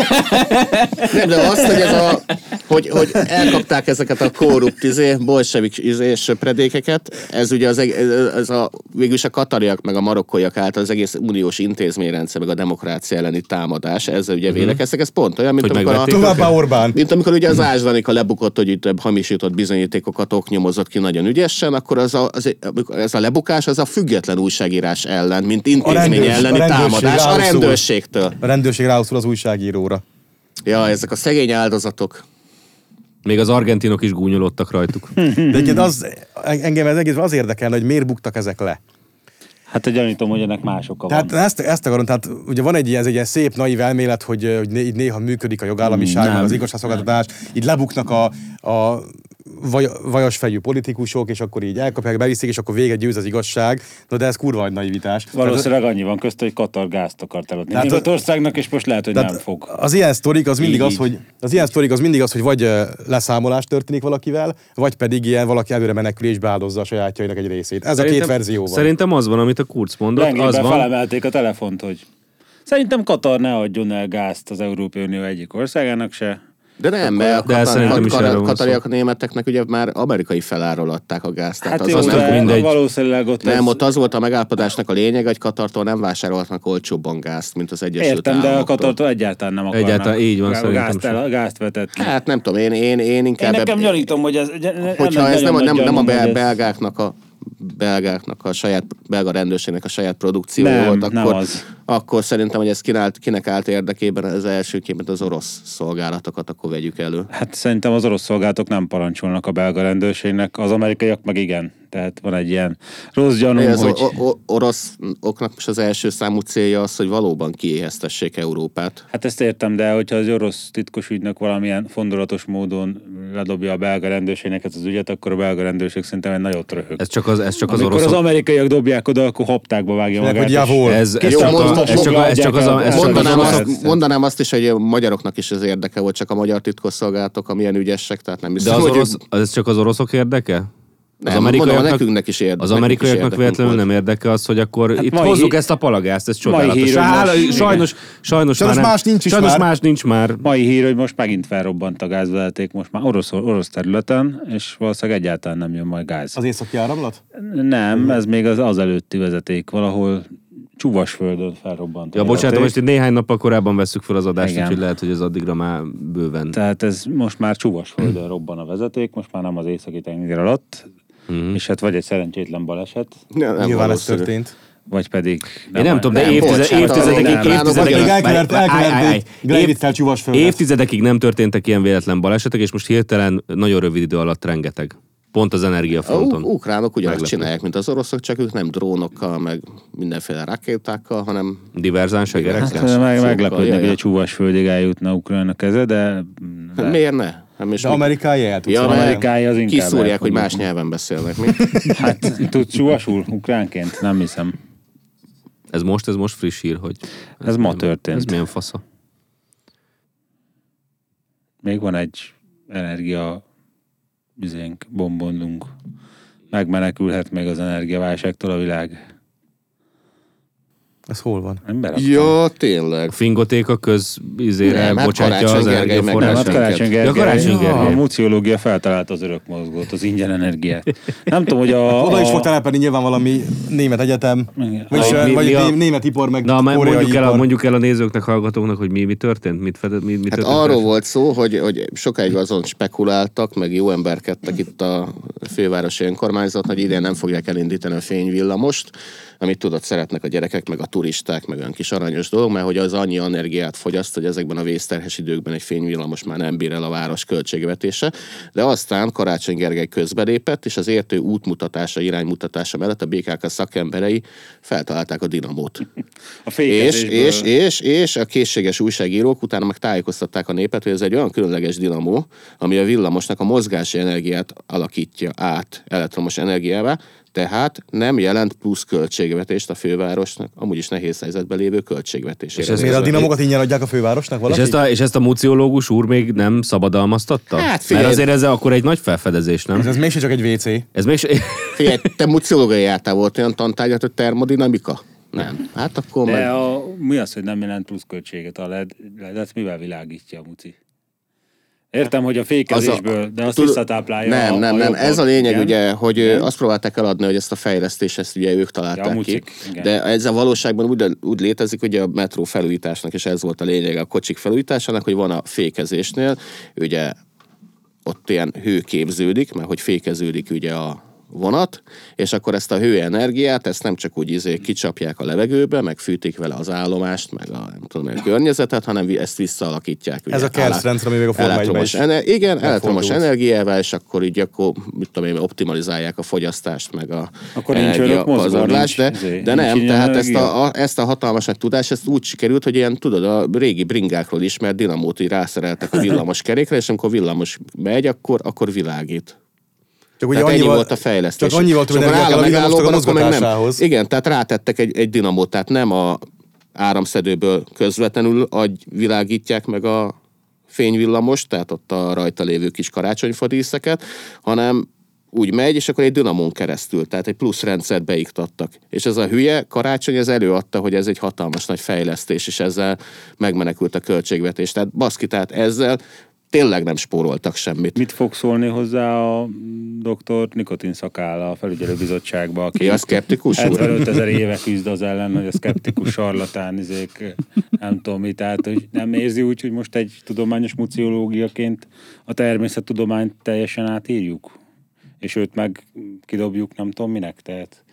Nem, de azt, hogy, ez a, hogy, hogy elkapták ezeket a korrupt izé, bolsevik izé, söpredékeket, ez ugye az, eg- ez a, végülis a katariak meg a marokkóiak által az egész uniós intézményrendszer meg a demokrácia elleni támadás, ezzel ugye védekeztek, ez pont olyan, mint Hogy amikor a, megvették Továbbá Orbán. mint amikor ugye az Ázsdanika lebukott, hogy itt hamisított bizonyítékokat oknyomozott ki nagyon ügyesen, akkor az a, az, ez a lebukás az a független újságírás ellen, mint intézmény rendőrs- elleni a rendőrség támadás a rászól. rendőrségtől. A rendőrség rászól az újságíróra. Ja, ezek a szegény áldozatok. Még az argentinok is gúnyolódtak rajtuk. De egyébként az, engem ez egész az érdekel, hogy miért buktak ezek le. Hát, hogy gyanítom, hogy ennek más oka Tehát van. ezt, ezt akarom, tehát ugye van egy ilyen, ez egy ilyen szép naív elmélet, hogy, hogy né- így néha működik a jogállamiság, Nem. meg az igazságszolgáltatás, így lebuknak a, a vaj, vajas fejű politikusok, és akkor így elkapják, beviszik, és akkor vége győz az igazság. No, de ez kurva nagy naivitás. Valószínűleg annyi van közt, hogy Katar gázt akart eladni Tehát- Németországnak, és most lehet, hogy Tehát nem fog. Az ilyen sztorik az mindig Így, az, így. hogy az ilyen sztorik az mindig az, hogy vagy ö, leszámolás történik valakivel, vagy pedig ilyen valaki előre menekülésbe áldozza a sajátjainak egy részét. Ez a két verzió van. Szerintem az van, amit a Kurz mondott, az Lengében van. felemelték a telefont, hogy szerintem Katar ne adjon el gázt az Európai Unió egyik országának se. De nem, mert De a szerintem is erről katar, van katariak a németeknek ugye már amerikai feláról adták a gázt. Tehát Hát az jó, az nem de mindegy. valószínűleg ott nem, ez... ott az volt a megállapodásnak a lényeg, hogy Katartól nem vásárolhatnak olcsóbban gázt, mint az Egyesült Értem, de a Államoktól. Katartól egyáltalán nem akarnak. Egyáltalán így van, Gá- szerintem gázt, sem. el, gázt vetett ki. Hát nem tudom, én, én, én Én inkább... nekem ebb- gyanítom, hogy ez... hogyha ez nem, a- nem, nem a bel, bel, belgáknak a belgáknak a saját, belga rendőrségnek a saját produkciója Nem, volt, nem akkor, az. akkor szerintem, hogy ez kinek, kinek állt érdekében az elsőként az orosz szolgálatokat, akkor vegyük elő. Hát szerintem az orosz szolgálatok nem parancsolnak a belga rendőrségnek, az amerikaiak meg igen. Tehát van egy ilyen rossz gyanúm, az hogy... o- o- oroszoknak most az első számú célja az, hogy valóban kiéheztessék Európát. Hát ezt értem, de hogyha az orosz titkos ügynök valamilyen fondolatos módon ledobja a belga rendőrségnek ezt az ügyet, akkor a belga rendőrség szerintem egy nagyot röhög. Ez csak az, ez csak az Amikor oroszok... az amerikaiak dobják oda, akkor haptákba vágja Meg, magát. hogy javol. Ez, ez, Jó, csak a, most ez, csak a, ez csak az, a, ez csak az Mondanám, oroszok... azt, mondanám azt is, hogy a magyaroknak is ez érdeke volt, csak a magyar titkosszolgálatok, amilyen ügyesek, tehát nem De hiszem, az hogy... orosz, ez csak az oroszok érdeke? Nem, az mondom, nekünknek is érdeke. Az amerikaiaknak véletlenül nem érdeke az, hogy akkor hát itt hozzuk hí... ezt a palagázt, ez csodálatos. Sajnos, sajnos, sajnos már nem, más nincs is sajnos már. más nincs már. Mai hír, hogy most megint felrobbant a gázvezeték, most már orosz, orosz területen, és valószínűleg egyáltalán nem jön majd gáz. Az északi áramlat? Nem, ez még az az előtti vezeték, valahol Csuvasföldön felrobbant. Ja, bocsánat, most itt néhány nappal korábban vesszük fel az adást, Igen. úgyhogy lehet, hogy ez addigra már bőven. Tehát ez most már Csuvasföldön robban a vezeték, most már nem az északi tenger alatt, Mm. és hát vagy egy szerencsétlen baleset, Nem, nem Nyilván ez valószínű. történt. vagy pedig... Én nem tudom, de nem, évtized, bocsánat, évtizedekig, nem, nem, évtizedekig, Még nem, elkevert, Állj, állj, állj. elkeverték Gleiviccel Csuvasföldet. évtizedekig nem történtek ilyen véletlen balesetek, és most hirtelen nagyon rövid idő alatt rengeteg. Pont az A energiafronton. u- ukránok ugyanazt Meglepő. csinálják, mint az oroszok, csak ők nem drónokkal, meg mindenféle rakétákkal, hanem Diverzáns egerekkel? Hát, meg, Szóval, meglepődnek, jaj, hogy jaj. a Csuvasföldig eljutna Ukrajna keze, de... de miért ne? Hát és De mi- Amerikája el tudsz Ja, mondani. Amerikája az inkább... kiszúrják, hogy elfogjuk. más nyelven beszélnek. Mi? Hát, tudsz Csuvasul ukránként? Nem hiszem. Ez most, ez most friss hír, hogy... Ez ma történt. Ez milyen fasza? Még van egy energia bizénk, bombondunk. Megmenekülhet még az energiaválságtól a világ. Ez hol van? Nem beraktam. Ja, tényleg. A fingotéka köz izére Nem, hát bocsátja Karácsony az Gergely meg Nem, energiaforrását. hát Karácsony Gergely. Ja, Karácsony Gergely. A muciológia feltalálta az örök mozgót, az ingyen energiát. Nem tudom, hogy a... Oda is fog a... telepedni nyilván valami német egyetem, Igen. vagyis Mi- mi, mi- vagy mi a- a... német ipar, meg Na, már koreai mondjuk el, a, ipar. mondjuk el a nézőknek, hallgatóknak, hogy mi, mi történt? Mit, fedett, mi, mi Hát történt? arról volt szó, hogy, hogy sokáig azon spekuláltak, meg jó emberkedtek itt a fővárosi önkormányzat, hogy idén nem fogják elindítani a fényvillamost, amit tudod, szeretnek a gyerekek, meg a turisták, meg olyan kis aranyos dolog, mert hogy az annyi energiát fogyaszt, hogy ezekben a vészterhes időkben egy fényvillamos már nem bír el a város költségvetése. De aztán Karácsony Gergely közbelépett, és az értő útmutatása, iránymutatása mellett a bé ká ká szakemberei feltalálták a dinamót. A És, fékezésből... és, és, és a készséges újságírók utána meg tájékoztatták a népet, hogy ez egy olyan különleges dinamó, ami a villamosnak a mozgási energiát alakítja át elektromos energiává, tehát nem jelent plusz költségvetést a fővárosnak, amúgy is nehéz helyzetben lévő költségvetésére. És ez Miért a dinamokat ingyen adják a fővárosnak És valaki? ezt, a, és ezt a muciológus úr még nem szabadalmaztatta? Hát figyelj. Mert azért ez akkor egy nagy felfedezés, nem? Ez, ez mégse csak egy vé cé. Ez még... Figyelj, te muciológiai jártál, volt olyan tantárgyat, hogy termodinamika? Nem. Hát akkor De meg... a, mi az, hogy nem jelent plusz költséget? A led, ledet mivel világítja a muci? Értem, hogy a fékezésből, de azt Tud- visszatáplálja Nem, a, nem, a nem. jobbot. Ez a lényeg, Igen. ugye, hogy Igen. azt próbálták eladni, hogy ezt a fejlesztést, ezt ugye ők találták Ja, a ki. mucik, igen. De ez a valóságban úgy, úgy létezik, ugye a metró felújításnak, és ez volt a lényeg a kocsik felújításának, hogy van a fékezésnél, ugye ott ilyen hő képződik, mert hogy fékeződik ugye a vonat, és akkor ezt a hőenergiát, ezt nem csak úgy izé kicsapják a levegőbe, meg fűtik vele az állomást, meg a, nem tudom, a környezetet, hanem vi- ezt visszaalakítják. Ugye, Ez a kerszrendszer, ami még a Forma egyben elektromos is ener- Igen, elektromos megfordult. energiával, és akkor így akkor, mit tudom én, optimalizálják a fogyasztást, meg a Akkor nincs örök mozgó, pazarlást, de, nincs izé, de nincs nem, ingyen tehát ezt energia. a, a, ezt a hatalmas nagy tudást, ezt úgy sikerült, hogy ilyen, tudod, a régi bringákról ismert dinamót így rászereltek a villamos kerékre, és amikor villamos megy, akkor, akkor világít. Csak ugye Tehát ennyi annyival, volt a fejlesztés. Csak annyival több És akkor energia áll kell a villamosnak a megállóban, akkor meg nem. mozgatásához. Igen, tehát rátettek egy, egy dinamót, tehát nem a áramszedőből közvetlenül agy világítják meg a fényvillamos, tehát ott a rajta lévő kis karácsonyfadíszeket, hanem úgy megy, és akkor egy dinamón keresztül, tehát egy plusz rendszert beiktattak. És ez a hülye Karácsony ez előadta, hogy ez egy hatalmas nagy fejlesztés, és ezzel megmenekült a költségvetés. Tehát baszki, tehát ezzel tényleg nem spóroltak semmit. Mit fog szólni hozzá a doktor Nikotin Szakálla a felügyelőbizottságba, aki Ki a szkeptikus úr? hetvenöt ezer éve küzd az ellen, hogy a szkeptikus sarlatán izék, nem tudom mi, tehát hogy nem érzi úgy, hogy most egy tudományos muciológiaként a természettudományt teljesen átírjuk, és őt meg kidobjuk, nem tudom minek, tehát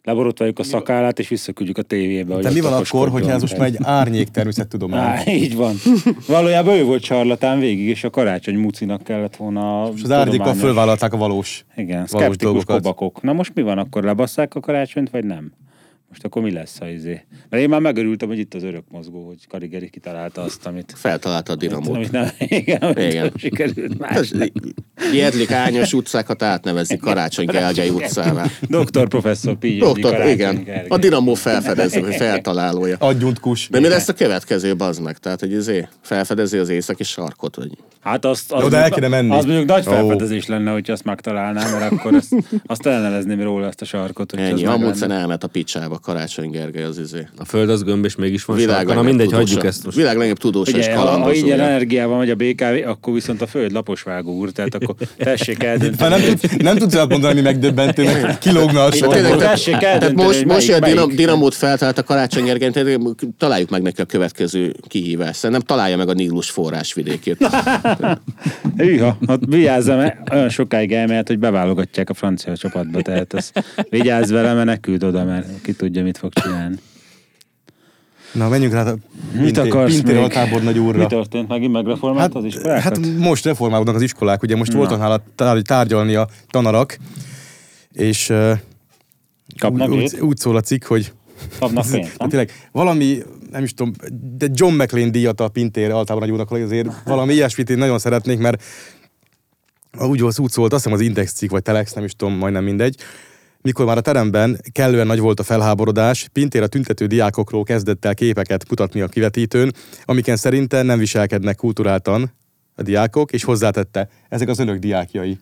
leborotváljuk a szakállát, és visszaküldjük a tévébe. De mi van akkor, hogyha ez most már egy árnyék természettudomány? Á, így van. Valójában ő volt charlatán végig, és a Karácsony Mucinak kellett volna és az árnyékkal fölvállalták a valós Igen, valós szkeptikus dolgokat. kobakok. Na most mi van, akkor lebasszák a Karácsonyt, vagy nem? Most akkor mi lesz, ha izé? Mert én már megörültem, hogy itt az örök mozgó, hogy Karigeri kitalálta azt, amit... Feltalálta a dinamót. Amit nem, igen, amit Igen. nem sikerült másnak. Jedlik ányos utcákat átnevezik Karácsony Gergely utcává. Doktor professzor Pigyedi Doktor, Karácsony igen. Gergely. A dinamó felfedező, feltalálója. Adjuntkus. De mi lesz a következő, bazd meg? Tehát, hogy izé felfedezi az északi sarkot, vagy... Hát azt, az, Oda el kéne menni. az mondjuk nagy Ó. felfedezés lenne, hogyha azt megtalálnám, mert akkor azt, azt elnevezném róla ezt a sarkot. Hogy Ennyi, az amúgy meg lenne. elment a picsába Karácsony Gergely az izé. A föld az gömb, és mégis van Világ sarka. Na legnagyobb mindegy, tudósa. hagyjuk ezt most. Világ legnagyobb tudósa és Ugye, ha, ha ilyen kalandozója. energiával megy a bé ká vé, akkor viszont a föld laposvágó úr, tehát akkor tessék Már eldönteni. nem, tud, nem tudsz elmondani, mi megdöbbentő, mert kilógna a Tényleg, sorból. Akkor tehát- tessék tehát eldönteni, most, hogy most, hogy a melyik- dinam, melyik. dinamót feltalált a Karácsony Gergely, tehát találjuk meg neki a következő kihívást. Szerintem találja meg a Nílus forrásvidékét. Hűha, ott vigyázzam, olyan sokáig elmehet, hogy beválogatják a francia csapatba, tehát ez vigyázz vele, mert ne küld oda, mert ki tudja, mit fog csinálni. Na, menjünk rá a Mit akarsz Pintér még? altábornagy úrra. Mi történt? Megint megreformált Hát, az iskolákat? hát most reformálódnak az iskolák, ugye most voltak nála tár- tárgyalni a tanarak, és uh, Kapnak úgy, pénzt? úgy, úgy szól a cikk, hogy Kapnak pénzt, hát nem? tényleg valami, nem is tudom, de John McLean díjat a Pintér altábornagy úrnak, azért valami ilyesmit én nagyon szeretnék, mert úgy, úgy szólt, azt hiszem az Index cikk, vagy Telex, nem is tudom, majdnem mindegy, mikor már a teremben kellően nagy volt a felháborodás, Pintér a tüntető diákokról kezdett el képeket mutatni a kivetítőn, amiken szerinte nem viselkednek kulturáltan a diákok, és hozzátette, ezek az önök diákjai.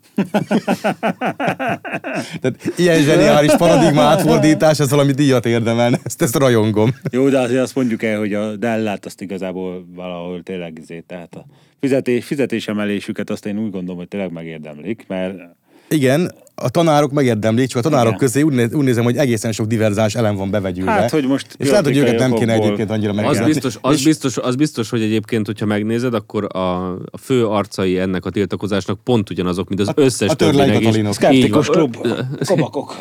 Tehát ilyen zseniális paradigma átfordítás, ez valami díjat érdemelne, ezt, ezt rajongom. Jó, de azért azt mondjuk el, hogy a Dellát azt igazából valahol tényleg izé, tehát a fizetés, fizetésemelésüket azt én úgy gondolom, hogy tényleg megérdemlik, mert Igen, a tanárok megérdemlik, csak a tanárok Igen. közé úgy, néz, úgy nézem, hogy egészen sok diverzáns elem van bevegyülve. hát, hogy most és lehet, hogy őket nem kéne okokból- egyébként annyira Az megérdemelni. biztos, az, biztos, az biztos, hogy egyébként, hogyha megnézed, akkor a, a fő arcai ennek a tiltakozásnak pont ugyanazok, mint az összes a Törlei többinek is. Katalinok. Szkeptikus Így van. klub, kobakok.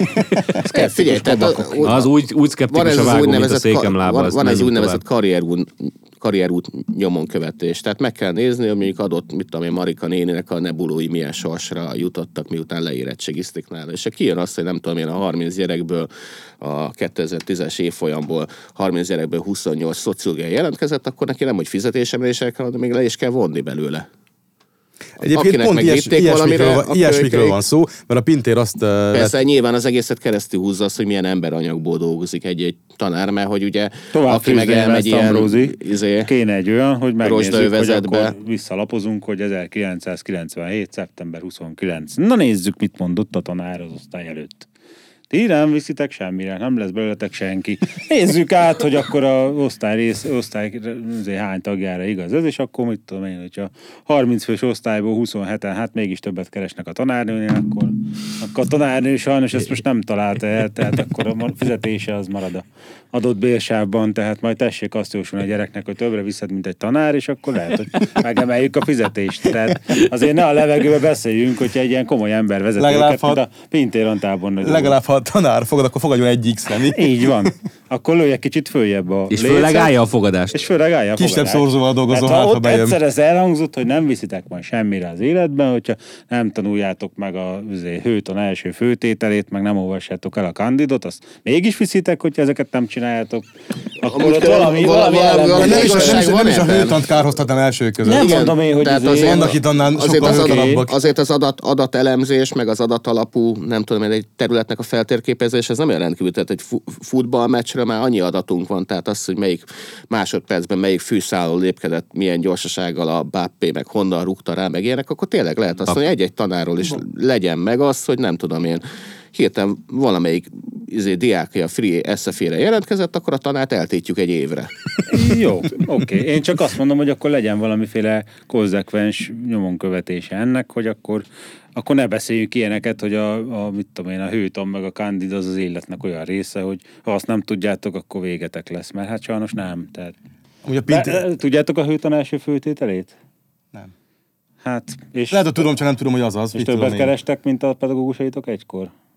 E, Figyelj, tehát a- Az úgy, úgy van szkeptikus ez a az vágó, mint a úgynevezett, székem ka- lába. van, azt van ez menjünk úgynevezett tovább. karrierút, karrierút nyomon követés. Tehát meg kell nézni, hogy mondjuk adott, mit tudom én, Marika néninek a nebulói milyen sorsra jutottak, miután leérettségizték nála. És ha kijön azt, hogy nem tudom én, a harminc gyerekből, a kétezer-tízes évfolyamból harminc gyerekből huszonnyolc szociológiai jelentkezett, akkor neki nem, hogy fizetésemelésre kell, de még le is kell vonni belőle. Egyébként Akinek pont meg ilyes, vitték ilyesmikről, valamire, van, akkor ilyesmikről ők- van szó, mert a Pintér azt... Uh, Persze nyilván az egészet keresztül húzza azt, hogy milyen emberanyagból dolgozik egy-egy tanár, mert hogy ugye Tovább aki meg elmegy ilyen Ambrózi. izé, Kéne egy olyan, hogy megnézzük, hogy rozsdaövezetbe. akkor visszalapozunk, hogy ezerkilencszázkilencvenhét. szeptember huszonkilenc. Na nézzük, mit mondott a tanár az osztály előtt. Ti nem viszitek semmire, nem lesz belőletek senki. Nézzük át, hogy akkor a osztály, rész, osztály azért hány tagjára igaz ez, és akkor mit tudom én, hogyha harminc fős osztályból huszonheten, hát mégis többet keresnek a tanárnőnél, akkor, akkor a tanárnő sajnos ezt most nem találta el, tehát akkor a fizetése az marad a adott bérsávban, tehát majd tessék azt jósolni a gyereknek, hogy többre viszed, mint egy tanár, és akkor lehet, hogy megemeljük a fizetést. Tehát azért ne a levegőbe beszéljünk, hogyha egy ilyen komoly ember vezeti Legalább őket, mint ha- a Pintér Antában. legalább, ha a tanár fogad, akkor fogadjon egy X-re, mi? Így van. Akkor lője kicsit följebb a És lécet, főleg állja a fogadást. és főleg állja a Kisebb fogadást. szorzóval dolgozom, hát, hát, ha ha ott bejön. egyszer ez elhangzott, hogy nem viszitek majd semmire az életben, hogyha nem tanuljátok meg a azért, hőton első főtételét, meg nem olvassátok el a kandidot, azt mégis viszitek, hogyha ezeket nem csináljátok, akkor Amúgy ott kell- valami, valami- valami ellen valami van. Nem is, igazság nem is, van nem is a ebben? hőtant kárhoztatnám első között. Nem Igen, mondom én, hogy tehát izé- azért- Vannak itt annál azért sokkal az adat- hőtanabbak. Azért az adat, adatelemzés, meg az adatalapú, nem tudom, egy területnek a feltérképezés, ez nem olyan rendkívül, tehát egy fu- futballmeccsre már annyi adatunk van, tehát az, hogy melyik másodpercben melyik fűszálló lépkedett, milyen gyorsasággal a Bappé, meg honnan rúgta rá, meg ilyenek, akkor tényleg lehet azt mondani, hogy egy-egy tanárról is legyen meg az, hogy nem tudom én, hirtelen valamelyik izé, diákja free es ef é-re jelentkezett, akkor a tanárt eltétjük egy évre. Jó, oké. Én csak azt mondom, hogy akkor legyen valamiféle konzekvens nyomonkövetése ennek, hogy akkor, akkor ne beszéljük ilyeneket, hogy a, a mit tudom én, a hőton meg a kandid az az életnek olyan része, hogy ha azt nem tudjátok, akkor végetek lesz, mert hát sajnos nem. Tehát... Ugye a De, Pintér... e, tudjátok a hőton első főtételét? Nem. Hát, és, Lehet, hogy tudom, csak nem tudom, hogy az az. és Mit többet tudom én. kerestek, mint a pedagógusaitok egykor?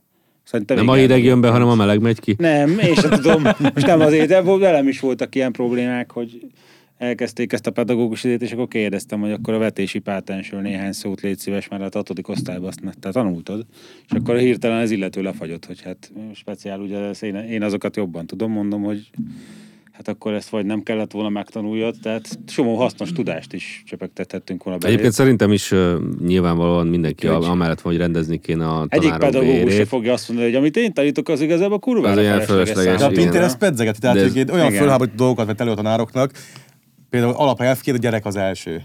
Szerintem Nem igen. a hideg jön be, hanem a meleg megy ki? Nem, én sem tudom. Most nem azért, de velem is voltak ilyen problémák, hogy elkezdték ezt a pedagógus időt, és akkor kérdeztem, hogy akkor a vetési pátensről néhány szót légy szíves, mert a hatodik osztályban azt te tanultad. És akkor hirtelen az illető lefagyott, hogy hát speciál, ugye én, én azokat jobban tudom, mondom, hogy hát akkor ezt vagy nem kellett volna megtanuljad, tehát somó hasznos tudást is csöpögtethettünk volna belé. Egyébként szerintem is uh, nyilvánvalóan mindenki Hogy? amellett van, hogy rendezni kéne a Egyik tanárok pedagógus se bérét. fogja azt mondani, hogy amit én tanítok, az igazából kurvára Az olyan felesleges fölösleges, De a számomra. Pinter igen. ezt pedzegeti, tehát De ez- egyébként olyan igen. fölháborító dolgokat vett elő a tanároknak, például alapelfként a gyerek az első.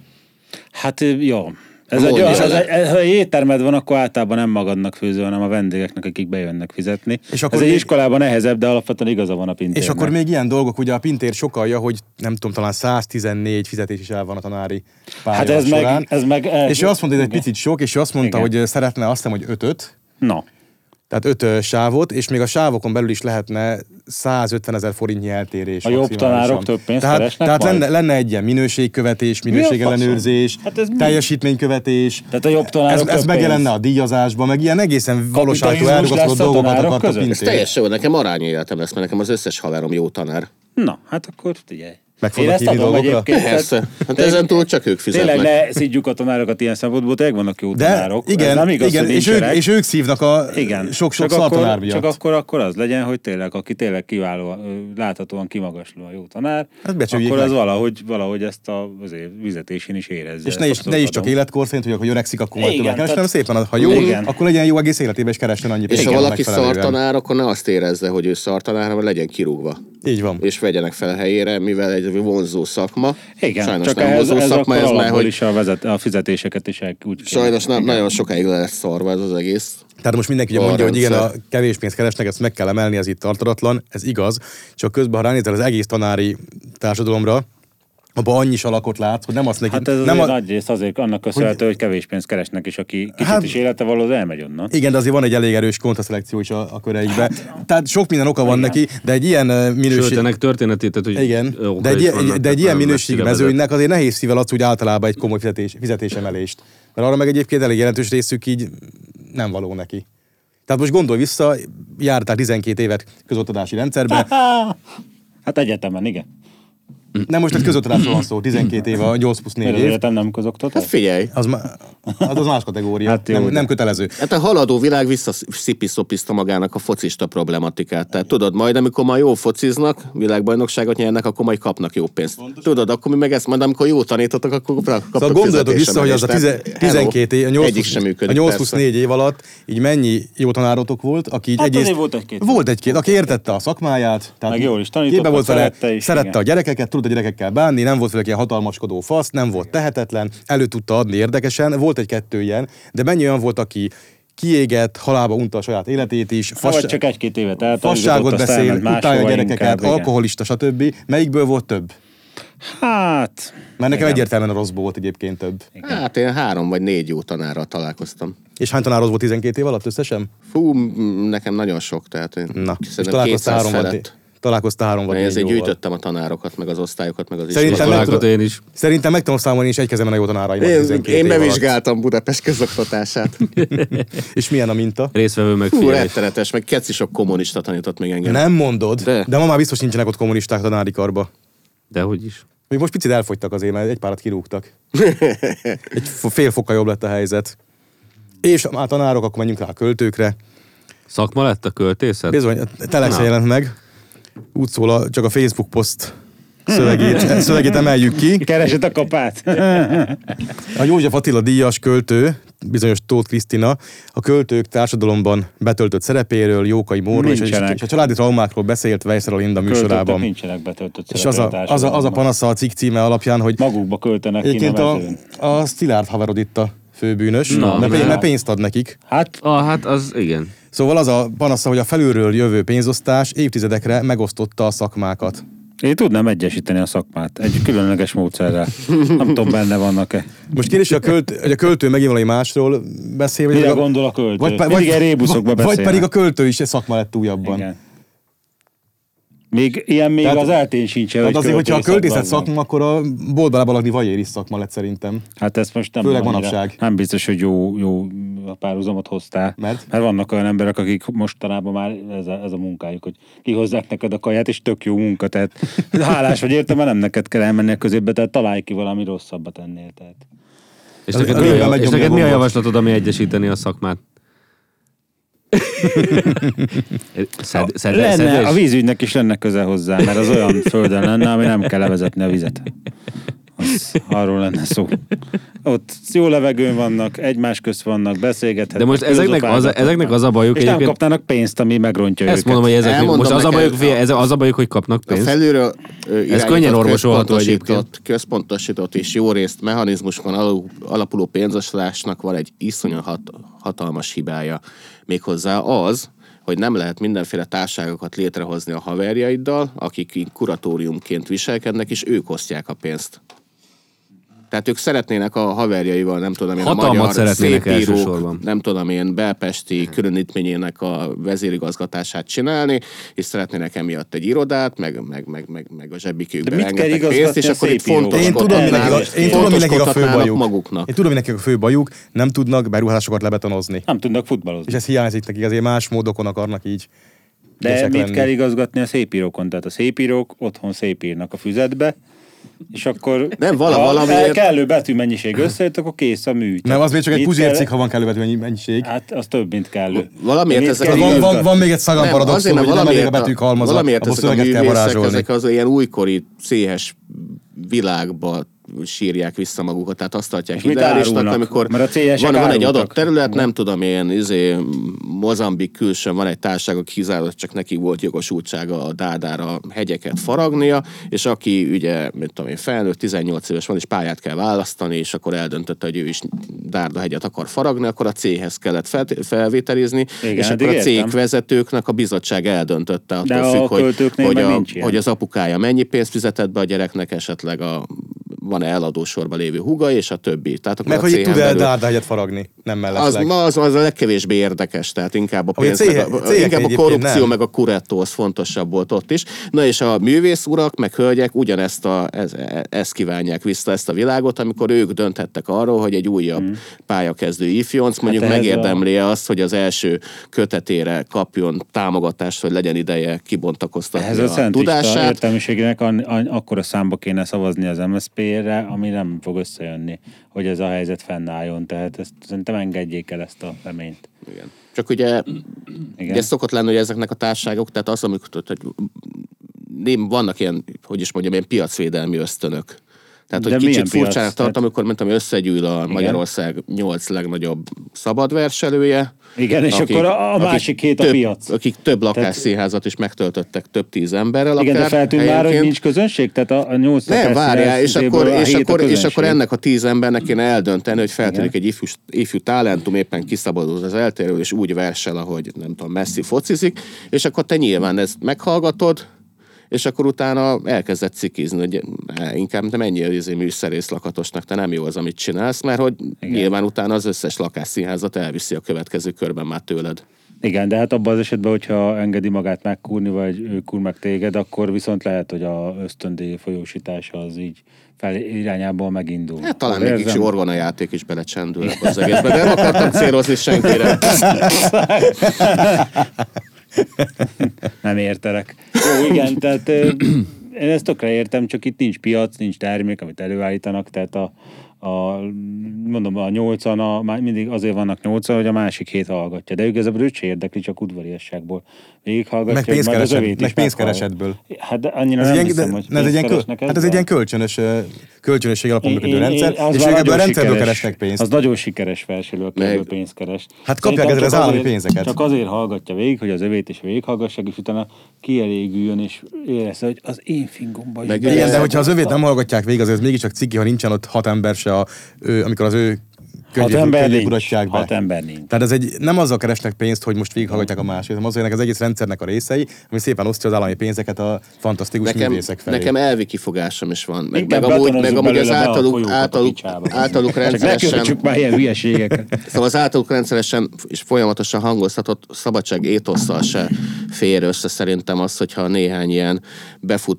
Hát jó. Ez egy, Mondja az, az, le. ez, ha egy éttermed van, akkor általában nem magadnak főző, hanem a vendégeknek, akik bejönnek fizetni. És akkor ez egy még- iskolában nehezebb, de alapvetően igaza van a Pinternek. És akkor még ilyen dolgok, ugye a Pintér sokalja, hogy nem tudom, talán száztizennégy fizetés is el van a tanári pálya Hát ez során. meg, ez meg... El... És ő azt mondta, hogy ez egy picit sok, és ő azt mondta, Igen. hogy szeretne azt hiszem, hogy ötöt, Na, tehát öt ö, sávot, és még a sávokon belül is lehetne százötven ezer forintnyi eltérés. A jobb maximálisan. tanárok több pénzt tehát, keresnek Tehát majd? lenne, lenne egy ilyen minőségkövetés, Mi a minőségellenőrzés, faszom? Hát ez mi? teljesítménykövetés. tehát a jobb Ez, tanárok ez több megjelenne pénzt. a díjazásban, meg ilyen egészen valóságtól Kapitalizmus elrugaszkodott lesz a dolgokat tanárok akart a között? Ez Pintér. teljesen jó, nekem arányi életem lesz, mert nekem az összes haverom jó tanár. Na, hát akkor figyelj. Meg Én fognak ezt hívni adom dolgokra? egyébként. Persze. Hát Tényleg- ezen túl csak ők Tényleg fizetnek. ne szidjuk a tanárokat ilyen szempontból, tényleg vannak jó De tanárok. Ez igen, nem igaz, igen hogy és, ők, nincsenek. és ők szívnak a Igen. sok-sok Csak akkor- szartanár miatt. Csak akkor, akkor az legyen, hogy tényleg, aki tényleg kiváló, láthatóan kimagasló a jó tanár, Hát becsüljék akkor meg. az valahogy, valahogy ezt a azért fizetésén is érezze. És ne Ezt is, ne abszolút is csak adom. életkor szerint, hogy akkor öregszik, akkor majd Igen, többet keres, hanem tehát- szépen, ha jó, Igen. akkor legyen jó egész életében, és keressen annyi És pénzt. ha valaki megfelelően. szartanár, akkor ne azt érezze, hogy ő szartanár, hanem legyen kirúgva. Így van. És vegyenek fel helyére, mivel egy vonzó szakma. Igen, Sajnos csak nem ehhez, vonzó ez szakma, akkor ez már, alapból hogy is a, vezet, a fizetéseket is el, úgy kéne. sajnos nem, nagyon sokáig le lesz szarva ez az egész. Tehát most mindenki ugye Van mondja, hogy igen, a rendszer. kevés pénzt keresnek, ezt meg kell emelni, ez itt tartalatlan, ez igaz, csak közben, ha ránézel az egész tanári társadalomra, abban annyi salakot látsz, hogy nem azt neki... Hát ez nem azért a... nagy rész azért annak köszönhető, hogy kevés pénzt keresnek, és aki kicsit Hát- is élete való, az elmegy onnan. Igen, de azért van egy elég erős kontraszelekció is a, a köreikbe. Tehát sok minden oka van Igen. neki, de egy ilyen ö, minőség... Sőt, ennek történetét, tehát, hogy Igen, oka de egy, is ilyen- vannak, de egy tehát ilyen nem minőségi messzire vezet. mezőnynek azért nehéz szível adsz úgy általában egy komoly fizetés, fizetésemelést. Mert arra meg egyébként elég jelentős részük így nem való neki. Tehát most gondolj vissza, jártál tizenkét évet közoktatási rendszerbe, Hát egyetemen, igen. nem most egy közoktatásról van szó, tizenkét év, a nyolc plusz négy Miért az év, egyetem nem közoktatás? Hát figyelj, az, ma- az, az más kategória, Hát jó, nem, de- nem kötelező. hát a haladó világ visszaszipiszopizta magának a focista problematikát. Tehát tudod, majd amikor már jó fociznak, világbajnokságot nyernek, akkor majd kapnak jó pénzt. Tudod, akkor mi meg ezt majd, amikor jó tanítotok, akkor kapnak Szóval gondoljatok vissza, hogy az a fizetésemelést. tize- Tehát, tizenkét év, a nyolc egyik sem plusz- működik, a nyolc persze. plusz négy év alatt így mennyi jó tanárotok volt, aki így Hát egész... azért volt egy-két. Volt egy-két, aki értette a szakmáját, tehát Meg jól is tanította, képbe volt vele, szerette is, szerette igen. a gyerekeket, tudott a gyerekekkel bánni, nem volt vele ilyen hatalmaskodó fasz, nem volt tehetetlen, elő tudta adni érdekesen, volt egy-kettő ilyen, de mennyi olyan volt, aki kiégett, halálba unta a saját életét is, Fas... Vagy csak egy-két évet eltanított, fasságot aztán beszél, elment máshova utálja a gyerekeket, inkább, igen. alkoholista, stb. Melyikből volt több? Hát... Mert nekem igen. egyértelműen a rosszból volt egyébként több. Hát én három vagy négy jó tanárral találkoztam. És hány tanárhoz volt tizenkét év alatt összesen? Fú, m- nekem nagyon sok, tehát én Na, és szerintem találkoztál kétszáz három vagy, felett. találkoztál három vagy Én négy ezért jóval. gyűjtöttem a tanárokat, meg az osztályokat, meg az Szerintem iskolát. meg Találkozat én is. Szerintem meg tudom számolni is egy kezemen a jó tanáraimat Én, tizenkét én év alatt. bevizsgáltam Budapest közoktatását. És milyen a minta? Részvevő Fú, megfigyelés. rettenetes, meg keci sok kommunista tanított még engem. Nem mondod, de, De. de ma már biztos nincsenek ott kommunisták tanári karba. Dehogy is. Még most picit elfogytak azért, mert egy párat kirúgtak. Egy f- fél fokkal jobb lett a helyzet. És már tanárok, akkor menjünk rá a költőkre. Szakma lett a költészet? Bizony, a Telexen Na. jelent meg. Úgy szól, a, csak a Facebook poszt szövegét, szövegét emeljük ki. Keresed a kapát. A József Attila díjas költő, bizonyos Tóth Krisztina, a költők társadalomban betöltött szerepéről, Jókai Móról és, Nincsenek. és a családi traumákról beszélt Vejszer Linda Költöttek, műsorában. nincsenek betöltött És az a, szerepet az, a, az a társadalomban. panasza a cikk címe alapján, hogy Magukba költenek ki egyébként a a, mezőn. a Szilárd haverod itt a főbűnös, Na, mert, pénz, na. mert pénzt ad nekik. Hát, Ah, hát az igen. Szóval az a panasza, hogy a felülről jövő pénzosztás évtizedekre megosztotta a szakmákat. én tudnám egyesíteni a szakmát egy különleges módszerrel. Nem tudom, benne vannak-e. Most kérdés, hogy a, költ, hogy a költő megint valami másról beszél, vagy, Mire a- gondol a költő? vagy, pe- Mindig vagy, egy rébuszokba vagy beszélnek. pedig a költő is egy szakma lett újabban. Igen. Még ilyen még Tehát- az eltén sincs, hogy Tehát azért, hogyha a költészet költészet van. szakma, akkor a boltba lebalagni vajér is szakma lett szerintem. Hát ez most nem Főleg annyira- manapság. Nem biztos, hogy jó, jó párhuzamot hoztál. Mert? Mert vannak olyan emberek, akik mostanában már ez a, ez a munkájuk, hogy kihozzák neked a kaját, és tök jó munka, tehát hálás vagy érte, mert nem neked kell elmenni a középbe, tehát találj ki valami rosszabbat ennél. Tehát. És neked, mi, a, és neked mi a javaslatod, ami egyesíteni a szakmát? Szed, szed, lenne, szedés? a vízügynek is lenne köze hozzá, mert az olyan földön lenne, ami nem kell levezetni a vizet. Az, arról lenne szó. Ott jó levegőn vannak, egymás közt vannak, beszélgethetnek. De most ezeknek az, ezeknek az a bajuk. És nem kapnának pénzt, ami megrontja ezt őket. mondom, hogy ezek, most az a, bajuk, a, ez az a bajuk, hogy kapnak pénzt. A felülről ez könnyen orvosolható egyébként. Központosított és jó részt mechanizmuskon alapuló pénzoslásnak van egy iszonyat hat, hatalmas hibája. Méghozzá az, hogy nem lehet mindenféle társaságokat létrehozni a haverjaiddal, akik kuratóriumként viselkednek, és ők osztják a pénzt. Tehát ők szeretnének a haverjaival, nem tudom én, hatalmat a magyar szeretnének szépírók, elsősorban. nem tudom én, belpesti különítményének a vezérigazgatását csinálni, és szeretnének emiatt egy irodát, meg, meg, meg, meg, meg a zsebikükbe rengeteg pénzt, és akkor itt fontoskodhatnának a fő bajuk. maguknak. Én tudom, hogy nekik a fő bajuk, nem tudnak beruházásokat lebetonozni. Nem tudnak futballozni. És ez hiányzik nekik, azért más módokon akarnak így. De mit lenni. Kell igazgatni a szépírókon? Tehát a szépírók otthon szépírnak a füzetbe, és akkor nem, vala, ha valamiért... kellő betűmennyiség összejött, akkor kész a mű. Nem, az még csak egy puzsércikk, ha van kellő betűmennyiség. Hát az több, mint kellő. Valamiért ezek a van, van, van még egy szagan paradoxon, hogy nem elég a betűk halmaza, valamiért abból ezek a szöveget kell varázsolni. Ezek az ilyen újkori céhes világba sírják vissza magukat, tehát azt tartják ideálisnak, amikor van, van egy adott terület, nem tudom én, izé, Mozambik külsőn van egy társaság, aki kizárólag csak neki volt jogosultsága a Dárdára hegyeket faragnia, és aki ugye, mint tudom én, felnőtt, tizennyolc éves van, és pályát kell választani, és akkor eldöntötte, hogy ő is Dárda hegyet akar faragni, akkor a céghez kellett fel, felvételizni, igen, és akkor a cégvezetőknek a bizottság eldöntötte attól függ, hogy, hogy, a, hogy az apukája mennyi pénzt fizetett be a gyereknek, esetleg a van eladósorban lévő húga, és a többi. Tehát akkor meg a hogy itt tud el belül... Dárdáhegyet faragni, nem mellesleg. Az, az, az a legkevésbé érdekes, tehát inkább a pénz, céhe, meg a, inkább a korrupció, nem. Meg a kuretto, az fontosabb volt ott is. Na és a művész urak, meg hölgyek ugyanezt a, ez, ezt kívánják vissza, ezt a világot, amikor ők dönthettek arról, hogy egy újabb hmm. pályakezdő ifjonc mondjuk hát megérdemli a... azt, hogy az első kötetére kapjon támogatást, hogy legyen ideje kibontakoztatni ehhez a, a tudását. Ez értelmiségének akkora számba kéne szavazni az em es zé pé-re, ami nem fog összejönni, hogy ez a helyzet fennálljon. Tehát ezt szerintem engedjék el ezt a reményt. Igen. Csak ugye, ugye ez szokott lenni, hogy ezeknek a társaságok, tehát az, amikor hogy vannak ilyen, hogy is mondjam, ilyen piacvédelmi ösztönök. Tehát, hogy de kicsit furcsának tart, amikor mondtam, összegyűl a igen. Magyarország nyolc legnagyobb szabadverselője. Igen, és akik, akkor a, a másik két a több, piac. Akik több lakásszínházat is megtöltöttek több tíz emberrel akár. Igen, de feltűnt már, hogy nincs közönség? Tehát a, a nyolc nem, várjál, és akkor, és, akkor, és akkor ennek a tíz embernek kéne eldönteni, hogy feltűnik egy ifjú, ifjú talentum, éppen kiszabadult az eltérről, és úgy versel, ahogy nem tudom, Messi focizik, és akkor te nyilván ezt meghallgatod, és akkor utána elkezdett cikizni, hogy inkább te menjél izé műszerész lakatosnak, te nem jó az, amit csinálsz, mert hogy igen. Nyilván utána az összes lakásszínházat elviszi a következő körben már tőled. Igen, de hát abban az esetben, hogyha engedi magát megkúrni, vagy ő kúr meg téged, akkor viszont lehet, hogy a ösztöndíj folyósítása az így fel irányából megindul. Hát talán még kicsi orgonajáték is belecsendül az egészbe, de nem akartam célozni senkire. Nem értelek. Jó, igen, tehát én ezt tökre értem, csak itt nincs piac, nincs termék, amit előállítanak, tehát a, a mondom, a nyolcan, a, mindig azért vannak nyolcan, hogy a másik hét hallgatja, de igazából őt se érdekli, csak udvariasságból végighallgatja, meg pénzkereset, meg pénzkeresetből. Hát de annyira ez nem hiszem, de, hogy ez egy ilyen, hát ez egy ilyen kölcsönös, kölcsönösség alapon működő rendszer, és ők ebből a rendszerből keresnek pénzt. Az nagyon sikeres verselő, aki ebből pénzt keres. Hát kapják ezzel az állami pénzeket. Csak azért hallgatja végig, hogy az övét is végighallgassák, és utána kielégüljön, és érezze, hogy az én fingomba is. Igen, de hogyha az övét nem hallgatják végig, azért mégiscsak ciki, ha nincsen ott hat ember se, a, ő, amikor az ő Hat ember, nincs, be. hat ember nincs. Tehát ez egy, nem azzal keresnek pénzt, hogy most végighallgatják a másik, hanem azzal, hogy az egész rendszernek a részei, ami szépen osztja az állami pénzeket a fantasztikus nekem, művészek felé. Nekem elvi kifogásom is van. Meg, meg amúgy, meg amúgy az általuk, általuk, általuk rendszeresen... Csak már ilyen hülyeségeket. Szóval az általuk rendszeresen és folyamatosan hangoztatott szabadság étosszal se fér össze szerintem az, hogyha néhány ilyen befutott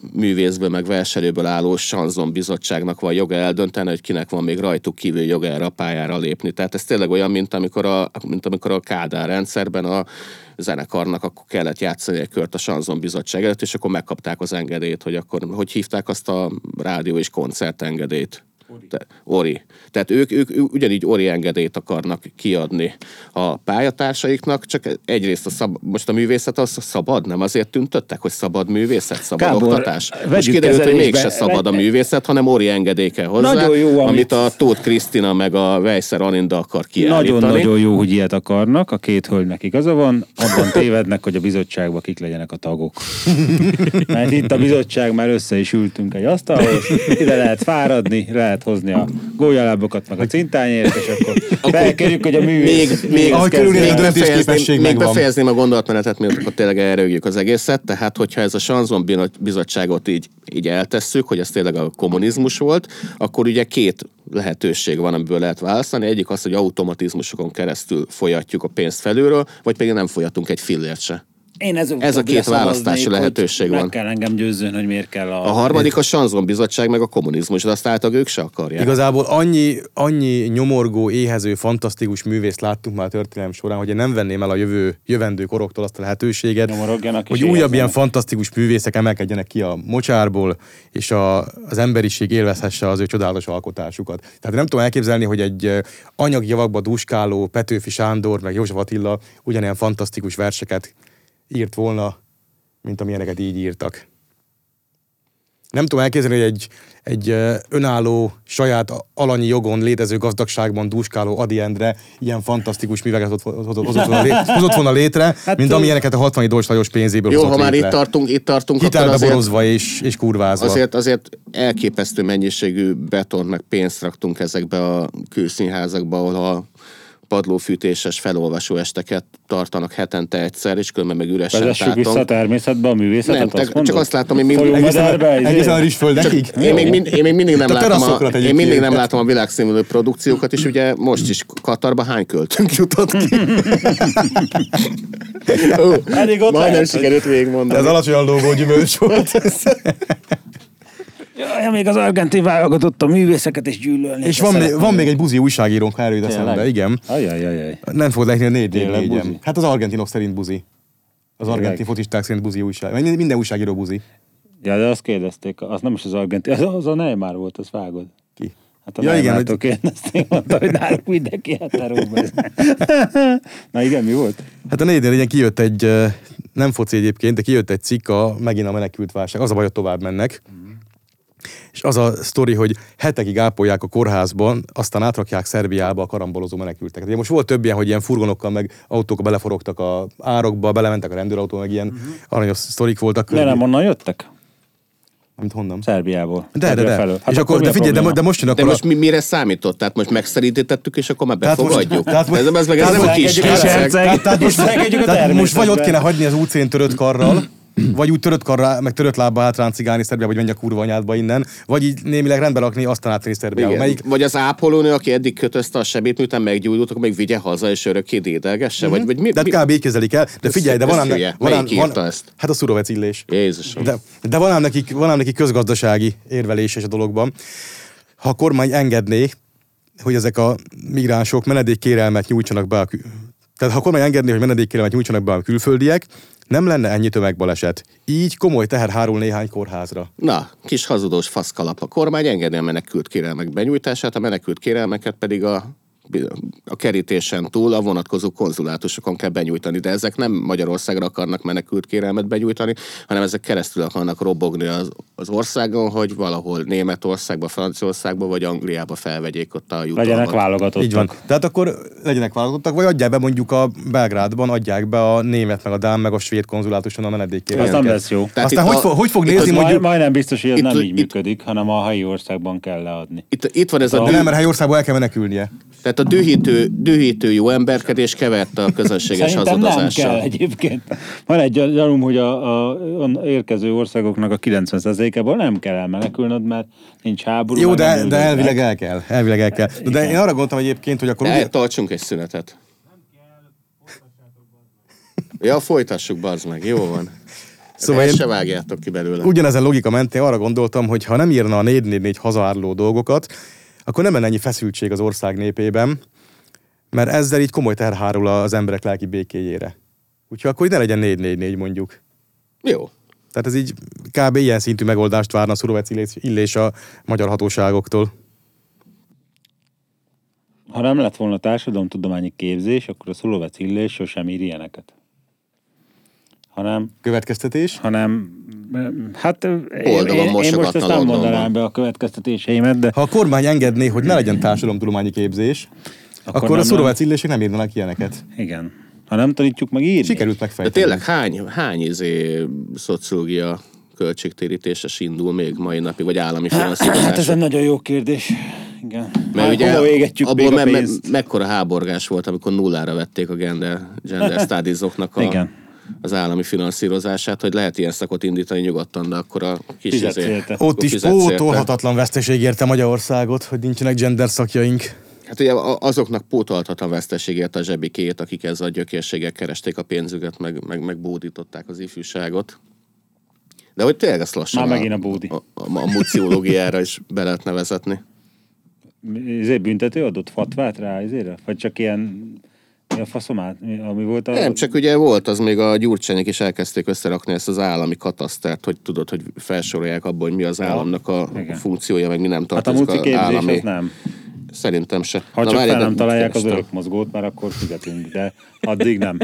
művészből, meg verselőből álló Sanzon bizottságnak van joga eldönteni, hogy kinek van még rajtuk kívül joga erre a pályára lépni. Tehát ez tényleg olyan, mint amikor a, mint amikor a Kádár rendszerben a zenekarnak akkor kellett játszani egy kört a Sanzon bizottság előtt, és akkor megkapták az engedélyt, hogy akkor, hogy hívták azt a rádió és koncertengedélyt. Ori. Te, Ori. Tehát ők, ők, ők ugyanígy Ori engedélyt akarnak kiadni a pályatársaiknak, csak egyrészt a szab, most a művészet az szabad, nem azért tüntöttek, hogy szabad művészet, szabad Kábor, oktatás. Most kiderült, hogy mégse szabad a művészet, hanem Ori engedély kell hozzá, jó, amit... amit a Tóth Krisztina meg a Weisser Aninda akar kiállítani. Nagyon-nagyon jó, hogy ilyet akarnak, a két hölgynek igaza van, abban tévednek, hogy a bizottságban kik legyenek a tagok. Mert itt a bizottság már össze is ültünk egy asztalhoz, ide lehet fáradni, lehet hozni a gólyalábokat, meg a cintányért, és akkor felkérjük, hogy a művész... Még, még, még, befejezném, még befejezném a gondolatmenetet, miért akkor tényleg elrögjük az egészet, tehát hogyha ez a Sanzon bizottságot így, így eltesszük, hogy ez tényleg a kommunizmus volt, akkor ugye két lehetőség van, amiből lehet választani. Egyik az, hogy automatizmusokon keresztül folyatjuk a pénzt felülről, vagy pedig nem folyatunk egy fillért se. Én ez, ez a két választási lehetőség van. Meg kell engem győzzön, hogy miért kell a... A harmadik a Sanzon bizottság, meg a kommunizmus, de azt általában ők se akarják. Igazából annyi, annyi nyomorgó, éhező, fantasztikus művészt láttunk már a történelem során, hogy én nem venném el a jövő, jövendő koroktól azt a lehetőséget, hogy újabb ilyen fantasztikus művészek emelkedjenek ki a mocsárból, és a, az emberiség élvezhesse az ő csodálatos alkotásukat. Tehát nem tudom elképzelni, hogy egy anyagjavakba duskáló Petőfi Sándor, meg József Attila ugyanilyen fantasztikus verseket írt volna, mint amilyeneket így írtak. Nem tudom elképzelni, hogy egy, egy önálló, saját alanyi jogon létező gazdagságban dúskáló Ady Endre ilyen fantasztikus műveket hozott volna, lé, hozott volna létre, hát, mint amilyeneket a hatvani Dolcs Lajos pénzéből jó, hozott létre. Jó, ha már itt tartunk, itt tartunk, hitelbe borozva és, és kurvázva. Azért, azért elképesztő mennyiségű betont meg pénzt raktunk ezekbe a külszínházakba, ahol a padlófűtéses felolvasó esteket tartanak hetente egyszer, és különben meg üresen tátom. Vezessük vissza a természetbe a művészetet, nem, azt te, csak azt látom, hogy mindig... Egészen a rizsföldekig? Én még, mind, én még mindig nem látom a, én mindig nem látom a világszínvonalú produkciókat, és ugye most is Katarba hány költünk jutott ki? Elég ott majdnem sikerült végigmondani. Ez alacsonyan lógó gyümölcs volt. Ja, még az argentin válogatott a művészeket és gyűlölni. És van még, van még egy buzi újságírónk, ha erőd eszembe, igen. Ajajajaj. Nem fogod lehetni a négy négy. Hát az argentinok szerint buzi. Az argentin focisták szerint buzi újság. Minden újságíró buzi. Ja, de azt kérdezték, az nem is az argentin, az, az a Neymar volt, az vágod. Ki? Hát a ja, Neymártól hogy... kérdezték, mondta, hogy náluk mindenki heteróba. Na igen, mi volt? Hát a négy négy kijött egy, nem foci egyébként, de kijött egy cikk a megint a menekült válság. Az a baj, hogy tovább mennek. Mm. És az a sztori, hogy hetekig ápolják a kórházban, aztán átrakják Szerbiába a karambolozó menekülteket. Ugye most volt több ilyen, hogy ilyen furgonokkal meg autókkal beleforogtak a árokba, belementek a rendőrautó, meg ilyen uh-huh. aranyos sztorik voltak. De nem onnan jöttek? Mint honnan? Szerbiából. De, de, de. Hát és akkor, de figyelj, de, de most jön akkor... De most mi, mire számított? Tehát most megszerítettük, és akkor már befogadjuk. Tehát most, ez, ez meg ez nem a kis herceg. Tehát most vagy ott kéne hagyni az útszén törött karral, vagy úgy törött karra, meg törött lábba átráncigálni Szerbiába, vagy menj a kurva anyádba innen, vagy így némileg rendbe rakni, aztán átvenni Szerbiába. Melyik... Vagy az ápolónő, aki eddig kötözte a sebét, miután meggyógyult, akkor még vigye haza, és örökké dédelgesse? Mm-hmm. Vagy, vagy mi, de kb. Így kezelik el. De figyelj, de van ám... Van, ám, van ezt? Hát a Szurovec Illés. Jézusom. De, de van ám nekik, van ám nekik közgazdasági érveléses a dologban. Ha a kormány engedné, hogy ezek a migránsok menedékkérelmet nyújtsanak be a kül... Tehát ha a kormány engedné, hogy menedékkérelmet nyújtsanak be a külföldiek, nem lenne ennyi tömegbaleset. Így komoly teher hárul néhány kórházra. Na, kis hazudós faszkalap. A kormány engedni a menekült kérelmek benyújtását, a menekült kérelmeket pedig a, a kerítésen túl a vonatkozó konzulátusokon kell benyújtani. De ezek nem Magyarországra akarnak menekült kérelmet benyújtani, hanem ezek keresztül akarnak robogni az, az országon, hogy valahol Németországba, Franciaországba vagy Angliába felvegyék ott a jutalmat. Legyenek válogatottak. Így van. Tehát akkor legyenek válogatottak, vagy adják be mondjuk a Belgrádban, adják be a német, meg a dán, meg a svéd konzulátuson a menedékkérelmet. Ez nem lesz jó. Tehát aztán hogy, a, fog, hogy fog nézni mondjuk... Majdnem biztos, hogy ez itt, nem így itt, működik, hanem a helyi országban kell leadni. Itt, itt van ez a... De nem, mert helyi országban el kell menekülnie. Tehát a dühítő, dühítő jó emberkedés keverte a közönséges hazadozással. Szerintem nem kell egyébként. Van egy gyanúm, hogy a, a, a érkező országoknak a kilencven százalékából nem kell elmenekülnöd, mert nincs háború. Jó, de, de elvileg el kell. Elvileg el kell. De, de én arra gondoltam egyébként, hogy akkor... Ugye... Tartsunk egy szünetet. Ja, folytassuk, bazd meg. Jó van. Szóval Ezt én se vágjátok ki belőle. ugyanezen logika mentén arra gondoltam, hogy ha nem írna a négy négy négy hazaáruló dolgokat, akkor nem lenne ennyi feszültség az ország népében, mert ezzel így komoly teher hárul az emberek lelki békéjére. Úgyhogy akkor így ne legyen négy négy négy mondjuk. Jó. Tehát ez így kb. Ilyen szintű megoldást várna Szurovec Illés a magyar hatóságoktól. Ha nem lett volna társadalomtudományi képzés, akkor a Szulovec Illés sosem ír ilyeneket. Hanem, Következtetés? hanem hát én, Boldogan én, én most mosogatna ezt nem Londonban. mondanám be a következtetéseimet, de Ha a kormány engedné, hogy ne legyen társadalomtudományi képzés, akkor, akkor nem a Szurovec Illések nem írnának ilyeneket. igen. Ha nem tanítjuk meg írni. Sikerült De megfejteni. tényleg hány, hány izé szociológia költségtérítéses indul még mai napig, vagy állami finanszírozás? Hát ez egy nagyon jó kérdés. Igen. Mert Hát ugye hova égetjük abból még a me- me- pénzt? mekkora háborgás volt, amikor nullára vették a gender, gender studiesoknak a, Igen. az állami finanszírozását, hogy lehet ilyen szakot indítani nyugodtan, de akkor a kis Fizetsz izé- érte. Ott is fizetsz érte. pótolhatatlan veszteség érte Magyarországot, hogy nincsenek gender szakjaink. Hát ugye azoknak pótolhatatlan veszteségért a zsebikét, akik ezzel a gyökérséggel keresték a pénzüket, meg, meg, meg bódították az ifjúságot. De hogy tényleg ezt lassan Már megint a bódi. a, a, a muciológiára is be lehetne vezetni. Ezért büntető adott fatvát rá ezért? Vagy csak ilyen mi a faszomát, mi- ami volt a... Nem, csak ugye volt az még a Gyurcsányék is elkezdték összerakni ezt az állami katasztert, hogy tudod, hogy felsorolják abból, hogy mi az államnak a igen. funkciója, meg mi nem Hát a tartozik muci az képzés állami. az nem. Szerintem se. Ha Na, csak várjál, fel nem de találják az kerestem. örökmozgót, már akkor fizetünk, de addig nem.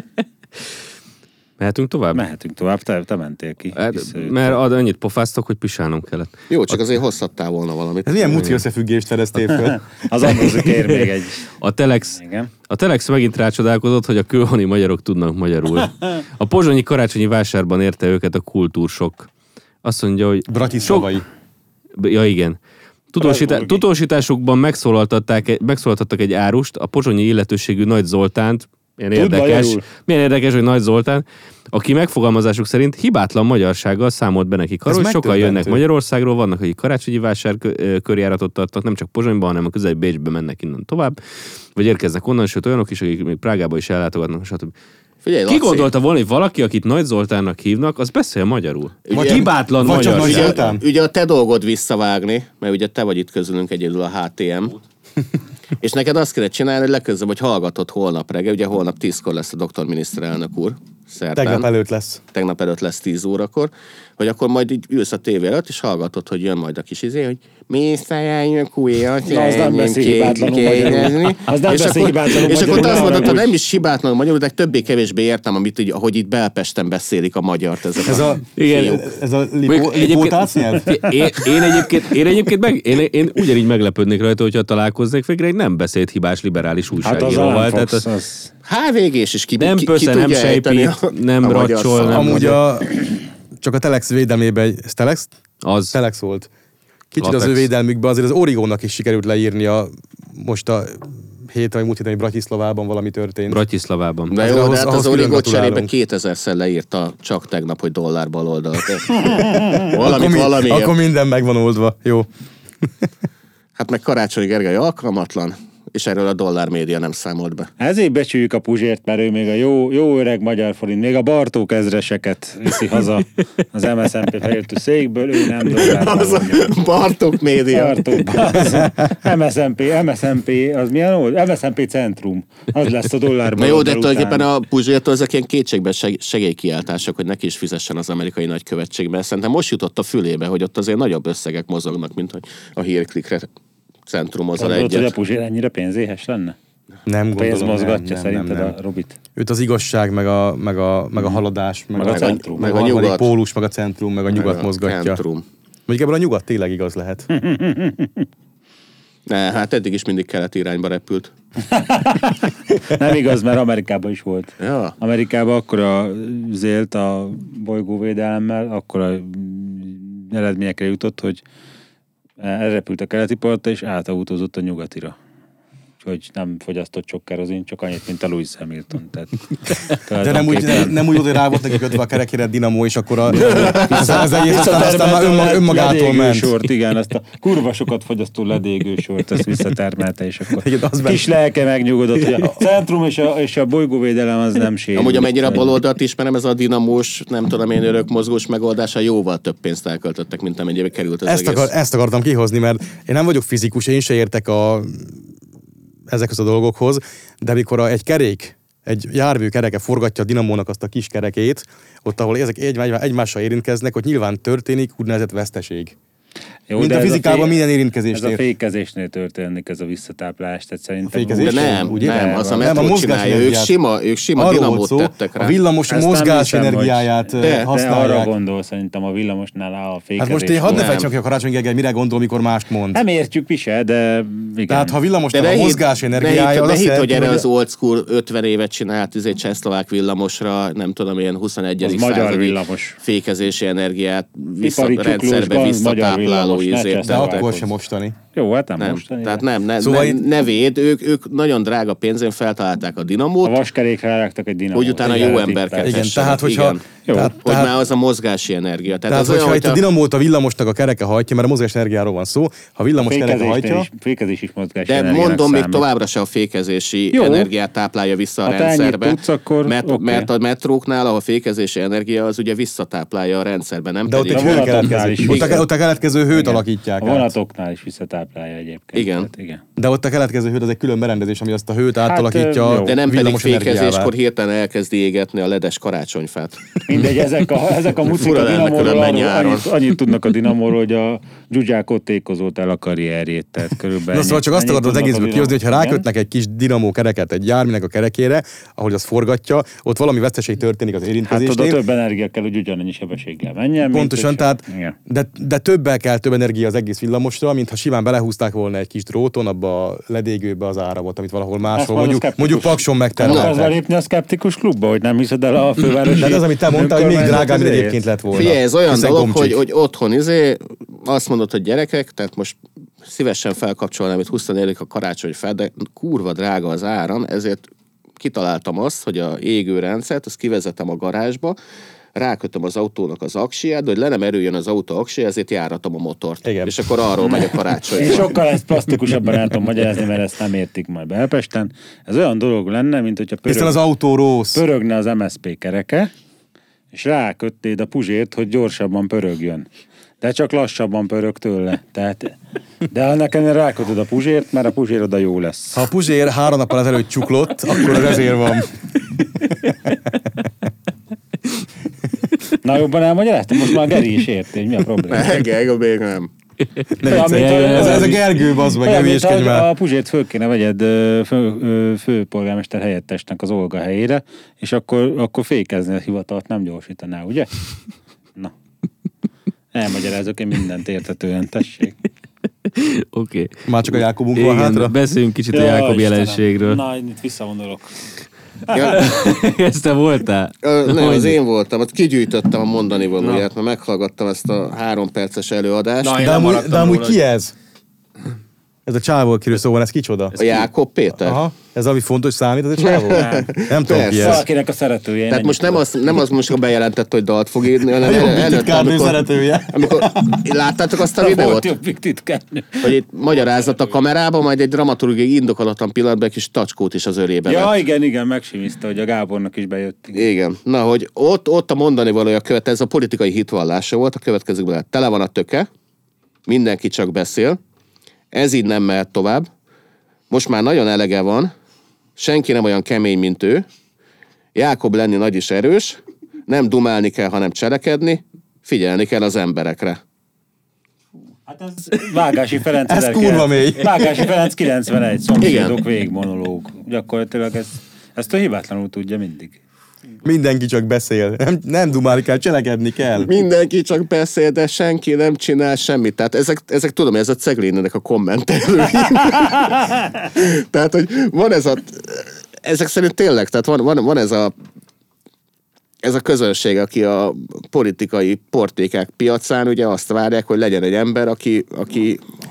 Mehetünk tovább? Mehetünk tovább, te, te mentél ki. Hát, Visszajött. mert ad annyit pofáztok, hogy pisálnom kellett. Jó, csak azért hozhattál volna valamit. Ez milyen muci összefüggést fedeztél föl? Az Ambrózi kér még egy... A Telex, Igen. a Telex megint rácsodálkozott, hogy a kőhoni magyarok tudnak magyarul. A pozsonyi karácsonyi vásárban érte őket a kultúrsok. Azt mondja, hogy... Bratislavai. Ja, igen. Tudósítá- Strasbourgi. tudósításukban megszólaltatták, megszólaltattak egy árust, a pozsonyi illetőségű Nagy Zoltánt, milyen Tud érdekes, magyarul. milyen érdekes, hogy Nagy Zoltán, aki megfogalmazásuk szerint hibátlan magyarsággal számolt be nekik arról, Ez hogy sokan megdöbbentő. jönnek Magyarországról, vannak, akik karácsonyi vásár kö- ö, körjáratot tartnak, nem csak Pozsonyban, hanem a közeli Bécsbe mennek innen tovább, vagy érkeznek onnan, sőt olyanok is, akik még Prágába is ellátogatnak, stb. Figyelj, Ki Laci, gondolta volna, hogy valaki, akit Nagy Zoltánnak hívnak, az beszél magyarul? Ugye- Hibátlan vagy csak magyar. Nagy ugye, Zoltán? ugye a te dolgod visszavágni, mert ugye te vagy itt közülünk egyedül a há té em. És neked azt kellett csinálni, hogy legközelebb, hogy hallgatod holnap reggel, ugye holnap tízkor lesz a doktor miniszterelnök úr, szerdán. Tegnap előtt lesz. tegnap előtt lesz tíz órakor, hogy akkor majd így ülsz a tévé előtt, és hallgatod, hogy jön majd a kis izé, hogy miniszterelnök úr, Na, az nem beszél hibátlanul magyarul. Az nem és beszél akkor, hibátlanul és akkor magyarul, te azt ne mondod, hogy haragudj. nem is hibátlanul magyarul, de többé-kevésbé értem, amit így, ahogy itt Belpesten beszélik a magyart ezek Ez a, Igen. ez a lipó, Mondjuk egyébként- lipótác nyelv? Én, én, egyébként, én egyébként meg, én, én ugyanígy meglepődnék rajta, hogyha találkoznék végre egy nem beszélt hibás liberális Hát az újságíróval. Alan Tehát Fox, az az... há vé gés is ki, Nem ki, ki pösze, nem tudja ejteni sejpi, a- nem a magyar racsol, szavát. nem- Amúgy a, csak a Telex védelmében, egy- ez Telex? az Telex volt. Kicsit az Apex. ő védelmükben azért az Origónak is sikerült leírnia most a hét vagy múlt héten, hogy Bratislavában valami történt. Bratislavában. De Azért jó, ahhoz- de hát ahhoz az külön Origót cserébe gratulálunk. kétezerszer leírta csak tegnap, hogy dollár baloldal. Valamit akkor, mi, valamiért. akkor minden megvan oldva. Jó. Hát meg Karácsony Gergely alkalmatlan, és erről a dollár média nem számolt be. Ezért becsüljük a Puzsért, mert ő még a jó, jó öreg magyar forint, még a Bartók ezreseket viszi haza az em es zé en pé felültű székből, ő nem dollárban Az a mondja. Bartók média. Bartók, az em es zé en pé, em es zé en pé, az milyen volt? em es zé en pé Centrum, az lesz a dollárban. Na jó, de tulajdonképpen a Puzsértól ezek ilyen kétségbe seg- segélykiáltások, hogy neki is fizessen az amerikai nagykövetségbe. Szerintem most jutott a fülébe, hogy ott azért nagyobb összegek mozognak, mint hogy a hírklikre centrumozol Tudod, hogy a egyet. Puzsér ennyire pénzéhes lenne? Nem Pénz gondolom. mozgatja nem, nem, szerinted nem, nem. a Robit? Őt az igazság, meg a, meg a, meg a haladás, meg, Meg a a, centrum. meg a, Meg a harmadik nyugat. pólus, meg a centrum, meg a nyugat mozgatja. Centrum. Mondjuk ebből a nyugat tényleg igaz lehet. Ne, hát eddig is mindig keleti irányba repült. Nem igaz, mert Amerikában is volt. Ja. Amerikában akkora zélt a bolygóvédelemmel, akkora eredményekre jutott, hogy elrepült a keleti partra, és átautózott a nyugatira. hogy nem fogyasztott sok kerozin, csak annyit, mint a Lewis Hamilton. Tehát, de nem úgy, nem, nem úgy, hogy rá volt neki kötve a kerekére Dinamo, és akkor a, az, az egész aztán, aztán már önmag, önmagától ment. Sort, igen, azt a kurva sokat fogyasztó ledégő sort, azt visszatermelte, és akkor igen, az kis lelke megnyugodott, hogy a centrum és a, és a bolygóvédelem az nem sérül. Amúgy amennyire a baloldalt ismerem, ez a dinamós, nem tudom én, örök mozgós megoldása jóval több pénzt elköltöttek, mint amennyibe került az ezt egész. Akar, ezt akartam kihozni, mert én nem vagyok fizikus, én se értek a, ezekhez a dolgokhoz, de mikor a, egy kerék, egy jármű kereke forgatja a dinamónak azt a kis kerekét, ott, ahol ezek egymással érintkeznek, hogy nyilván történik úgynevezett veszteség. Jó, mint a fizikában fé... minden érintkezést Ez a fékezésnél történik ez a visszatáplás, tehát szerintem... De nem, ugye? nem, az a metró csinálja, ők sima, ők sima dinamót tettek rá. A villamos mozgás energiáját de, használják. De arra gondol szerintem a villamosnál a fékezés. Hát most én hadd ne fejtsem ki a Karácsony Gergely, mire gondol, mikor mást mond. Nem értjük mi se, de igen. Tehát ha villamosnak a mozgás energiája... Ne hitt, hogy erre az old school ötven évet csinált egy csehszlovák villamosra, nem tudom, ilyen huszonegyedik századi fékezési energiát rendszerbe visszatápláló ízét. De akkor sem mostani. Jó, hát nem, nem mostani. Tehát nem, ne, szóval ne, ne véd, ők, ők nagyon drága pénzén feltalálták a dinamót. A vaskerékre ráraktak egy dinamót. Hogy utána jó emberket igen, tehát hogyha... Igen. Jó. Tehát, hogy tehát, már az a mozgási energia. Tehát, tehát az hogyha olyan, itt a dinamót a villamosnak a kereke hajtja, mert a mozgás energiáról van szó, ha villamos kereke hajtja... Is, fékezés is mozgási de mondom, még továbbra se a fékezési jó. energiát táplálja vissza a, a rendszerbe. Tudsz, akkor mert, okay. mert a metróknál, ahol a fékezési energia az ugye visszatáplálja a rendszerbe, nem de pedig... ott, egy keletkező, ott, a, ott a keletkező hőt igen. alakítják. A vonatoknál is visszatáplálja egyébként. Igen. Tehát, igen. De ott a keletkező hőt az egy külön berendezés, ami azt a hőt átalakítja. Hát, de nem pedig fékezéskor hirtelen elkezdi égetni a ledes karácsonyfát. Mindegy, ezek a, ezek a mucik a dinamóról, annyit, annyit tudnak a dinamóról, hogy a Zsuzsák ott tékozott el a karrierjét, tehát körülbelül. Na szóval csak azt akartam az egészből kihozni, hogy ha rákötnek egy kis dinamó kereket egy járműnek a kerekére, ahogy az forgatja, ott valami veszteség történik az érintkezésnél. Hát oda több energia kell, hogy ugyanannyi sebességgel menjen. Pontosan, tehát, de, de többel kell több energia az egész villamosra, mint ha simán belehúzták volna egy kis dróton abba a ledégőbe az áramot, amit valahol máshol, mondjuk, mondjuk Pakson megtermeltek. Nem akarsz lépni a szkeptikus klubba, hogy nem hiszed el a fővárosi... De az, amit te mondtál, hogy még drágább, mint egyébként lett volna. Figyelj, ez olyan dolog, hogy, hogy otthon izé, azt mondod, hogy gyerekek, tehát most szívesen felkapcsolnám, itt huszonnégyediken a karácsony fel, de kurva drága az áram, ezért kitaláltam azt, hogy a égőrendszert, azt kivezetem a garázsba, rákötöm az autónak az aksiját, de hogy le nem erüljön az autó aksija, ezért járatom a motort. Igen. És akkor arról megy a karácsony. És sokkal ezt plastikusabban el tudom magyarázni, mert ezt nem értik majd Belpesten. Ez olyan dolog lenne, mint hogyha pörög... az autó rossz. pörögne az em es zé pé kereke, és ráköttéd a puzsért, hogy gyorsabban pörögjön. De csak lassabban pörög tőle. Tehát, de annak ennél rákötöd a puzsért, mert a puzsér oda jó lesz. Ha a puzsér három nappal ezelőtt csuklott, akkor az ezért van. Na jobban elmagyaráztam? Most már Geri is érti, hogy mi a probléma. Ne, Gergő, még nem. nem ja, ez, ez a Gergő, bazd meg, hülyéskedj már. A puzsért föl kéne vegyed fő, főpolgármester helyettesnek az Olga helyére, és akkor, akkor fékezni a hivatalt nem gyorsítaná, ugye? Na. Elmagyarázok én mindent értetően, tessék. Oké. Okay. Már csak a Jákobunk van hátra? Beszéljünk kicsit ja, a Jákob jelenségről. Na, itt visszavonulok. Ja. Ezt te voltál? Ö, nem, az én voltam. Ott kigyűjtöttem a mondani valóját, mert meghallgattam ezt a három perces előadást. Na, de amúgy, de amúgy ki ez? Ez a csávó, akiről szó van, ez kicsoda? A Jákob Péter? Aha. Ez ami fontos számít, ez a csávó? Nem, nem tudom ki ez. Valakinek a szeretője. Tehát most nem az, nem az most bejelentett, hogy dalt fog írni, hanem előtte, amikor, szeretője. amikor... Láttátok azt a videót? Jobbik titkárnő. Hogy itt magyarázat a kamerába, majd egy dramaturgiai indokolatlan pillanatban egy kis tacskót is az ölébe Ja, vett. igen, igen, megsimiszte, hogy a Gábornak is bejött. Igen. Na, hogy ott, ott a mondani valója követ, ez a politikai hitvallása volt, a következőkben lett. Tele van a töke, mindenki csak beszél, ez így nem mehet tovább, most már nagyon elege van, senki nem olyan kemény, mint ő, Jákob lenni nagy és erős, nem dumálni kell, hanem cselekedni, figyelni kell az emberekre. Hát ez Vágási Ferenc. Ez kurva mély. Vágási Ferenc kilencvenegy, szomszédok végmonológ. Gyakorlatilag ezt, ezt a hibátlanul tudja mindig. Mindenki csak beszél. Nem, nem dumálni kell, cselekedni kell. Mindenki csak beszél, de senki nem csinál semmit. Tehát ezek, ezek tudom, ez a Ceglénének a kommentelői. Tehát, hogy van ez a... Ezek szerint tényleg, tehát van, van, van ez a ez a közönség, aki a politikai portékák piacán ugye azt várják, hogy legyen egy ember, aki, aki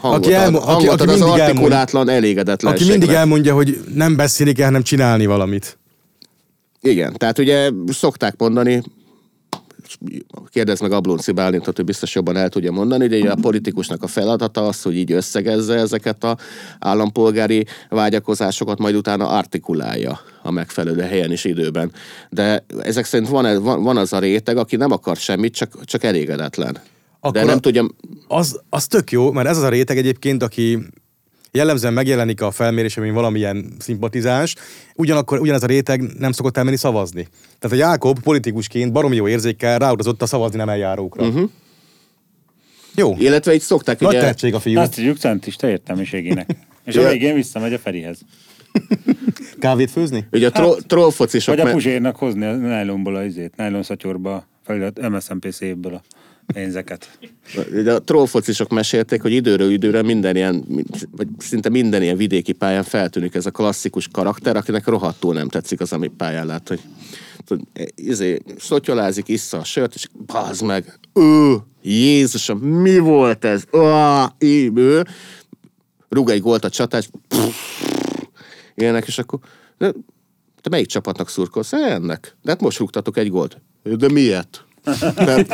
hangot Aki elmo- ad, hangot aki- aki ad az mindig artikulátlan elégedetlenségnek. Aki mindig elmondja, hogy nem beszélni kell, hanem csinálni valamit. Igen, tehát ugye szokták mondani, kérdezd meg Ablonci Bálintot, ő biztos jobban el tudja mondani, de ugye a politikusnak a feladata az, hogy így összegezze ezeket a állampolgári vágyakozásokat, majd utána artikulálja a megfelelő helyen és időben. De ezek szerint van, van, van az a réteg, aki nem akar semmit, csak, csak elégedetlen. Akkor de nem a, tudja... Az, az tök jó, mert ez az a réteg egyébként, aki jellemzően megjelenik a felmérésem, mint valamilyen szimpatizáns, ugyanakkor ugyanez a réteg nem szokott elmenni szavazni. Tehát a Jákob politikusként baromi jó érzékkel ráutazott a szavazni nem eljárókra. Uh-huh. Jó. Illetve így szokták Nagy ugye... tehetség a fiú. Azt tudjuk centista értelmiségének. És a végén visszamegy a Ferihez. Kávét főzni? Ugye a tro- trollfocisok... Vagy a me- Puzsérnak hozni a nájlonból a izét, nájlon szatyorba, felirat em es em pé szépből a pénzeket. De a trollfocisok mesélték, hogy időről időre minden ilyen, vagy szinte minden ilyen vidéki pályán feltűnik ez a klasszikus karakter, akinek rohadtul nem tetszik az, amit pályán lát, hogy tud, izé, szotyolázik, issza a sört, és bazd meg, ő, Jézusom, mi volt ez? Ah, ő, rúg egy gólt a csatás, ilyenek, és akkor de, te melyik csapatnak szurkolsz? Ennek. De hát most rúgtatok egy gólt. De miért? Tehát,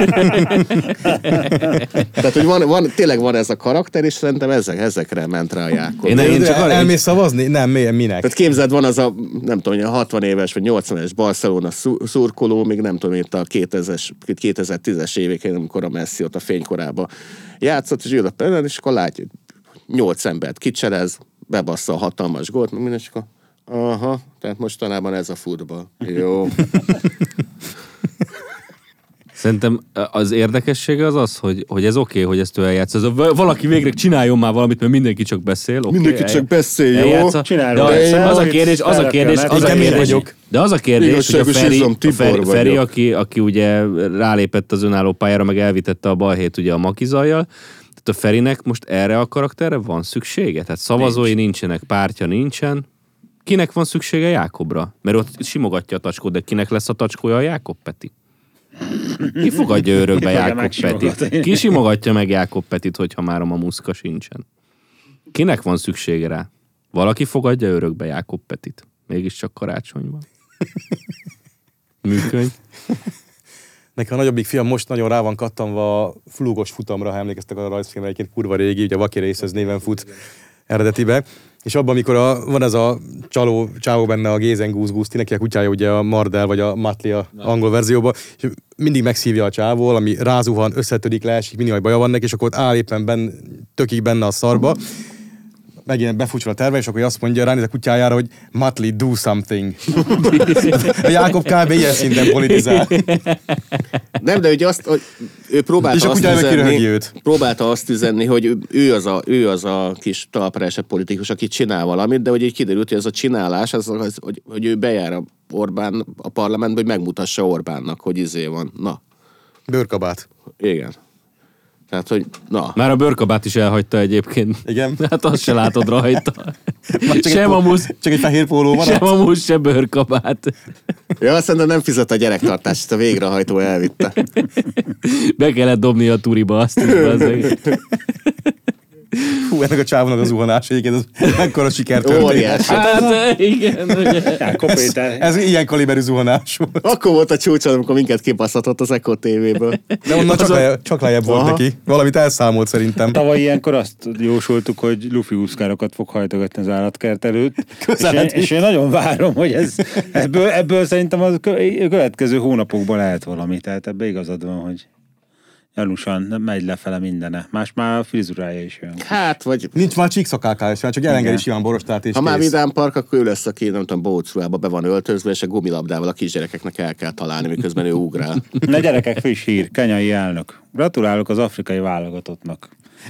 tehát hogy van, van, tényleg van ez a karakter, és szerintem ezek, ezekre ment rá a Jákob. Én, én csak El, arra, elmész szavazni? Nem, minek? Tehát képzeld, van az a, nem tudom, a hatvan éves vagy nyolcvan éves Barcelona szurkoló, még nem tudom, itt a kétezer-tízes évekén, amikor a Messi ott a fénykorában játszott, és jön a például, és akkor látja, nyolc embert kicserez, bebassza a hatalmas gólt, meg minden, és akkor aha, tehát mostanában ez a futball. Jó. Szerintem az érdekessége az az, hogy, hogy ez oké, okay, hogy ezt ő eljátsza. Ez a, valaki végre csináljon már valamit, mert mindenki csak beszél. Okay, Mindenki csak beszél, jó? De az a kérdés, az a kérdés, az a kérdés, de az a kérdés, hogy a Feri, a Feri, Feri aki, aki ugye rálépett az önálló pályára, meg elvitette a balhét ugye a Makizajjal, tehát a Ferinek most erre a karakterre van szüksége? Tehát szavazói Nincs. nincsenek, pártja nincsen. Kinek van szüksége Jákobra? Mert ott simogatja a tacskót, de kinek lesz a tacskója a Jákob Peti? Ki fogadja örökbe Jákob Petit? Ki simogatja meg Jákob Petit, hogyha már a muszka sincsen? Kinek van szüksége rá? Valaki fogadja örökbe Jákob Petit. Mégiscsak karácsony van. Műköny. Nekem a nagyobbik fiam most nagyon rá van kattanva a flugos futamra, ha emlékeztek a rajzfilmre, egyébként kurva régi, ugye a Vaki Races néven fut eredetibe. És abban, amikor a, van ez a csaló, csávó benne a Gézen Gúz Gúzti, neki a kutyája ugye a Mardel, vagy a Matli a angol verzióban, és mindig megszívja a csávó, ami rázuhan, összetörik, leesik, mindig baja van neki, és akkor ott áll éppen benne, tökik benne a szarba, megint befutson a terve, és akkor azt mondja, ránéz a kutyájára, hogy Matli, do something. A Jákob kb. Ilyen szinten politizál. Nem, de ugye azt, hogy ő próbálta és a azt üzenni, őt. próbálta azt üzenni, hogy ő az a, ő az a kis talpra esett politikus, aki csinál valamit, de hogy így kiderült, hogy ez a csinálás, az, az, hogy, hogy ő bejár a Orbán a parlamentbe, hogy megmutassa Orbánnak, hogy izé van. Na. Bőrkabát. Igen. Tehát, hogy na. Már a bőrkabát is elhagyta egyébként. Igen. Hát azt se látod rajta. Csak sem egy, a musz, csak egy fehér póló van. sem a musz, se bőrkabát. Ja, azt szerintem nem fizet a gyerektartást, a végrehajtó elvitte. Be kellett dobni a turiba azt is. Hú, ennek a csávónak a zuhanás, egyébként az mekkora sikertörténet. Óriási. Hát igen, ugye. Jákob Péter. Ez ilyen kaliberű zuhanás volt. Akkor volt a csúcson, amikor minket kibaszhatott az Eko té véből. De onnan csak, a- lejjebb, csak lejjebb volt Aha. neki. Valamit elszámolt szerintem. Tavaly ilyenkor azt jósoltuk, hogy lufi úszkárokat fog hajtogatni az állatkert előtt. És én, és én nagyon várom, hogy ez, ebből, ebből szerintem a kö- következő hónapokban lehet valami. Tehát ebbe igazad van, hogy gyanúsan megy lefele mindene. Más már a frizurája is olyan. Hát, vagy Nincs már csíkszakákája, csak elengedi simán borostát és ha már kész. vidám park, akkor ő lesz, aki nem tudom, bócruhába be van öltözve, és a gumilabdával a kisgyerekeknek el kell találni, miközben ő ugrál. Na gyerekek, friss hír, kenyai elnök. Gratulálok az afrikai válogatottnak.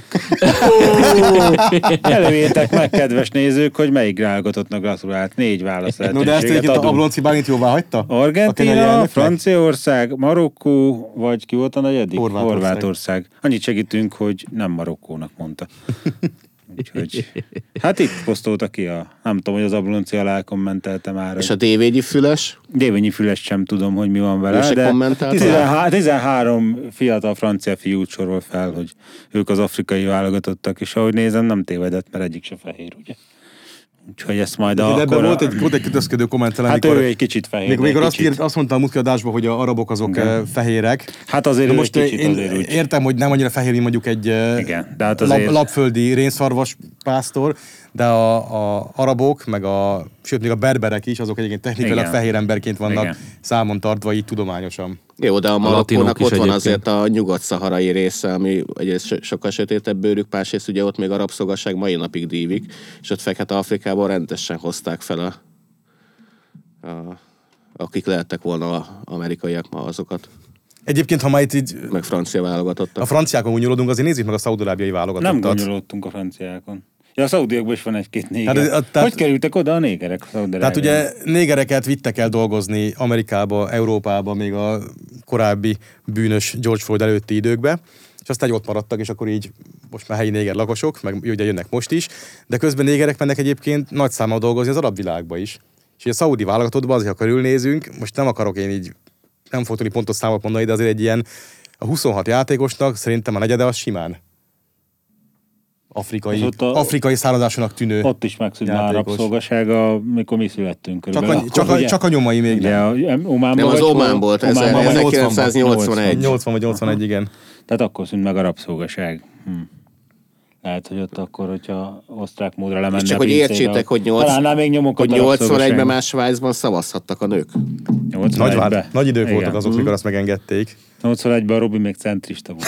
Előjétek meg, kedves nézők, hogy melyik válogatottnak gratulált. Négy válasz No, de ezt lehetőséget egyébként a adunk. Ablonci Bálint jóvá hagyta? A kenyai Argentína, elnöknek? Franciaország, Marokkó, vagy ki volt a negyedik? Horvátország. Horvátország. Annyit segítünk, hogy nem Marokkónak mondta. Úgyhogy, hát itt posztolta ki a, nem tudom, hogy az Ablonci alá kommentelte már. És a Dévényi Füles? Dévényi Füles sem tudom, hogy mi van vele, Ő se de kommentelte? tizenhárom, tizenhárom fiatal francia fiút sorol fel, hogy ők az afrikai válogatottak, és ahogy nézem, nem tévedett, mert egyik se fehér, ugye. Úgyhogy ezt majd De akkor... ebben volt egy, volt egy kötözködő kommentel, Hát amikor, ő egy kicsit fehér. mikor, mikor egy azt, kicsit. írt, azt mondta a múltkori adásban, hogy a arabok azok Igen. fehérek. Hát azért Na ő most egy kicsit én azért úgy. értem, hogy nem annyira fehér, mint mondjuk egy Igen, de hát lap, azért- lapföldi rénszarvas pásztor, de a, a arabok, meg a, sőt, még a berberek is, azok egyébként technikailag Igen. fehér emberként vannak Igen. számon tartva így tudományosan. Jó, de a latinok Marokkónak is ott van egyébként. azért a nyugat-szaharai része, ami egyrészt so- sokkal sötétebb bőrük, másrészt ugye ott még a rabszolgaság mai napig dívik, és ott Fekete-Afrikából rendesen hozták fel a, a akik lehettek volna a amerikaiak ma azokat, Egyébként, ha már itt így meg francia válogatottak. a franciákon gúnyolódunk, azért nézzük meg a szaudarábiai Nem válogatottat. gonyolódtunk a franciákon. Ja, a szaudiakban is van egy-két néger. Hát, Hát, tehát- hogy kerültek oda a négerek a Tehát ugye négereket vittek el dolgozni Amerikába, Európába, még a korábbi bűnös George Floyd előtti időkbe, és aztán ott maradtak, és akkor így most már helyi néger lakosok, meg ugye jönnek most is, de közben négerek mennek egyébként nagy számmal dolgozni az arab világba is. És a szaudi válogatottban azért, ha körülnézünk, most nem akarok én így, nem fogok tudni pontos számot mondani, de azért egy ilyen a huszonhat játékosnak szerintem a negyede az simán afrikai, Az ott a- afrikai származásúnak tűnő. Ott is megszűnt már a játékos. rabszolgasága, mikor mi születtünk Csak körülbelül. a, Akkor, csak, a, ugye- csak a nyomai még Ugye, nem. a- Ománban Nem, az vagy hol? Omán volt, Ománban vagy- ezerkilencszáznyolcvanegy. nyolcvan vagy nyolcvanegy, igen. Tehát akkor szűnt meg a rabszolgaság. Hm. Lehet, hogy ott akkor, hogyha osztrák módra lemenne És csak a hogy pincébe, értsétek, hogy nyolc- talán még nyomok Hogy a nyolcvanegyben már Svájcban szavazhattak a nők. Nagy, vár, nagy idők Igen. voltak azok, mikor azt megengedték. nyolcvanegyben a Robi még centrista volt.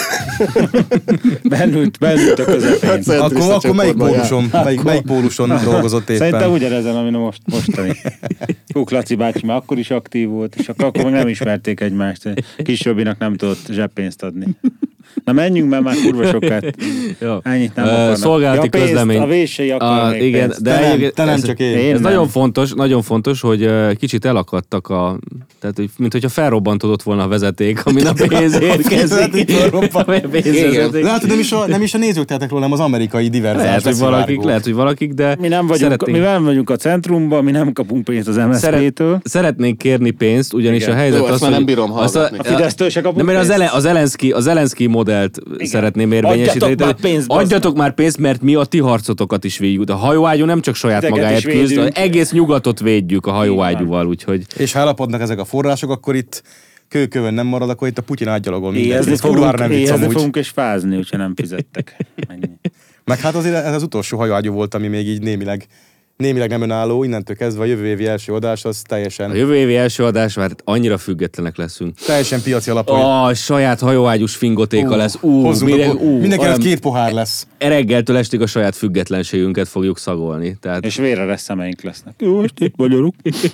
bennült, bennült a közepén. Centrista Akkor, akkor melyik csoportban póluson, melyik, melyik póluson dolgozott Szerintem éppen? ugyanezen, amin a most, mostani. Kuk Laci bácsi már akkor is aktív volt, és akkor, akkor meg nem ismerték egymást. Kis Robinak nem tudott zseppénzt adni. Na menjünk, mert már kurva sokat. Jó. Ennyit nem Ö, akarnak. Szolgálati ja, pénzt, közlemény. A vései akar A- még igen, pénzt. de Te nem, egyébként te nem ez- csak én. én Ez nem. nagyon fontos, nagyon fontos, hogy ö, kicsit elakadtak a... Tehát, hogy, mint hogyha felrobbantodott volna a vezeték, amin a pénz érkezik. vezeték felrobbant. Ami a pénz Igen. vezeték. De hát nem is a, nem is a nézők tehetek róla, nem az amerikai diverzáns Lehet, hogy valakik, leszivárgók. lehet, hogy valakik, de Mi nem vagyunk, szeretnénk, mi nem vagyunk a centrumban, mi nem kapunk pénzt az em es zé pé-től. szeret, szeretnénk kérni pénzt, ugyanis Igen. a helyzet Jó, az, ezt már hogy... nem bírom azt hallgatni. A Fidesztől se kapunk de mert az, pénzt? ele, az, Elenszky, az Elenszky modellt szeretném érvényesíteni. Adjatok már Tehát pénzt, bazd Adjatok már pénzt, mert mi a ti harcotokat is védjük. A hajóágyú nem csak saját Titeket magáért is küzd, védünk. egész nyugatot védjük a hajóágyúval, úgyhogy... És ha elapodnak ezek a források, akkor itt kőkövön nem marad, akkor itt a Putyin átgyalogol mindenki. Éhezni Ez kurvára fogunk, nem vicc éhezni amúgy. fogunk és fázni, hogyha nem fizettek. Ennyi. Meg hát azért ez az utolsó hajóágyú volt, ami még így némileg, némileg nem önálló, innentől kezdve a jövő évi első adás az A teljesen, jövő évi első adás, mert annyira függetlenek leszünk. teljesen piaci alapú. A saját hajóágyús fingotéka lesz. Ú, Hozzunk, mire, akkor ú, mindenkinek olyan két pohár lesz. reggeltől estig a saját függetlenségünket fogjuk szagolni. Tehát És vére lesz szemeink lesznek. Jó, most itt magyarok.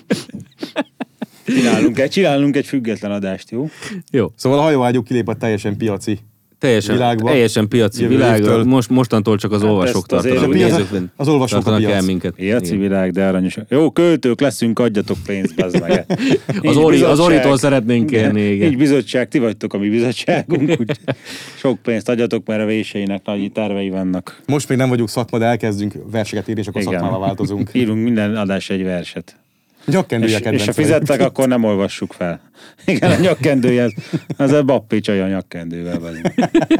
Csinálunk egy, csinálunk egy független adást, jó? jó. Szóval a hajóágyú kilép a teljesen piaci. Teljesen, Világba. teljesen piaci Jövő világ. évtől. Most, mostantól csak az Hát olvasók ezt azért- tartanak. A piac- nézők, az olvasók a tartanak piac. el minket. Piaci Igen. világ, de aranyosak. Jó, költők leszünk, adjatok pénzt, bazd meg. Az, Így Ori, az bizottság. Oritól szeretnénk kérni, igen. Így bizottság, ti vagytok a mi bizottságunk, úgy sok pénzt adjatok, mert a véseinek nagy tervei vannak. Most még nem vagyunk szakma, de elkezdünk verseket írni, és akkor Igen. szakmával változunk. Írunk minden adás egy verset. Nyakkendője És, és kedvencem. ha fizettek, akkor nem olvassuk fel. Igen, a nyakkendője, az a Bappé csaj a nyakkendővel. bazd.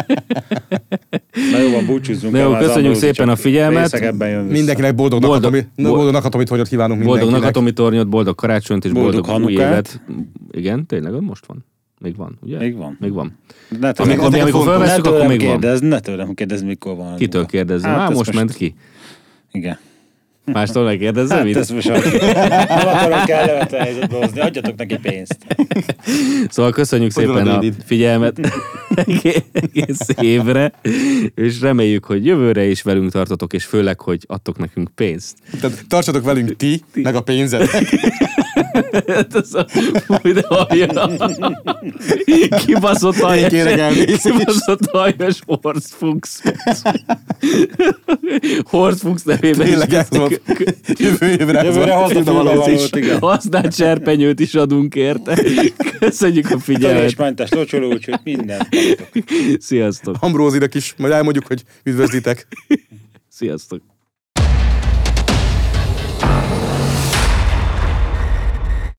Na jó, van, búcsúzzunk. Na jó, el, az köszönjük Ambrózi szépen csak a figyelmet. részegebben jön vissza. Mindenkinek boldog, Boldog- boldog, nakatomi, bold- boldog nakatomit hogyan kívánunk Boldog mindenkinek. Nakatomi tornyot, boldog karácsonyt és boldog, Boldog új Hanukát. évet. Igen, tényleg, most van. Még van, ugye? Még van. Még van. Ne tőlem, Amikor, mi, ezeket amikor fontos. felveszünk, ne akkor tőlem még van. kérdezz, ne tőlem kérdezz, mikor van. Kitől kérdezzem? Hát Hát, ez most most- ment ki. Igen. Mástól megkérdezem, Hát mit? ezt most adjuk. Nem akarok kellemetlen helyzetbe hozni. Adjatok neki pénzt. Szóval köszönjük Hogy van szépen a a David? figyelmet egész évre, és reméljük, hogy jövőre is velünk tartotok, és főleg, hogy adtok nekünk pénzt. Tehát tartsatok velünk ti, meg a pénzed. Hát ez a... Fúj, de hallja. Kibaszott Én halljas. kérek elnézést. Kibaszott halljas Horst Fuchs. Horst Fuchs nevében Tényleg ez volt. Jövő évre ez Jövőre volt. hoznak Tudom, valahol valószínű. valót, igen. használt serpenyőt is adunk érte. Köszönjük a figyelmet. Törésmentes locsolócsőt, mindent. Sziasztok. Ambrózinak is, majd elmondjuk, hogy üdvözlitek. Sziasztok!